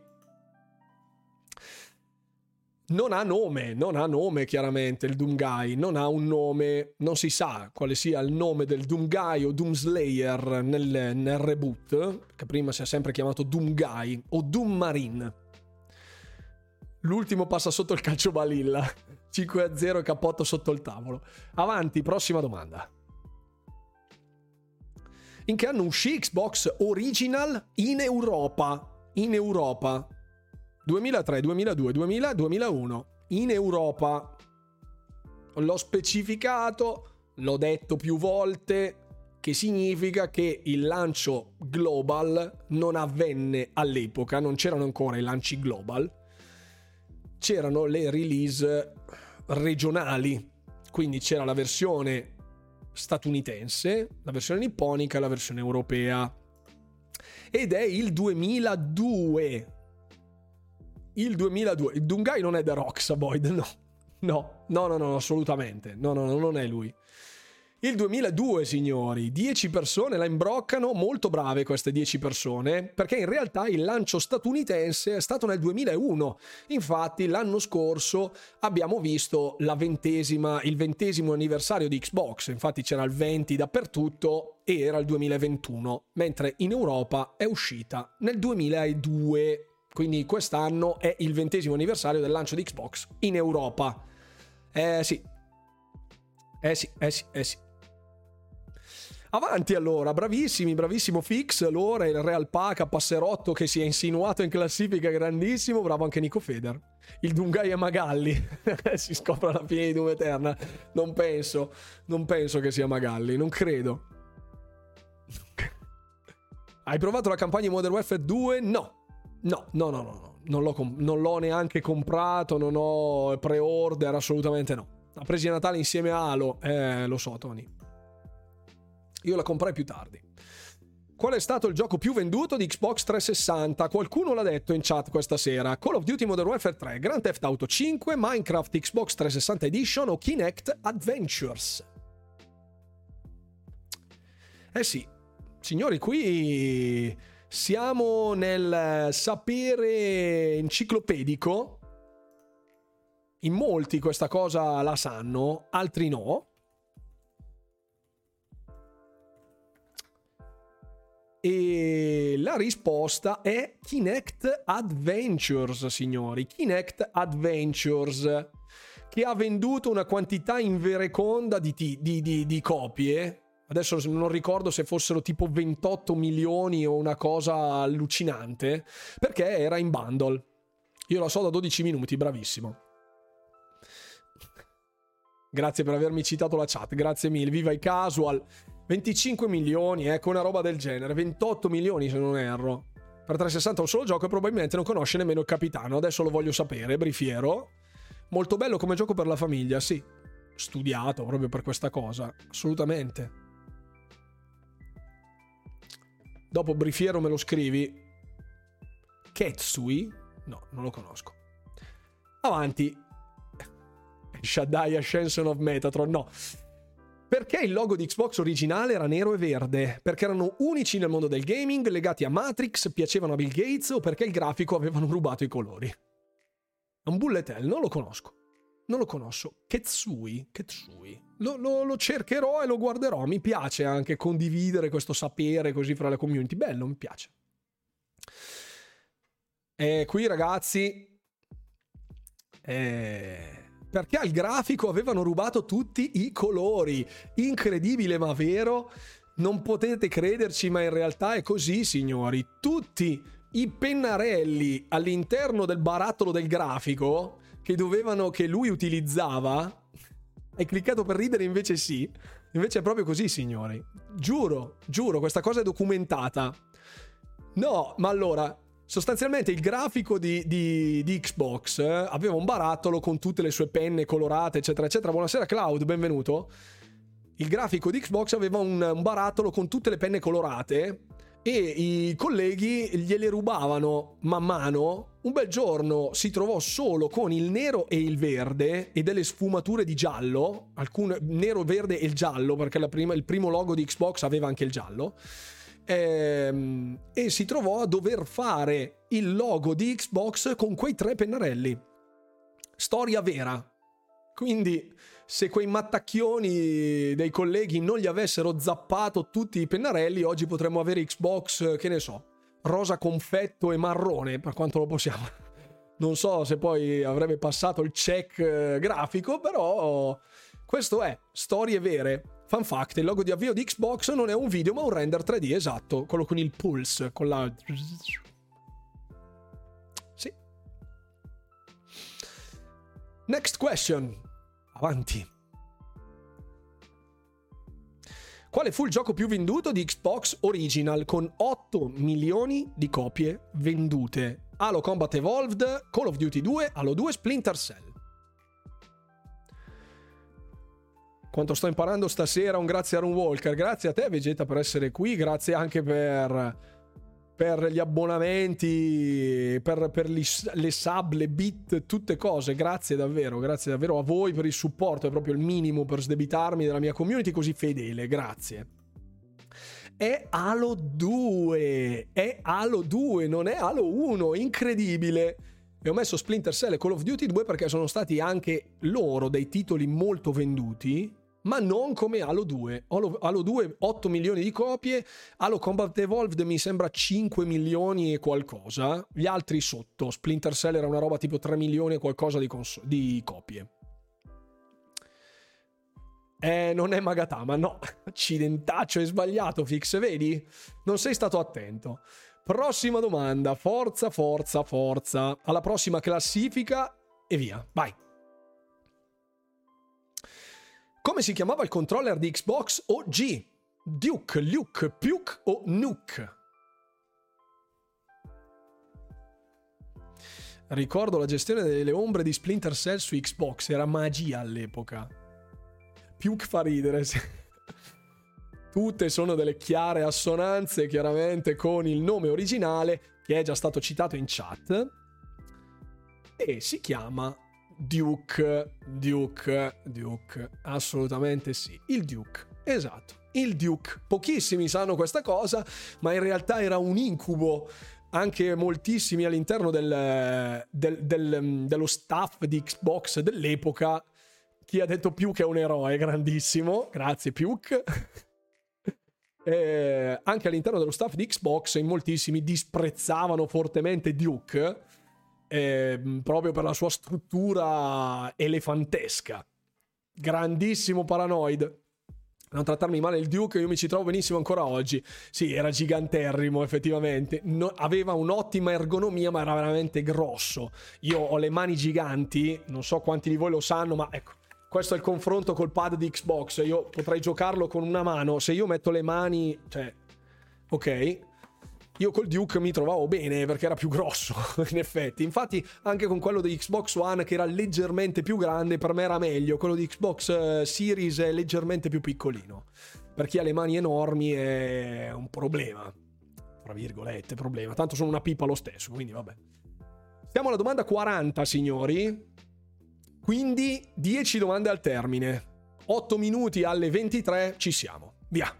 Non ha nome, non ha nome chiaramente il Doom Guy, non ha un nome, non si sa quale sia il nome del Doom Guy o Doom Slayer nel, nel reboot, che prima si è sempre chiamato Doom Guy o Doom Marine. L'ultimo passa sotto il calcio balilla. cinque a zero e cappotto sotto il tavolo. Avanti, prossima domanda. In che anno uscì Xbox Original in Europa? in Europa, duemilatré, duemiladue, duemila, duemilauno, in Europa, l'ho specificato, l'ho detto più volte, che significa che il lancio global non avvenne all'epoca, non c'erano ancora i lanci global, c'erano le release regionali, quindi c'era la versione statunitense, la versione nipponica e la versione europea, ed è il duemiladue. Il duemiladue. Il Dungai non è The Rock, Boyd, no. No, no, no, no, assolutamente. No, no, no, non è lui. Il duemiladue, signori, dieci persone la imbroccano, molto brave queste dieci persone, perché in realtà il lancio statunitense è stato nel duemilauno. Infatti l'anno scorso abbiamo visto la ventesima, il ventesimo anniversario di Xbox, infatti c'era il venti dappertutto e era il duemilaventuno, mentre in Europa è uscita nel duemiladue, quindi quest'anno è il ventesimo anniversario del lancio di Xbox in Europa. Eh sì, eh sì, eh sì, eh sì. Avanti allora, bravissimi, bravissimo Fix, allora il Real Paca Passerotto che si è insinuato in classifica, grandissimo, bravo anche Nico Feder. Il Dungai e Magalli, si scopre alla fine di Doom Eterna, non penso, non penso che sia Magalli, non credo. Hai provato la campagna di Modern Warfare due? No, no, no, no, no, no. Non, l'ho com- non l'ho neanche comprato, non ho pre-order, assolutamente no. La presi a Natale insieme a Halo, eh, lo so Tony. Io la comprai più tardi. Qual è stato il gioco più venduto di Xbox trecentosessanta? Qualcuno l'ha detto in chat questa sera. Call of Duty Modern Warfare tre, Grand Theft Auto cinque, Minecraft Xbox trecentosessanta Edition o Kinect Adventures? Eh sì, signori, qui siamo nel sapere enciclopedico. In molti questa cosa la sanno, altri no. E la risposta è Kinect Adventures, signori. Kinect Adventures, che ha venduto una quantità invereconda di, di, di, di copie. Adesso non ricordo se fossero tipo ventotto milioni o una cosa allucinante, perché era in bundle. Io la so da dodici minuti, bravissimo. Grazie per avermi citato la chat, grazie mille. Viva i casual. venticinque milioni, ecco, una roba del genere. ventotto milioni se non erro. Per trecentosessanta un solo gioco e probabilmente non conosce nemmeno il capitano. Adesso lo voglio sapere, Brifiero. Molto bello come gioco per la famiglia, sì. Studiato proprio per questa cosa, assolutamente. Dopo Brifiero me lo scrivi. Ketsui? No, non lo conosco. Avanti. Shaddai Ascension of Metatron, no. Perché il logo di Xbox originale era nero e verde? Perché erano unici nel mondo del gaming, legati a Matrix, piacevano a Bill Gates o perché il grafico avevano rubato i colori? Un bullet hell, non lo conosco. Non lo conosco. Ketsui? Ketsui. Lo, lo, lo cercherò e lo guarderò. Mi piace anche condividere questo sapere così fra le community. Bello, mi piace. E qui ragazzi... Eh... Perché al grafico avevano rubato tutti i colori. Incredibile ma vero. Non potete crederci, ma in realtà è così, signori. Tutti i pennarelli all'interno del barattolo del grafico che dovevano, che lui utilizzava. Hai cliccato per ridere, invece sì. Invece è proprio così, signori. Giuro, giuro, questa cosa è documentata. No, ma allora... Sostanzialmente il grafico di, di, di Xbox eh, aveva un barattolo con tutte le sue penne colorate, eccetera, eccetera. Buonasera Cloud, benvenuto. Il grafico di Xbox aveva un, un barattolo con tutte le penne colorate e i colleghi gliele rubavano man mano. Un bel giorno si trovò solo con il nero e il verde e delle sfumature di giallo, alcune nero, verde e il giallo, perché la prima, il primo logo di Xbox aveva anche il giallo. E, e si trovò a dover fare il logo di Xbox con quei tre pennarelli. Storia vera. Quindi se quei mattacchioni dei colleghi non gli avessero zappato tutti i pennarelli, oggi potremmo avere Xbox, che ne so, rosa confetto e marrone, per quanto lo possiamo. Non so se poi avrebbe passato il check grafico, però questo è storie vere. Fun fact, il logo di avvio di Xbox non è un video ma un render tre D, esatto, quello con il pulse, con la... Next question. Avanti. Quale fu il gioco più venduto di Xbox Original con otto milioni di copie vendute? Halo Combat Evolved, Call of Duty due, Halo due, Splinter Cell. Quanto sto imparando stasera, un grazie a Runewalker. Grazie a te Vegeta per essere qui, grazie anche per, per gli abbonamenti, per, per gli, le sub, le bit, tutte cose. Grazie davvero, grazie davvero a voi per il supporto, è proprio il minimo per sdebitarmi della mia community così fedele, grazie. È Halo due, è Halo due, non è Halo uno, incredibile. E ho messo Splinter Cell e Call of Duty due perché sono stati anche loro dei titoli molto venduti, ma non come Halo due. Halo, Halo due otto milioni di copie, Halo Combat Evolved mi sembra cinque milioni e qualcosa, gli altri sotto. Splinter Cell era una roba tipo tre milioni e qualcosa di, cons- di copie. Eh, non è Magatama, no. Accidentaccio, hai sbagliato, Fix, vedi? Non sei stato attento. Prossima domanda, forza, forza, forza. Alla prossima classifica e via, vai. Come si chiamava il controller di Xbox O G? Duke, Luke, Puke o Nuke? Ricordo la gestione delle ombre di Splinter Cell su Xbox, era magia all'epoca. Puke fa ridere, tutte sono delle chiare assonanze chiaramente con il nome originale che è già stato citato in chat e si chiama Duke, Duke, Duke, assolutamente sì, il Duke, esatto, il Duke. Pochissimi sanno questa cosa, ma in realtà era un incubo, anche moltissimi all'interno del, del, del, dello staff di Xbox dell'epoca. Chi ha detto Puke è un eroe, grandissimo, grazie Puke. Eh, anche all'interno dello staff di Xbox in moltissimi disprezzavano fortemente Duke eh, proprio per la sua struttura elefantesca. Grandissimo paranoid. Non trattarmi male il Duke, io mi ci trovo benissimo ancora oggi. Sì, era giganterrimo effettivamente, no, aveva un'ottima ergonomia ma era veramente grosso. Io ho le mani giganti, non so quanti di voi lo sanno, ma ecco, questo è il confronto col pad di Xbox. Io potrei giocarlo con una mano. Se io metto le mani, cioè, ok, io col Duke mi trovavo bene perché era più grosso, in effetti. Infatti, anche con quello di Xbox One, che era leggermente più grande, per me era meglio. Quello di Xbox Series è leggermente più piccolino. Per chi ha le mani enormi è un problema. Tra virgolette, problema. Tanto sono una pipa lo stesso, quindi vabbè. Siamo alla domanda quaranta, signori. Quindi dieci domande al termine, otto minuti alle ventitré ci siamo, via.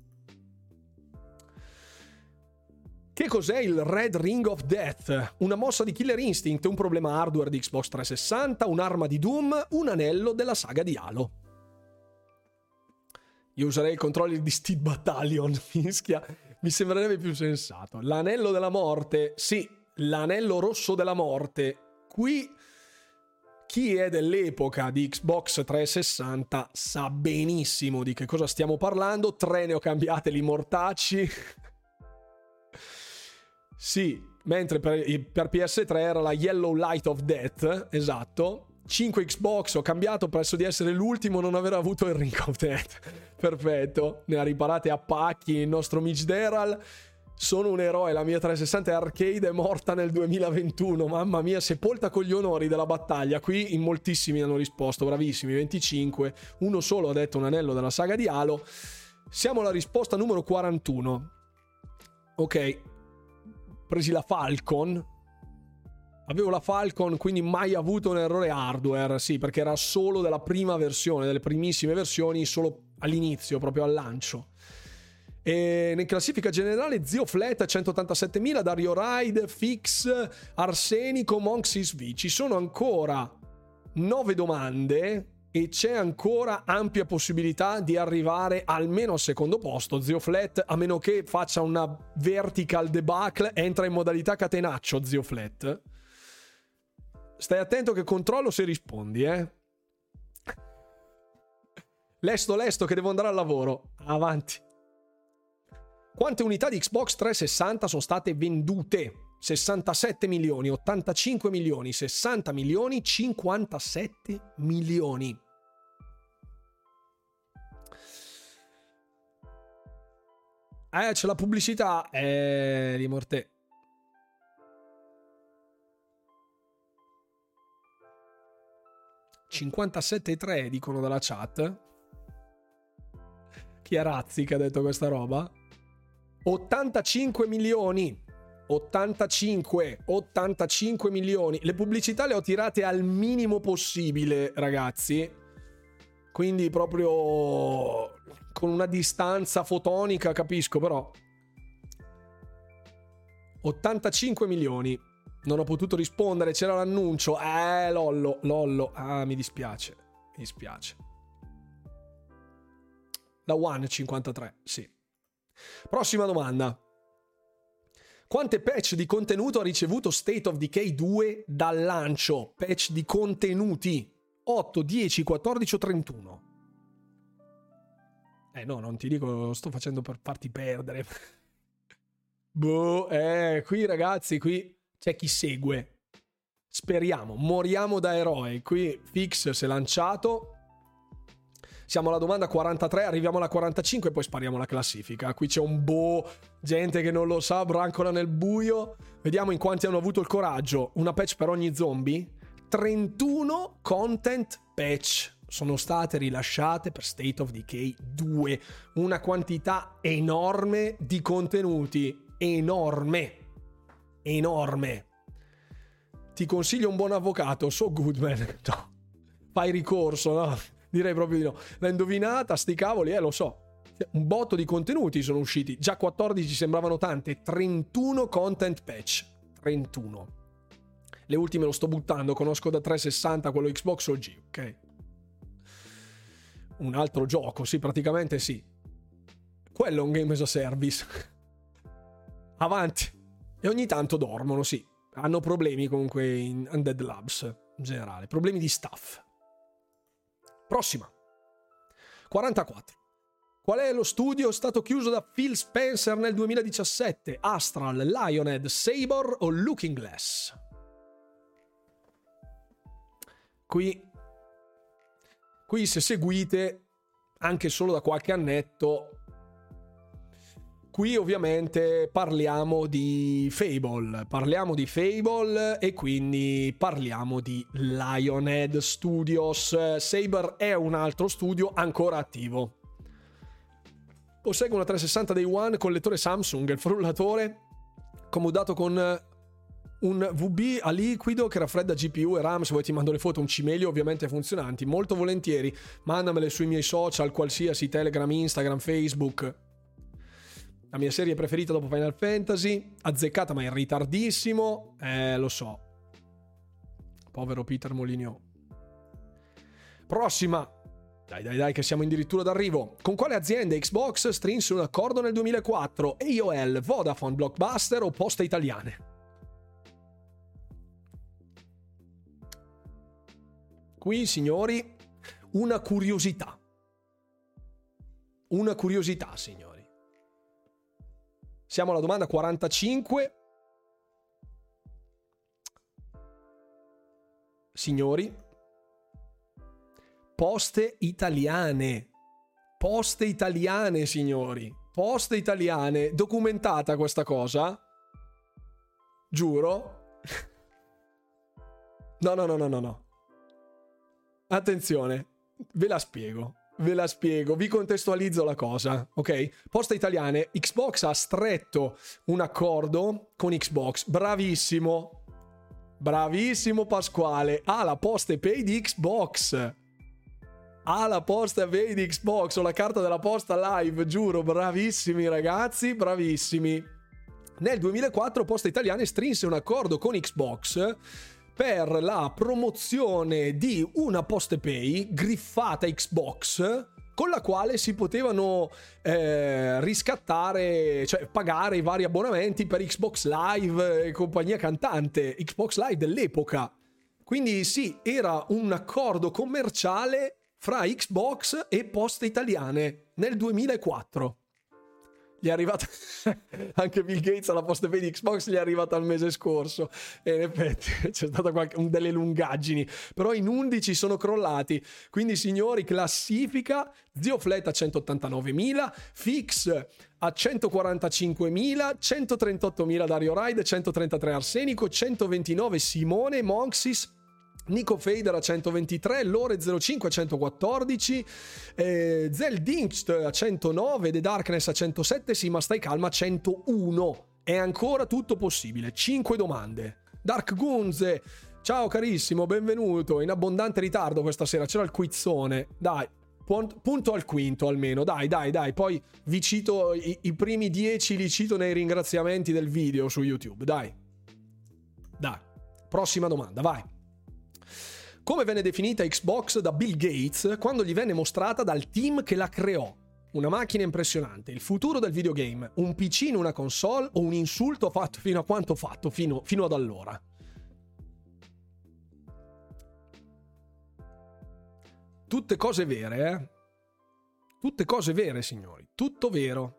Che cos'è il Red Ring of Death? Una mossa di Killer Instinct, un problema hardware di Xbox trecentosessanta, un'arma di Doom, un anello della saga di Halo. Io userei il controller di Steed Battalion, mischia, mi sembrerebbe più sensato. L'anello della morte, sì, l'anello rosso della morte, qui... Chi è dell'epoca di Xbox trecentosessanta sa benissimo di che cosa stiamo parlando. Tre ne ho cambiate li mortacci. Sì, mentre per, per P S tre era la Yellow Light of Death, esatto. cinque Xbox ho cambiato presso di essere l'ultimo a non aver avuto il Ring of Death. Perfetto, ne ha riparate a pacchi il nostro Mitch Deral. Sono un eroe, la mia trecentosessanta arcade è morta nel duemilaventuno, mamma mia, sepolta con gli onori della battaglia. Qui in moltissimi hanno risposto, bravissimi, venticinque, uno solo ha detto un anello della saga di Halo. Siamo alla risposta numero quarantuno. Ok, presi la Falcon, avevo la Falcon, quindi mai avuto un errore hardware, sì, perché era solo della prima versione, delle primissime versioni, solo all'inizio, proprio al lancio. E in classifica generale Zio Flat centottantasettemila, Dario Ride, Fix, Arsenico, Monxis V. Ci sono ancora nove domande e c'è ancora ampia possibilità di arrivare almeno al secondo posto. Zio Flat, a meno che faccia una vertical debacle, entra in modalità catenaccio Zio Flat. Stai attento che controllo se rispondi, eh. Lesto, lesto che devo andare al lavoro. Avanti. Quante unità di Xbox trecentosessanta sono state vendute? sessantasette milioni, ottantacinque milioni, sessanta milioni, cinquantasette milioni. Eh, c'è la pubblicità, eh, di morte. cinquantasette virgola tre dicono dalla chat. Chi è Razzi che ha detto questa roba? ottantacinque milioni. ottantacinque, ottantacinque milioni. Le pubblicità le ho tirate al minimo possibile, ragazzi. Quindi proprio con una distanza fotonica, capisco, però ottantacinque milioni. Non ho potuto rispondere, c'era l'annuncio. Eh, lollo, lollo. Ah, mi dispiace. Mi dispiace. La One cinquantatré, sì. Prossima domanda. Quante patch di contenuto ha ricevuto State of Decay due dal lancio? Patch di contenuti. otto, dieci, quattordici o trentuno? Eh no, non ti dico, lo sto facendo per farti perdere. Boh, eh, qui ragazzi, qui c'è chi segue. Speriamo, moriamo da eroe. Qui Fix si è lanciato. Siamo alla domanda quarantatré, arriviamo alla quarantacinque e poi spariamo la classifica. Qui c'è un boh, gente che non lo sa, brancola nel buio. Vediamo in quanti hanno avuto il coraggio. Una patch per ogni zombie. trentuno content patch sono state rilasciate per State of Decay due. Una quantità enorme di contenuti. Enorme. Enorme. Ti consiglio un buon avvocato, So Goodman. No. Fai ricorso, no? Direi proprio di no. L'ha indovinata, sti cavoli, eh, lo so. Un botto di contenuti sono usciti. Già quattordici sembravano tante. trentuno content patch. trentuno. Le ultime lo sto buttando. Conosco da trecentosessanta quello Xbox O G, ok? Un altro gioco, sì, praticamente sì. Quello è un game as a service. Avanti. E ogni tanto dormono, sì. Hanno problemi comunque in Undead Labs in generale. Problemi di staff. Prossima. quarantaquattro. Qual è lo studio stato chiuso da Phil Spencer nel duemiladiciassette? Astral, Lionhead, Saber o Looking Glass? Qui, qui se seguite anche solo da qualche annetto, qui ovviamente parliamo di Fable, parliamo di Fable e quindi parliamo di Lionhead Studios. Saber è un altro studio ancora attivo. Posseggo una trecentosessanta Day One con lettore Samsung, il frullatore comodato con un V B a liquido che raffredda G P U e RAM. Se vuoi ti mando le foto, un cimelio ovviamente funzionanti, molto volentieri. Mandamele sui miei social, qualsiasi, Telegram, Instagram, Facebook. La mia serie preferita dopo Final Fantasy, azzeccata ma in ritardissimo, eh, lo so. Povero Peter Molyneux. Prossima. Dai, dai, dai, che siamo addirittura d'arrivo. Con quale azienda Xbox strinse un accordo nel duemilaquattro? A O L, Vodafone, Blockbuster o Poste Italiane? Qui, signori, una curiosità. Una curiosità, signori. Siamo alla domanda quarantacinque. Signori, Poste Italiane. Poste Italiane, signori. Poste Italiane. Documentata questa cosa? Giuro. No, no, no, no, no, no. Attenzione, ve la spiego. Ve la spiego, vi contestualizzo la cosa, ok? Poste Italiane, Xbox ha stretto un accordo con Xbox, bravissimo, bravissimo Pasquale, ha la Poste Pay di Xbox, ha la Poste Pay di Xbox, ho la carta della posta live, giuro, bravissimi ragazzi, bravissimi. Nel duemilaquattro Poste Italiane strinse un accordo con Xbox per la promozione di una PostePay griffata Xbox, con la quale si potevano eh, riscattare, cioè pagare i vari abbonamenti per Xbox Live e compagnia cantante, Xbox Live dell'epoca. Quindi sì, era un accordo commerciale fra Xbox e Poste Italiane nel duemilaquattro. Gli è arrivata anche Bill Gates alla posta pay di Xbox, gli è arrivata il mese scorso e in effetti c'è stata qualche, delle lungaggini, però in undici sono crollati. Quindi signori, classifica: Zioflet a centottantanovemila, Fix a centoquarantacinquemila, centotrentottomila Dario Ride, centotrentatré Arsenico, centoventinove Simone, Monxis, Nico Fader a centoventitré, Lore zero cinque a centoquattordici, eh, Zeldingst a centonove, The Darkness a centosette, Sima stai calma a centouno. È ancora tutto possibile. cinque domande. Dark Gunze, ciao carissimo, benvenuto. In abbondante ritardo questa sera, c'era il quizzone. Dai, punto al quinto almeno. Dai, dai, dai. Poi vi cito i, i primi dieci, li cito nei ringraziamenti del video su YouTube. Dai. Dai. Prossima domanda, vai. Come venne definita Xbox da Bill Gates quando gli venne mostrata dal team che la creò? Una macchina impressionante, il futuro del videogame, un P C in una console o un insulto fatto fino a quanto fatto fino, fino ad allora? Tutte cose vere, eh? Tutte cose vere, signori. Tutto vero.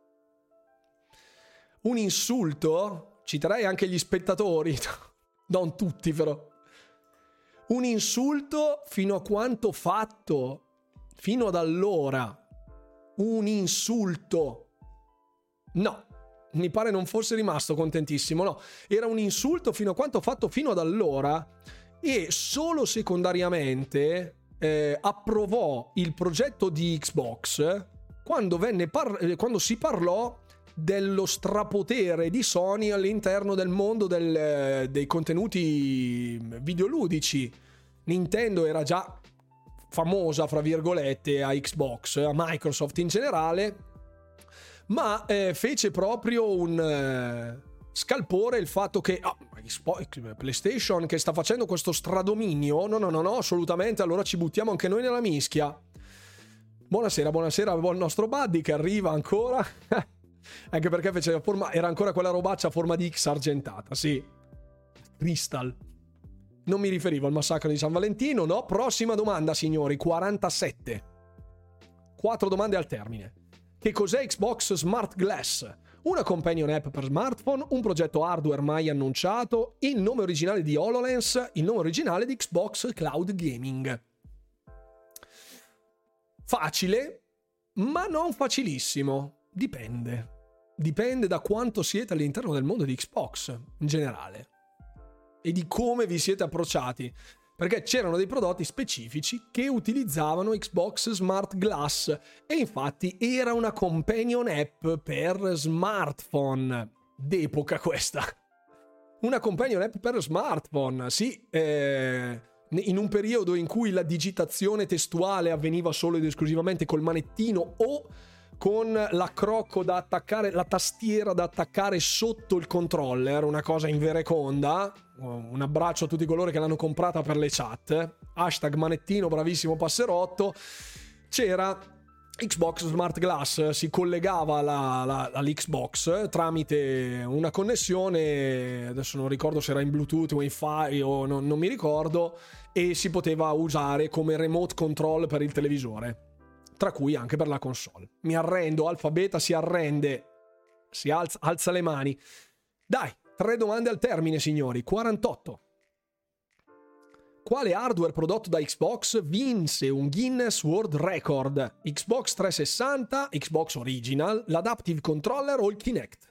Un insulto? Citerei anche gli spettatori. Non tutti, però. Un insulto fino a quanto fatto fino ad allora. Un insulto. No, mi pare non fosse rimasto contentissimo. No, era un insulto fino a quanto fatto fino ad allora, e solo secondariamente eh, approvò il progetto di Xbox quando, venne par- quando si parlò dello strapotere di Sony all'interno del mondo del, dei contenuti videoludici. Nintendo era già famosa, fra virgolette, a Xbox, a Microsoft in generale, ma eh, fece proprio un eh, scalpore il fatto che oh, PlayStation che sta facendo questo stradominio, no no no no, assolutamente, allora ci buttiamo anche noi nella mischia. Buonasera, buonasera al nostro Buddy che arriva ancora. Anche perché faceva forma, era ancora quella robaccia a forma di X argentata, sì. Crystal. Non mi riferivo al massacro di San Valentino, no. Prossima domanda, signori, quarantasette. Quattro domande al termine. Che cos'è Xbox Smart Glass? Una companion app per smartphone, un progetto hardware mai annunciato, il nome originale di HoloLens, il nome originale di Xbox Cloud Gaming. Facile, ma non facilissimo. Dipende. Dipende da quanto siete all'interno del mondo di Xbox in generale e di come vi siete approcciati, perché c'erano dei prodotti specifici che utilizzavano Xbox Smart Glass e infatti era una companion app per smartphone d'epoca questa. Una companion app per smartphone, sì, eh, in un periodo in cui la digitazione testuale avveniva solo ed esclusivamente col manettino o con la crocco da attaccare, la tastiera da attaccare sotto il controller, una cosa invereconda. Un abbraccio a tutti coloro che l'hanno comprata per le chat. Hashtag manettino, bravissimo passerotto. C'era Xbox Smart Glass, si collegava alla, alla, all'Xbox tramite una connessione, adesso non ricordo se era in Bluetooth, Wi-Fi o non, non mi ricordo, e si poteva usare come remote control per il televisore, tra cui anche per la console. Mi arrendo, Alfa Beta si arrende, si alza, alza le mani. Dai, tre domande al termine, signori. quarantotto. Quale hardware prodotto da Xbox vinse un Guinness World Record? Xbox trecentosessanta, Xbox Original, l'Adaptive Controller o il Kinect?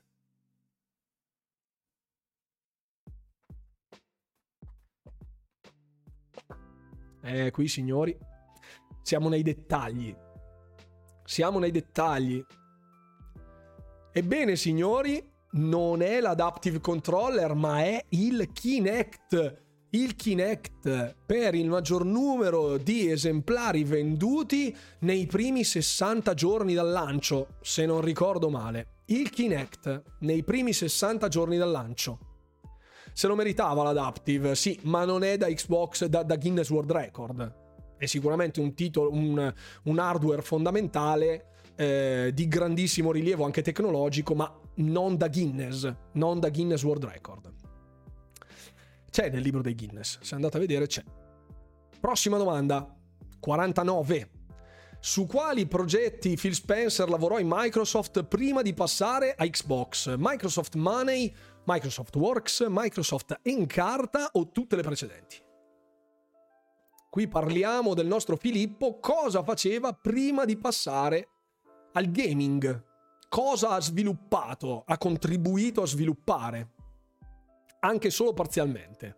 Eh, qui, signori, siamo nei dettagli. Siamo nei dettagli. Ebbene, signori, non è l'Adaptive Controller, ma è il Kinect. Il Kinect, per il maggior numero di esemplari venduti nei primi sessanta giorni dal lancio, se non ricordo male. Il Kinect, nei primi sessanta giorni dal lancio. Se lo meritava l'Adaptive, sì, ma non è da Xbox, da, da Guinness World Record. È sicuramente un titolo, un, un hardware fondamentale, eh, di grandissimo rilievo anche tecnologico, ma non da Guinness, non da Guinness World Record. C'è nel libro dei Guinness, se andate a vedere c'è. Prossima domanda, quarantanove. Su quali progetti Phil Spencer lavorò in Microsoft prima di passare a Xbox? Microsoft Money, Microsoft Works, Microsoft Encarta o tutte le precedenti? Qui parliamo del nostro Filippo, cosa faceva prima di passare al gaming? Cosa ha sviluppato, ha contribuito a sviluppare? Anche solo parzialmente.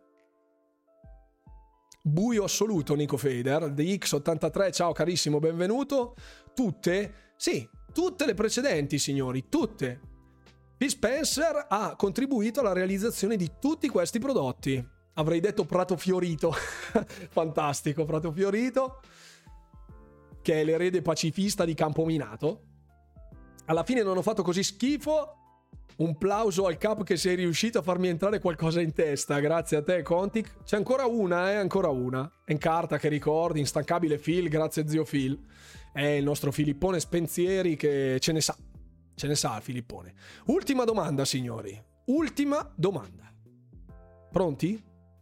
Buio assoluto, Nico Fader, The X ottantatré, ciao carissimo, benvenuto. Tutte? Sì, tutte le precedenti, signori, tutte. Phil Spencer ha contribuito alla realizzazione di tutti questi prodotti. Avrei detto Prato Fiorito. Fantastico, Prato Fiorito, che è l'erede pacifista di Campominato. Alla fine non ho fatto così schifo. Un plauso al Cap che sei riuscito a farmi entrare qualcosa in testa. Grazie a te, Contic. C'è ancora una, eh, ancora una. Encarta che ricordi, instancabile Phil, grazie zio Phil. È il nostro Filippone Spensieri che ce ne sa. Ce ne sa il Filippone. Ultima domanda, signori. Ultima domanda. Pronti?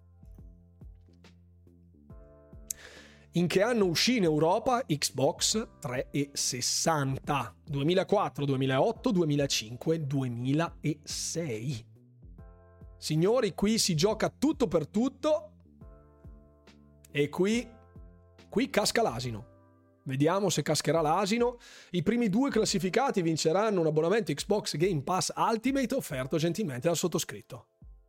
In che anno uscì in Europa Xbox trecentosessanta? duemilaquattro, duemilaotto, duemilacinque, duemilasei. Signori, qui si gioca tutto per tutto e qui qui casca l'asino. Vediamo se cascherà l'asino. I primi due classificati vinceranno un abbonamento Xbox Game Pass Ultimate offerto gentilmente dal sottoscritto.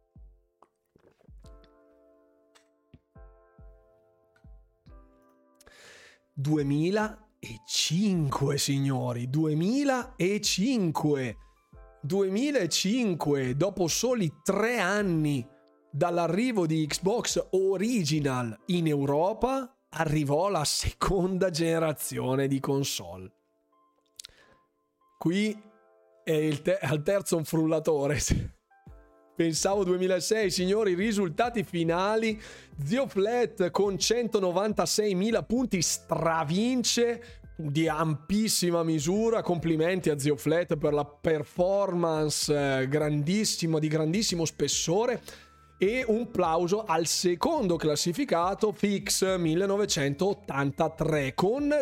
duemilacinque, signori, duemilacinque. duemilacinque, dopo soli tre anni dall'arrivo di Xbox Original in Europa, arrivò la seconda generazione di console. Qui è il te- al terzo un frullatore. Pensavo duemilasei, signori, risultati finali. Zio Flat con centonovantaseimila punti stravince di ampissima misura. Complimenti a Zio Flat per la performance grandissima, di grandissimo spessore. E un plauso al secondo classificato, Fix millenovecentottantatré, con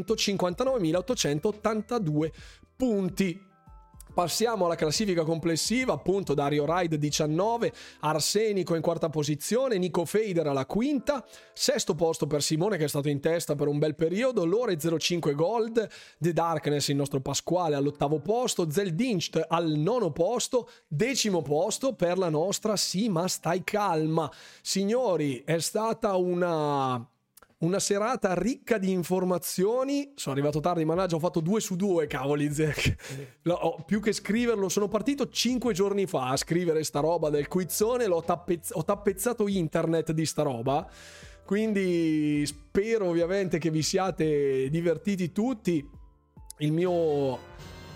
centocinquantanovemilaottocentottantadue punti. Passiamo alla classifica complessiva, appunto Dario Ride diciannove, Arsenico in quarta posizione, Nico Fader alla quinta, sesto posto per Simone che è stato in testa per un bel periodo, Lore zero cinque Gold, The Darkness il nostro Pasquale all'ottavo posto, Zeldincht al nono posto, decimo posto per la nostra Sì ma stai calma. Signori, è stata una... una serata ricca di informazioni. Sono arrivato tardi, mannaggia, ho fatto due su due, cavoli. No, più che scriverlo, sono partito cinque giorni fa a scrivere sta roba del quizzone, l'ho tappezz- ho tappezzato internet di sta roba, quindi spero ovviamente che vi siate divertiti tutti. Il mio...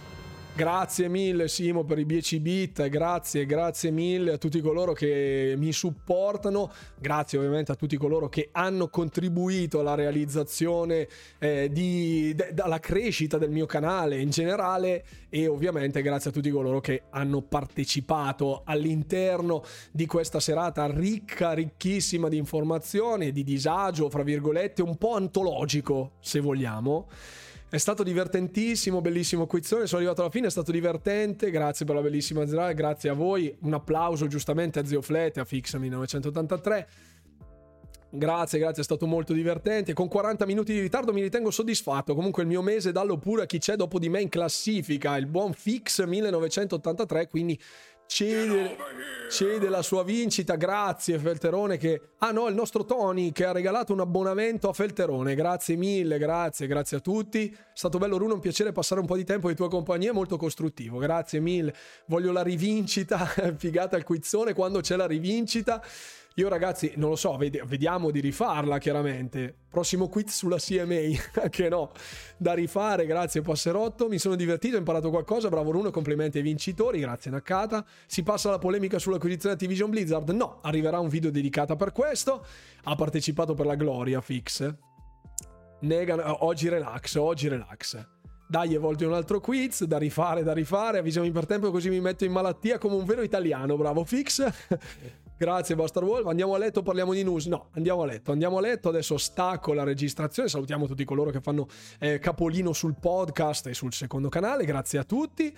Grazie mille Simo per i dieci bit, grazie, grazie mille a tutti coloro che mi supportano, grazie ovviamente a tutti coloro che hanno contribuito alla realizzazione, eh, di, de, alla crescita del mio canale in generale, e ovviamente grazie a tutti coloro che hanno partecipato all'interno di questa serata ricca, ricchissima di informazioni, di disagio, fra virgolette, un po' antologico se vogliamo. È stato divertentissimo, bellissimo quizzone, sono arrivato alla fine, è stato divertente, grazie per la bellissima serata, grazie a voi, un applauso giustamente a Zio Flet e a Fix millenovecentottantatré, grazie, grazie, è stato molto divertente, con quaranta minuti di ritardo mi ritengo soddisfatto, comunque il mio mese dallo pure a chi c'è dopo di me in classifica, il buon Fix millenovecentottantatré, quindi cede, cede la sua vincita, grazie Felterone che... Ah no, il nostro Tony che ha regalato un abbonamento a Felterone, grazie mille, grazie, grazie a tutti, è stato bello Runo, un piacere passare un po' di tempo di tua compagnia, molto costruttivo, grazie mille, voglio la rivincita, figata il quizzone quando c'è la rivincita. Io ragazzi, non lo so, ved- vediamo di rifarla chiaramente. Prossimo quiz sulla C M A, che no, da rifare, grazie Passerotto, mi sono divertito, ho imparato qualcosa, bravo Runo, complimenti ai vincitori, grazie Nakata. Si passa alla polemica sull'acquisizione di Activision Blizzard? No, arriverà un video dedicato per questo. Ha partecipato per la gloria, Fix. Nega, oggi relax, oggi relax. Dai, voglio un altro quiz, da rifare, da rifare, avvisami per tempo così mi metto in malattia come un vero italiano, bravo Fix. Grazie Bastard Wolf. Andiamo a letto, parliamo di news? No, andiamo a letto, andiamo a letto. Adesso stacco la registrazione. Salutiamo tutti coloro che fanno eh, capolino sul podcast e sul secondo canale. Grazie a tutti.